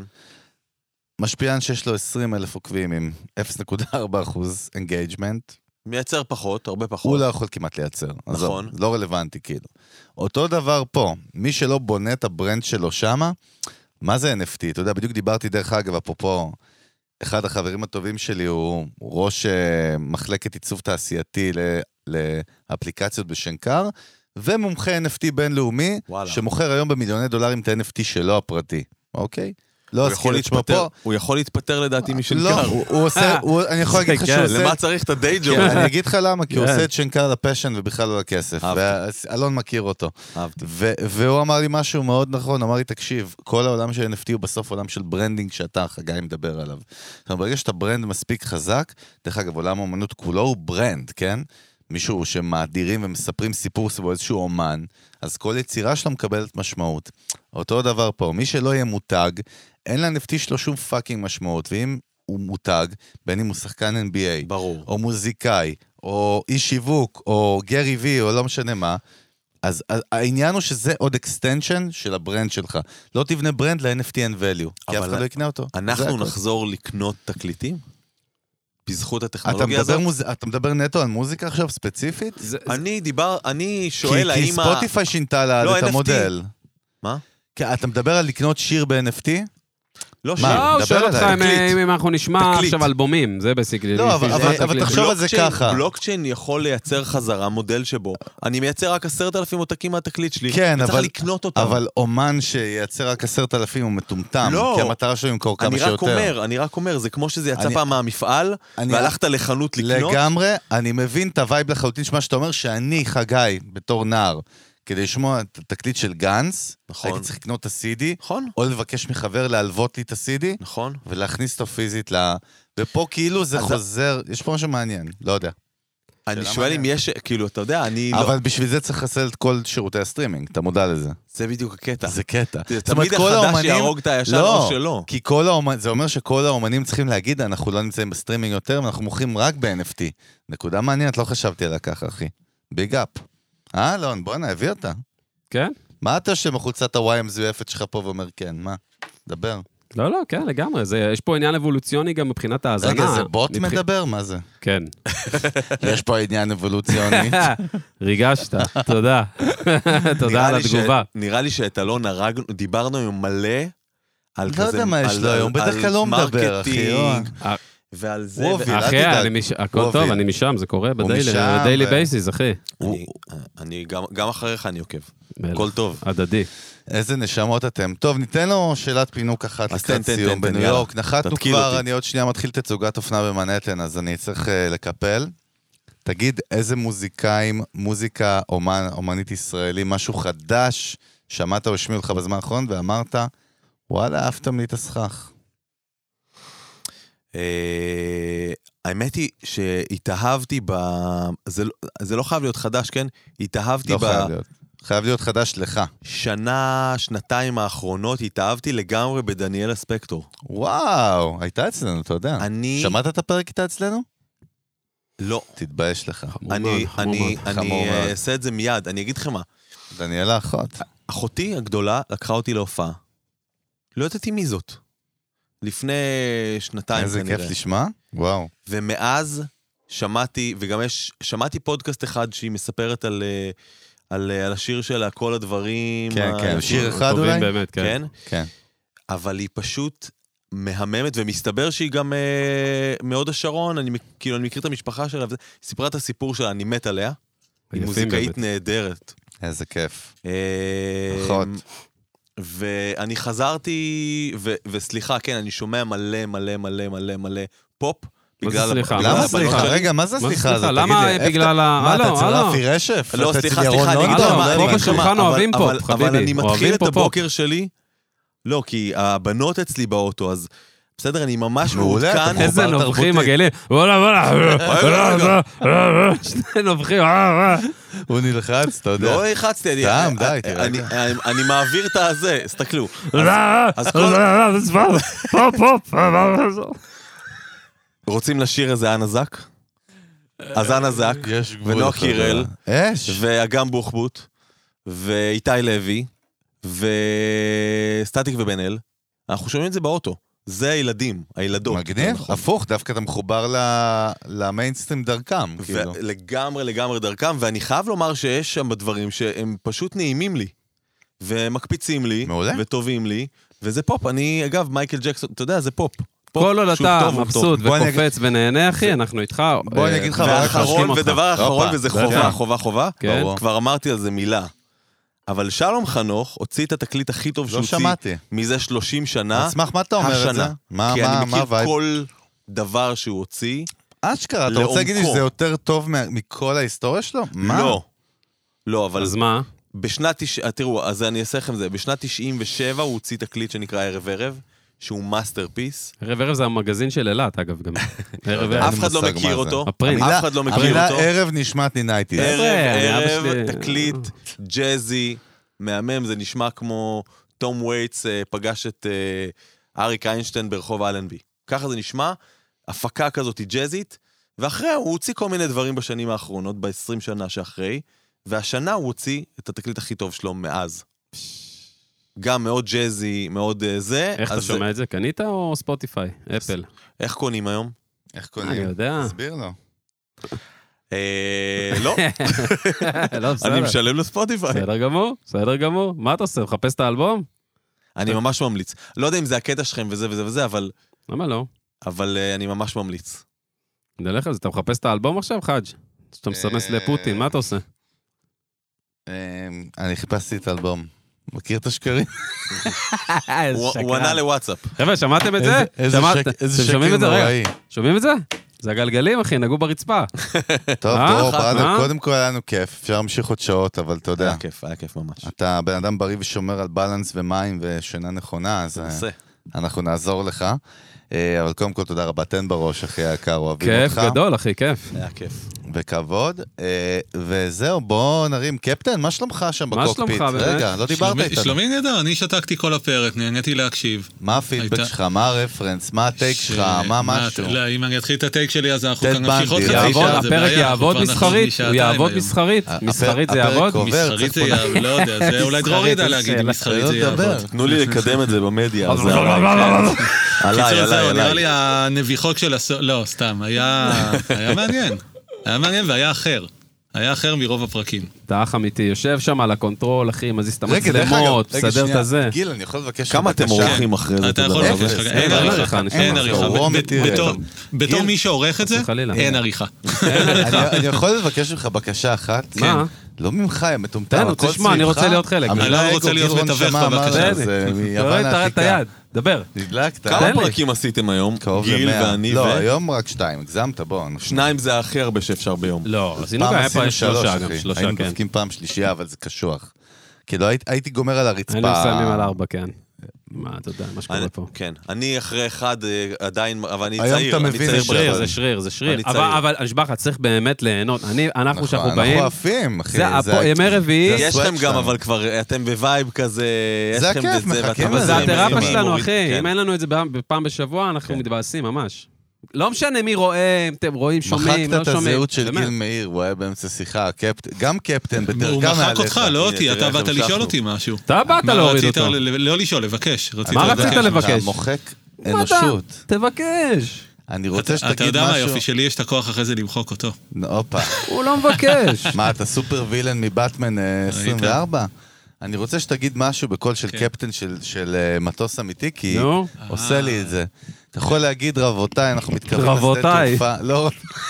משפיען שיש לו עשרים אלף עוקבים עם אפס נקודה ארבע אחוז אינגייג'מנט. מייצר פחות, הרבה פחות. הוא לא יכול כמעט לייצר. נכון. אז לא רלוונטי, כאילו. אותו דבר פה, מי שלא בונה את הברנד שלו שמה, מה זה אן אף טי? אתה יודע, בדיוק דיברתי דרך אגב, אפרופו, אחד החברים הטובים שלי הוא ראש מחלקת עיצוב תעשייתי לאפליקציות בשנקר, ומומחה אן אף טי בינלאומי, שמוכר היום במיליוני דולרים את ה-אן אף טי שלו הפרטי. אוקיי? הוא יכול להתפטר, הוא יכול להתפטר לדעתי משנקר. לא, הוא עושה, אני יכול להגיד לך שהוא עושה... למה צריך את הדי ג'וב? אני אגיד לך למה, כי הוא עושה את שנקר לפשן ובכלל לא לכסף. ואלון מכיר אותו. והוא אמר לי משהו מאוד נכון, אמר לי, תקשיב, כל העולם של אן אף טי הוא בסוף עולם של ברנדינג שאתה, חגי, מדבר עליו. ברגע שאתה ברנד מספיק חזק, דרך אגב, עולם האמנות כולו הוא ברנד, כן? מישהו שמאדירים ומספרים סיפור סביבו איזשהו אומן, אז כל יצירה שלו מקבלת משמעות. אותו דבר פה, מי שלא יהיה מותג, אין ל-אן אף טי שלו שום פאקינג משמעות, ואם הוא מותג, בין אם הוא שחקן אן בי איי, ברור. או מוזיקאי, או איש שיווק, או גרי וי, או לא משנה מה, אז העניין הוא שזה עוד אקסטנשן של הברנד שלך. לא תבנה ברנד ל-אן אף טי אין value, כי אף אחד לא יקנה אותו. אנחנו נחזור לקנות תקליטים? בזכות הטכנולוגיה הזאת? אתה מדבר נטו על מוזיקה עכשיו ספציפית? אני דיבר, אני שואל האם... כי ספוטיפיי שינתה לה את המודל. מה? אתה מדבר על לקנות שיר ב-אן אף טי? לא, לא, הוא שואל אותך אם אנחנו נשמע עכשיו אלבומים, זה בסיקלי. לא, אבל תחשוב על זה ככה. בלוקצ'יין יכול לייצר חזרה מודל שבו אני מייצר רק עשרת אלפים עותקים מהתקליט שלי, וצריך לקנות אותם. אבל אומן שייצר רק עשרת אלפים הוא מטומטם, כי המטרה שלו למכור כמה שיותר. אני רק אומר, זה כמו שזה יצא פעם מהמפעל, והלכת לחנות לקנות. לגמרי, אני מבין את הווייב לחלוטין שמה שאתה אומר, שאני חגי בתור נער, כדי לשמוע את התקליט של גנץ, נכון. הייתי צריך לקנות את ה-סי די, נכון. או לבקש מחבר להלוות לי את ה-סי די, נכון. ולהכניס אותו פיזית ל... ופה כאילו זה חוזר, יש פה משהו מעניין, לא יודע. אני שואל אם יש, כאילו, אתה יודע, אני לא... אבל בשביל זה צריך לחסל את כל שירותי הסטרימינג, אתה מודע לזה. זה בדיוק הקטע. זה קטע. תמיד החדש יהרוג את הישן או שלא. כי כל האומנים, זה אומר שכל האומנים צריכים להגיד, אנחנו לא נמצאים בסטרימינג יותר, ואנחנו מוכרים רק ב-אן אף טי. נקודה מעניינת, לא חשבתי עליה ככה, אחי. ביג אפ. אה, אלון, בוא נביא אותה. כן? מה אתה יושב מחולצת הוואי המזויפת שלך פה ואומר כן? מה? דבר. לא, לא, כן, לגמרי. זה, יש פה עניין אבולוציוני גם מבחינת ההאזנה. רגע, זה בוט מבח... מדבר? מה זה? כן. יש פה עניין אבולוציוני. ריגשת, תודה. תודה על התגובה. ש... נראה לי שאת אלון הרגנו, דיברנו עם מלא על לא כזה... לא יודע מה יש לו היום, בדרך כלל לא מדבר, אחי. ועל זה... אחי, הכל טוב, אני משם, זה קורה בדיילי בייסיס, אחי. אני גם אחריך אני עוקב. הכל טוב. הדדי. איזה נשמות אתם. טוב, ניתן לו שאלת פינוק אחת לקראת סיום בניו יורק. נחתנו כבר, אני עוד שנייה מתחיל תצוגת אופנה במנהטן, אז אני צריך לקפל. תגיד איזה מוזיקאים, מוזיקה אומן, אומנית ישראלי, משהו חדש, שמעת או השמיעו לך בזמן האחרון, ואמרת, וואלה, אהבתם לי את הסכך. האמת היא שהתאהבתי ב... זה לא חייב להיות חדש, כן? התאהבתי ב... לא חייב להיות. חייב להיות חדש לך. שנה, שנתיים האחרונות, התאהבתי לגמרי בדניאלה ספקטור. וואו, הייתה אצלנו, אתה יודע. אני... שמעת את הפרק איתה אצלנו? לא. תתבייש לך. אני, אני, אני אעשה את זה מיד, אני אגיד לכם מה. דניאלה אחות. אחותי הגדולה לקחה אותי להופעה. לא ידעתי מי זאת. לפני שנתיים איזה כנראה. כיף לשמע? וואו. ומאז שמעתי, וגם יש, שמעתי פודקאסט אחד שהיא מספרת על... על, על השיר שלה, כל הדברים... כן, כן, שיר אחד טובים אולי? באמת, כן. כן? כן. אבל היא פשוט מהממת, ומסתבר שהיא גם אה, מאוד השרון, אני, כאילו, אני מכיר את המשפחה שלה, וזה, היא סיפרה את הסיפור שלה, אני מת עליה. היא מוזיקאית באמת. נהדרת. איזה כיף. אה, אחות. ואני חזרתי, ו, וסליחה, כן, אני שומע מלא, מלא, מלא, מלא, מלא פופ. בגלל סליחה? למה סליחה? רגע, מה זה הסליחה הזאת? למה בגלל ה... מה, אתה צריך רפי רשף? לא, סליחה, סליחה, אני אגיד לך מה, פה בשולחן אוהבים פופ, חביבי. אבל אני מתחיל את הבוקר שלי, לא, כי הבנות אצלי באוטו, אז בסדר, אני ממש מעודכן. איזה נובחים מגעילים. וואלה, וואלה. שני נובחים. הוא נלחץ, אתה יודע. לא נלחצתי. דם, די, אני מעביר את הזה, הסתכלו. פופ, פופ. רוצים לשיר איזה אנה זק? אז אנה זק, ונוח קירל, ואגם בוחבוט, ואיתי לוי, וסטטיק ובן אל. אנחנו שומעים את זה באוטו. זה הילדים, הילדות. מגניב, הפוך, דווקא אתה מחובר למיינסטרים דרכם. לגמרי, לגמרי דרכם, ואני חייב לומר שיש שם דברים שהם פשוט נעימים לי, ומקפיצים לי, וטובים לי, וזה פופ. אני, אגב, מייקל ג'קסון, אתה יודע, זה פופ. כל עוד אתה מבסוט וקופץ ונהנה, אחי, אנחנו איתך. בוא אני אגיד לך, ואחרון, ודבר אחרון, וזה חובה, חובה, חובה. כבר אמרתי על זה מילה. אבל שלום חנוך הוציא את התקליט הכי טוב שהוציא מזה שלושים שנה. אצמח, מה אתה אומר את זה? כי אני מכיר כל דבר שהוא הוציא. אשכרה, אתה רוצה להגיד לי שזה יותר טוב מכל ההיסטוריה שלו? לא. לא, אבל... אז מה? בשנת... תראו, אז אני אעשה לכם זה. בשנת תשעים ושבע הוא הוציא תקליט שנקרא ערב ערב. שהוא מאסטרפיס. ערב ערב זה המגזין של אלת, אגב, גם. אף אחד לא מכיר אותו. הפרינט. אף אחד לא מכיר אותו. המילה ערב נשמעת לי נייטיז. ערב, ערב, תקליט, ג'זי, מהמם, זה נשמע כמו תום וייטס פגש את אריק איינשטיין ברחוב אלנבי. ככה זה נשמע, הפקה כזאת היא ג'זית, ואחרי הוא הוציא כל מיני דברים בשנים האחרונות, ב-עשרים שנה שאחרי, והשנה הוא הוציא את התקליט הכי טוב שלו מאז. גם מאוד ג'זי, מאוד זה. איך אתה שומע את זה? קנית או ספוטיפיי? אפל. איך קונים היום? איך קונים? אני יודע. תסביר לו. לא. אני משלם לספוטיפיי. בסדר גמור, בסדר גמור. מה אתה עושה? מחפש את האלבום? אני ממש ממליץ. לא יודע אם זה הקטע שלכם וזה וזה וזה, אבל... למה לא? אבל אני ממש ממליץ. נלך על זה, אתה מחפש את האלבום עכשיו, חאג'? שאתה מסמס לפוטין, מה אתה עושה? אני חיפשתי את האלבום. מכיר את השקרים? הוא ענה לוואטסאפ. חבר'ה, שמעתם את זה? איזה שקר נוראי. שומעים את זה? רגע, שומעים את זה? זה הגלגלים, אחי, נגעו ברצפה. טוב, דרור, ברדר, קודם כל היה לנו כיף, אפשר להמשיך עוד שעות, אבל אתה יודע. היה כיף, היה כיף ממש. אתה בן אדם בריא ושומר על בלנס ומים ושינה נכונה, אז אנחנו נעזור לך. אבל קודם כל תודה רבה, תן בראש, אחי היקר, אוהבים אותך. כיף גדול, אחי, כיף. היה כיף. וכבוד, וזהו, בוא נרים. קפטן, מה שלומך שם בקוקפיט? מה שלומך? רגע, לא דיברת איתנו. שלומי נהדר, אני שתקתי כל הפרק, נהניתי להקשיב. מה הפידבק שלך? מה הרפרנס? מה הטייק שלך? מה משהו? לא, אם אני אתחיל את הטייק שלי, אז אנחנו כאן נמשיך עוד חצי חצי שעה, זה בעיה. הפרק יעבוד מסחרית? הוא יעבוד מסחרית? מסחרית זה יעבוד? מסחרית זה יעבוד, לא יודע, זה אולי דרור ידע להגיד אם מסחרית זה יעבוד. תנו לי לקדם את זה במדיה. נראה לי הנביחות של הסוף, לא, סתם, היה מעניין. היה מעניין והיה אחר. היה אחר מרוב הפרקים. אתה אח אמיתי, יושב שם על הקונטרול, אחי, מזיז את המצלמות, סדר את הזה. גיל, אני יכול לבקש... כמה אתם עורכים אחרי זה? אתה יכול לבקש, אין עריכה, אין עריכה. בתור מי שעורך את זה, אין עריכה. אני יכול לבקש לך בקשה אחת? מה? לא ממך, הם מטומטם, הכל סביבך. תשמע, אני רוצה להיות חלק. אני לא רוצה להיות מתווך בבקשה. תראה את היד, דבר. נדלקת. כמה פרקים עשיתם היום? גיל ואני ו... לא, היום רק שתיים, הגזמת, בוא. שניים זה הכי הרבה שאפשר ביום. לא, אז הנה היה פעם שלושה גם, שלושה, כן. היינו דופקים פעם שלישייה, אבל זה קשוח. כאילו, הייתי גומר על הרצפה. היינו מסיימים על ארבע, כן. מה, אתה יודע, מה שקורה פה. כן, אני אחרי אחד עדיין, אבל אני היום צעיר. אתה מבין, זה שריר, זה שריר, זה שריר. אבל אני שבח, צריך באמת ליהנות. אנחנו שאנחנו באים... אנחנו עפים, אחי. זה ימי רביעי. יש לכם גם, אבל כבר, אתם בווייב כזה, זה הכיף, מחכים לזה. זה התרפיה שלנו, אחי. אם אין לנו את זה פעם בשבוע, אנחנו מתבאסים ממש. לא משנה מי רואה, אתם רואים, שומעים, לא שומעים. מחקת את הזהות של גיל מאיר, הוא היה באמצע שיחה, גם קפטן, בדרגה מעליך. הוא מחק אותך, לא אותי, אתה באת לשאול אותי משהו. אתה באת להוריד אותו. לא לשאול, לבקש. מה רצית לבקש? אתה מוחק אנושות. תבקש. אני רוצה שתגיד משהו. אתה יודע מה יופי שלי, יש את הכוח אחרי זה למחוק אותו. הופה. הוא לא מבקש. מה, אתה סופר וילן מבטמן עשרים וארבע? אני רוצה שתגיד משהו בקול של קפטן של מטוס אמיתי, כי עושה לי את זה. אתה יכול להגיד רבותיי, אנחנו מתכוונים רבותיי. תעופה. לא,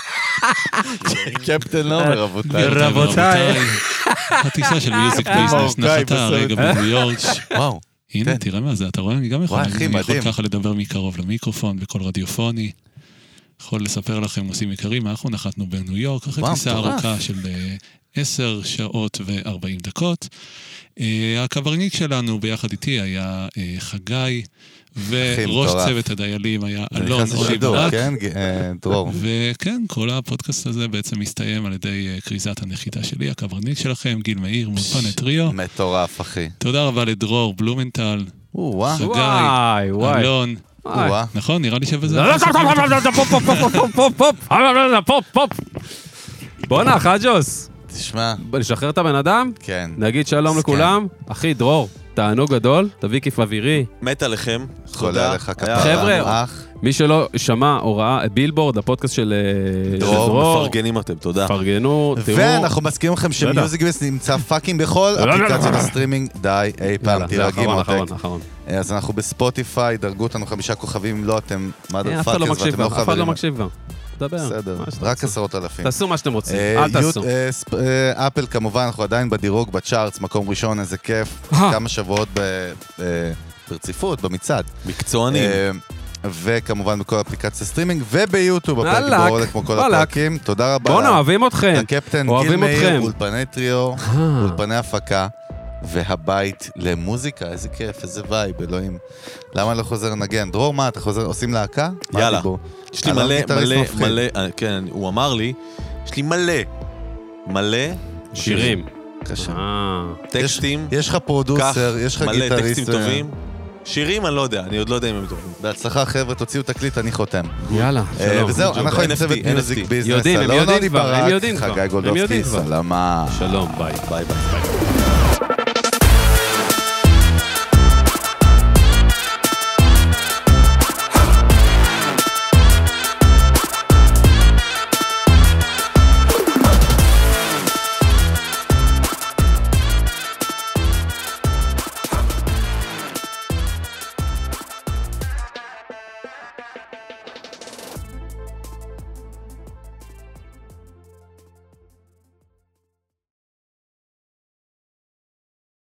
קפטן לא אומר רבותיי. רבותיי. הטיסה של מיוזיק ביזנס נחתה הרגע בניו יורק. וואו. הנה, תראה מה זה, אתה רואה? אני גם יכול, אני יכול ככה לדבר מקרוב למיקרופון, בקול רדיופוני. יכול לספר לכם נושאים עיקריים, אנחנו נחתנו בניו יורק, אחרי טיסה ארוכה של עשר שעות וארבעים דקות. הקברניק שלנו ביחד איתי היה חגי, וראש צוות הדיילים היה אלון שיברק. כן, דרור. וכן, כל הפודקאסט הזה בעצם מסתיים על ידי קריזת הנחיתה שלי, הקברניק שלכם, גיל מאיר, מאולפן טריו. מטורף, אחי. תודה רבה לדרור בלומנטל, חגי, אלון. נכון, נראה לי שבזה. בואנה, חג'וס. תשמע. נשחרר את הבן אדם? כן. נגיד שלום לכולם. אחי, דרור, תענוג גדול, תביא כיף אווירי. מת עליכם. חולה עליך כפרה. חבר'ה, מי שלא שמע הוראה, בילבורד, הפודקאסט של דרור. מפרגנים אתם, תודה. פרגנו, תראו. ואנחנו מזכירים לכם שמיוזיק ביזנס נמצא פאקינג בכל אפליקציות הסטרימינג. די, אי פעם, תירגעי מותק. אז אנחנו בספוטיפיי, דרגו אותנו חמישה כוכבים, אם לא אתם מאדר פאקרס ואתם לא חברים. אף אחד לא מקשיב כבר. בסדר, רק עשרות אלפים. תעשו מה שאתם רוצים, אל תעשו. אפל כמובן, אנחנו עדיין בדירוג, בצ'ארטס, מקום ראשון, איזה כיף. כמה שבועות ברציפות, במצעד. מקצוענים. וכמובן בכל אפליקציה סטרימינג, וביוטיוב, הפרק בעולה כמו כל הפרקים. תודה רבה. בואו, אוהבים אתכם. הקפטן גיל מאיר, אולפני טריו, אולפני הפקה. והבית למוזיקה, איזה כיף, איזה וייב, אלוהים. למה אני לא חוזר לנגן? דרור, מה, אתה חוזר, עושים להקה? יאללה. יש לי מלא, מלא, מלא, כן, הוא אמר לי, יש לי מלא, מלא שירים. קשה. טקסטים. יש לך פרודוסר, יש לך גיטריסט. מלא טקסטים טובים. שירים אני לא יודע, אני עוד לא יודע אם הם טובים. בהצלחה חבר'ה, תוציאו תקליט, אני חותם. יאללה, שלום. וזהו, אנחנו עם צוות מיוזיק ביזנס. יודעים, הם יודעים כבר, הם יודעים כבר. חגי גולדובסקי, סלמה. שלום, ביי. ביי ביי.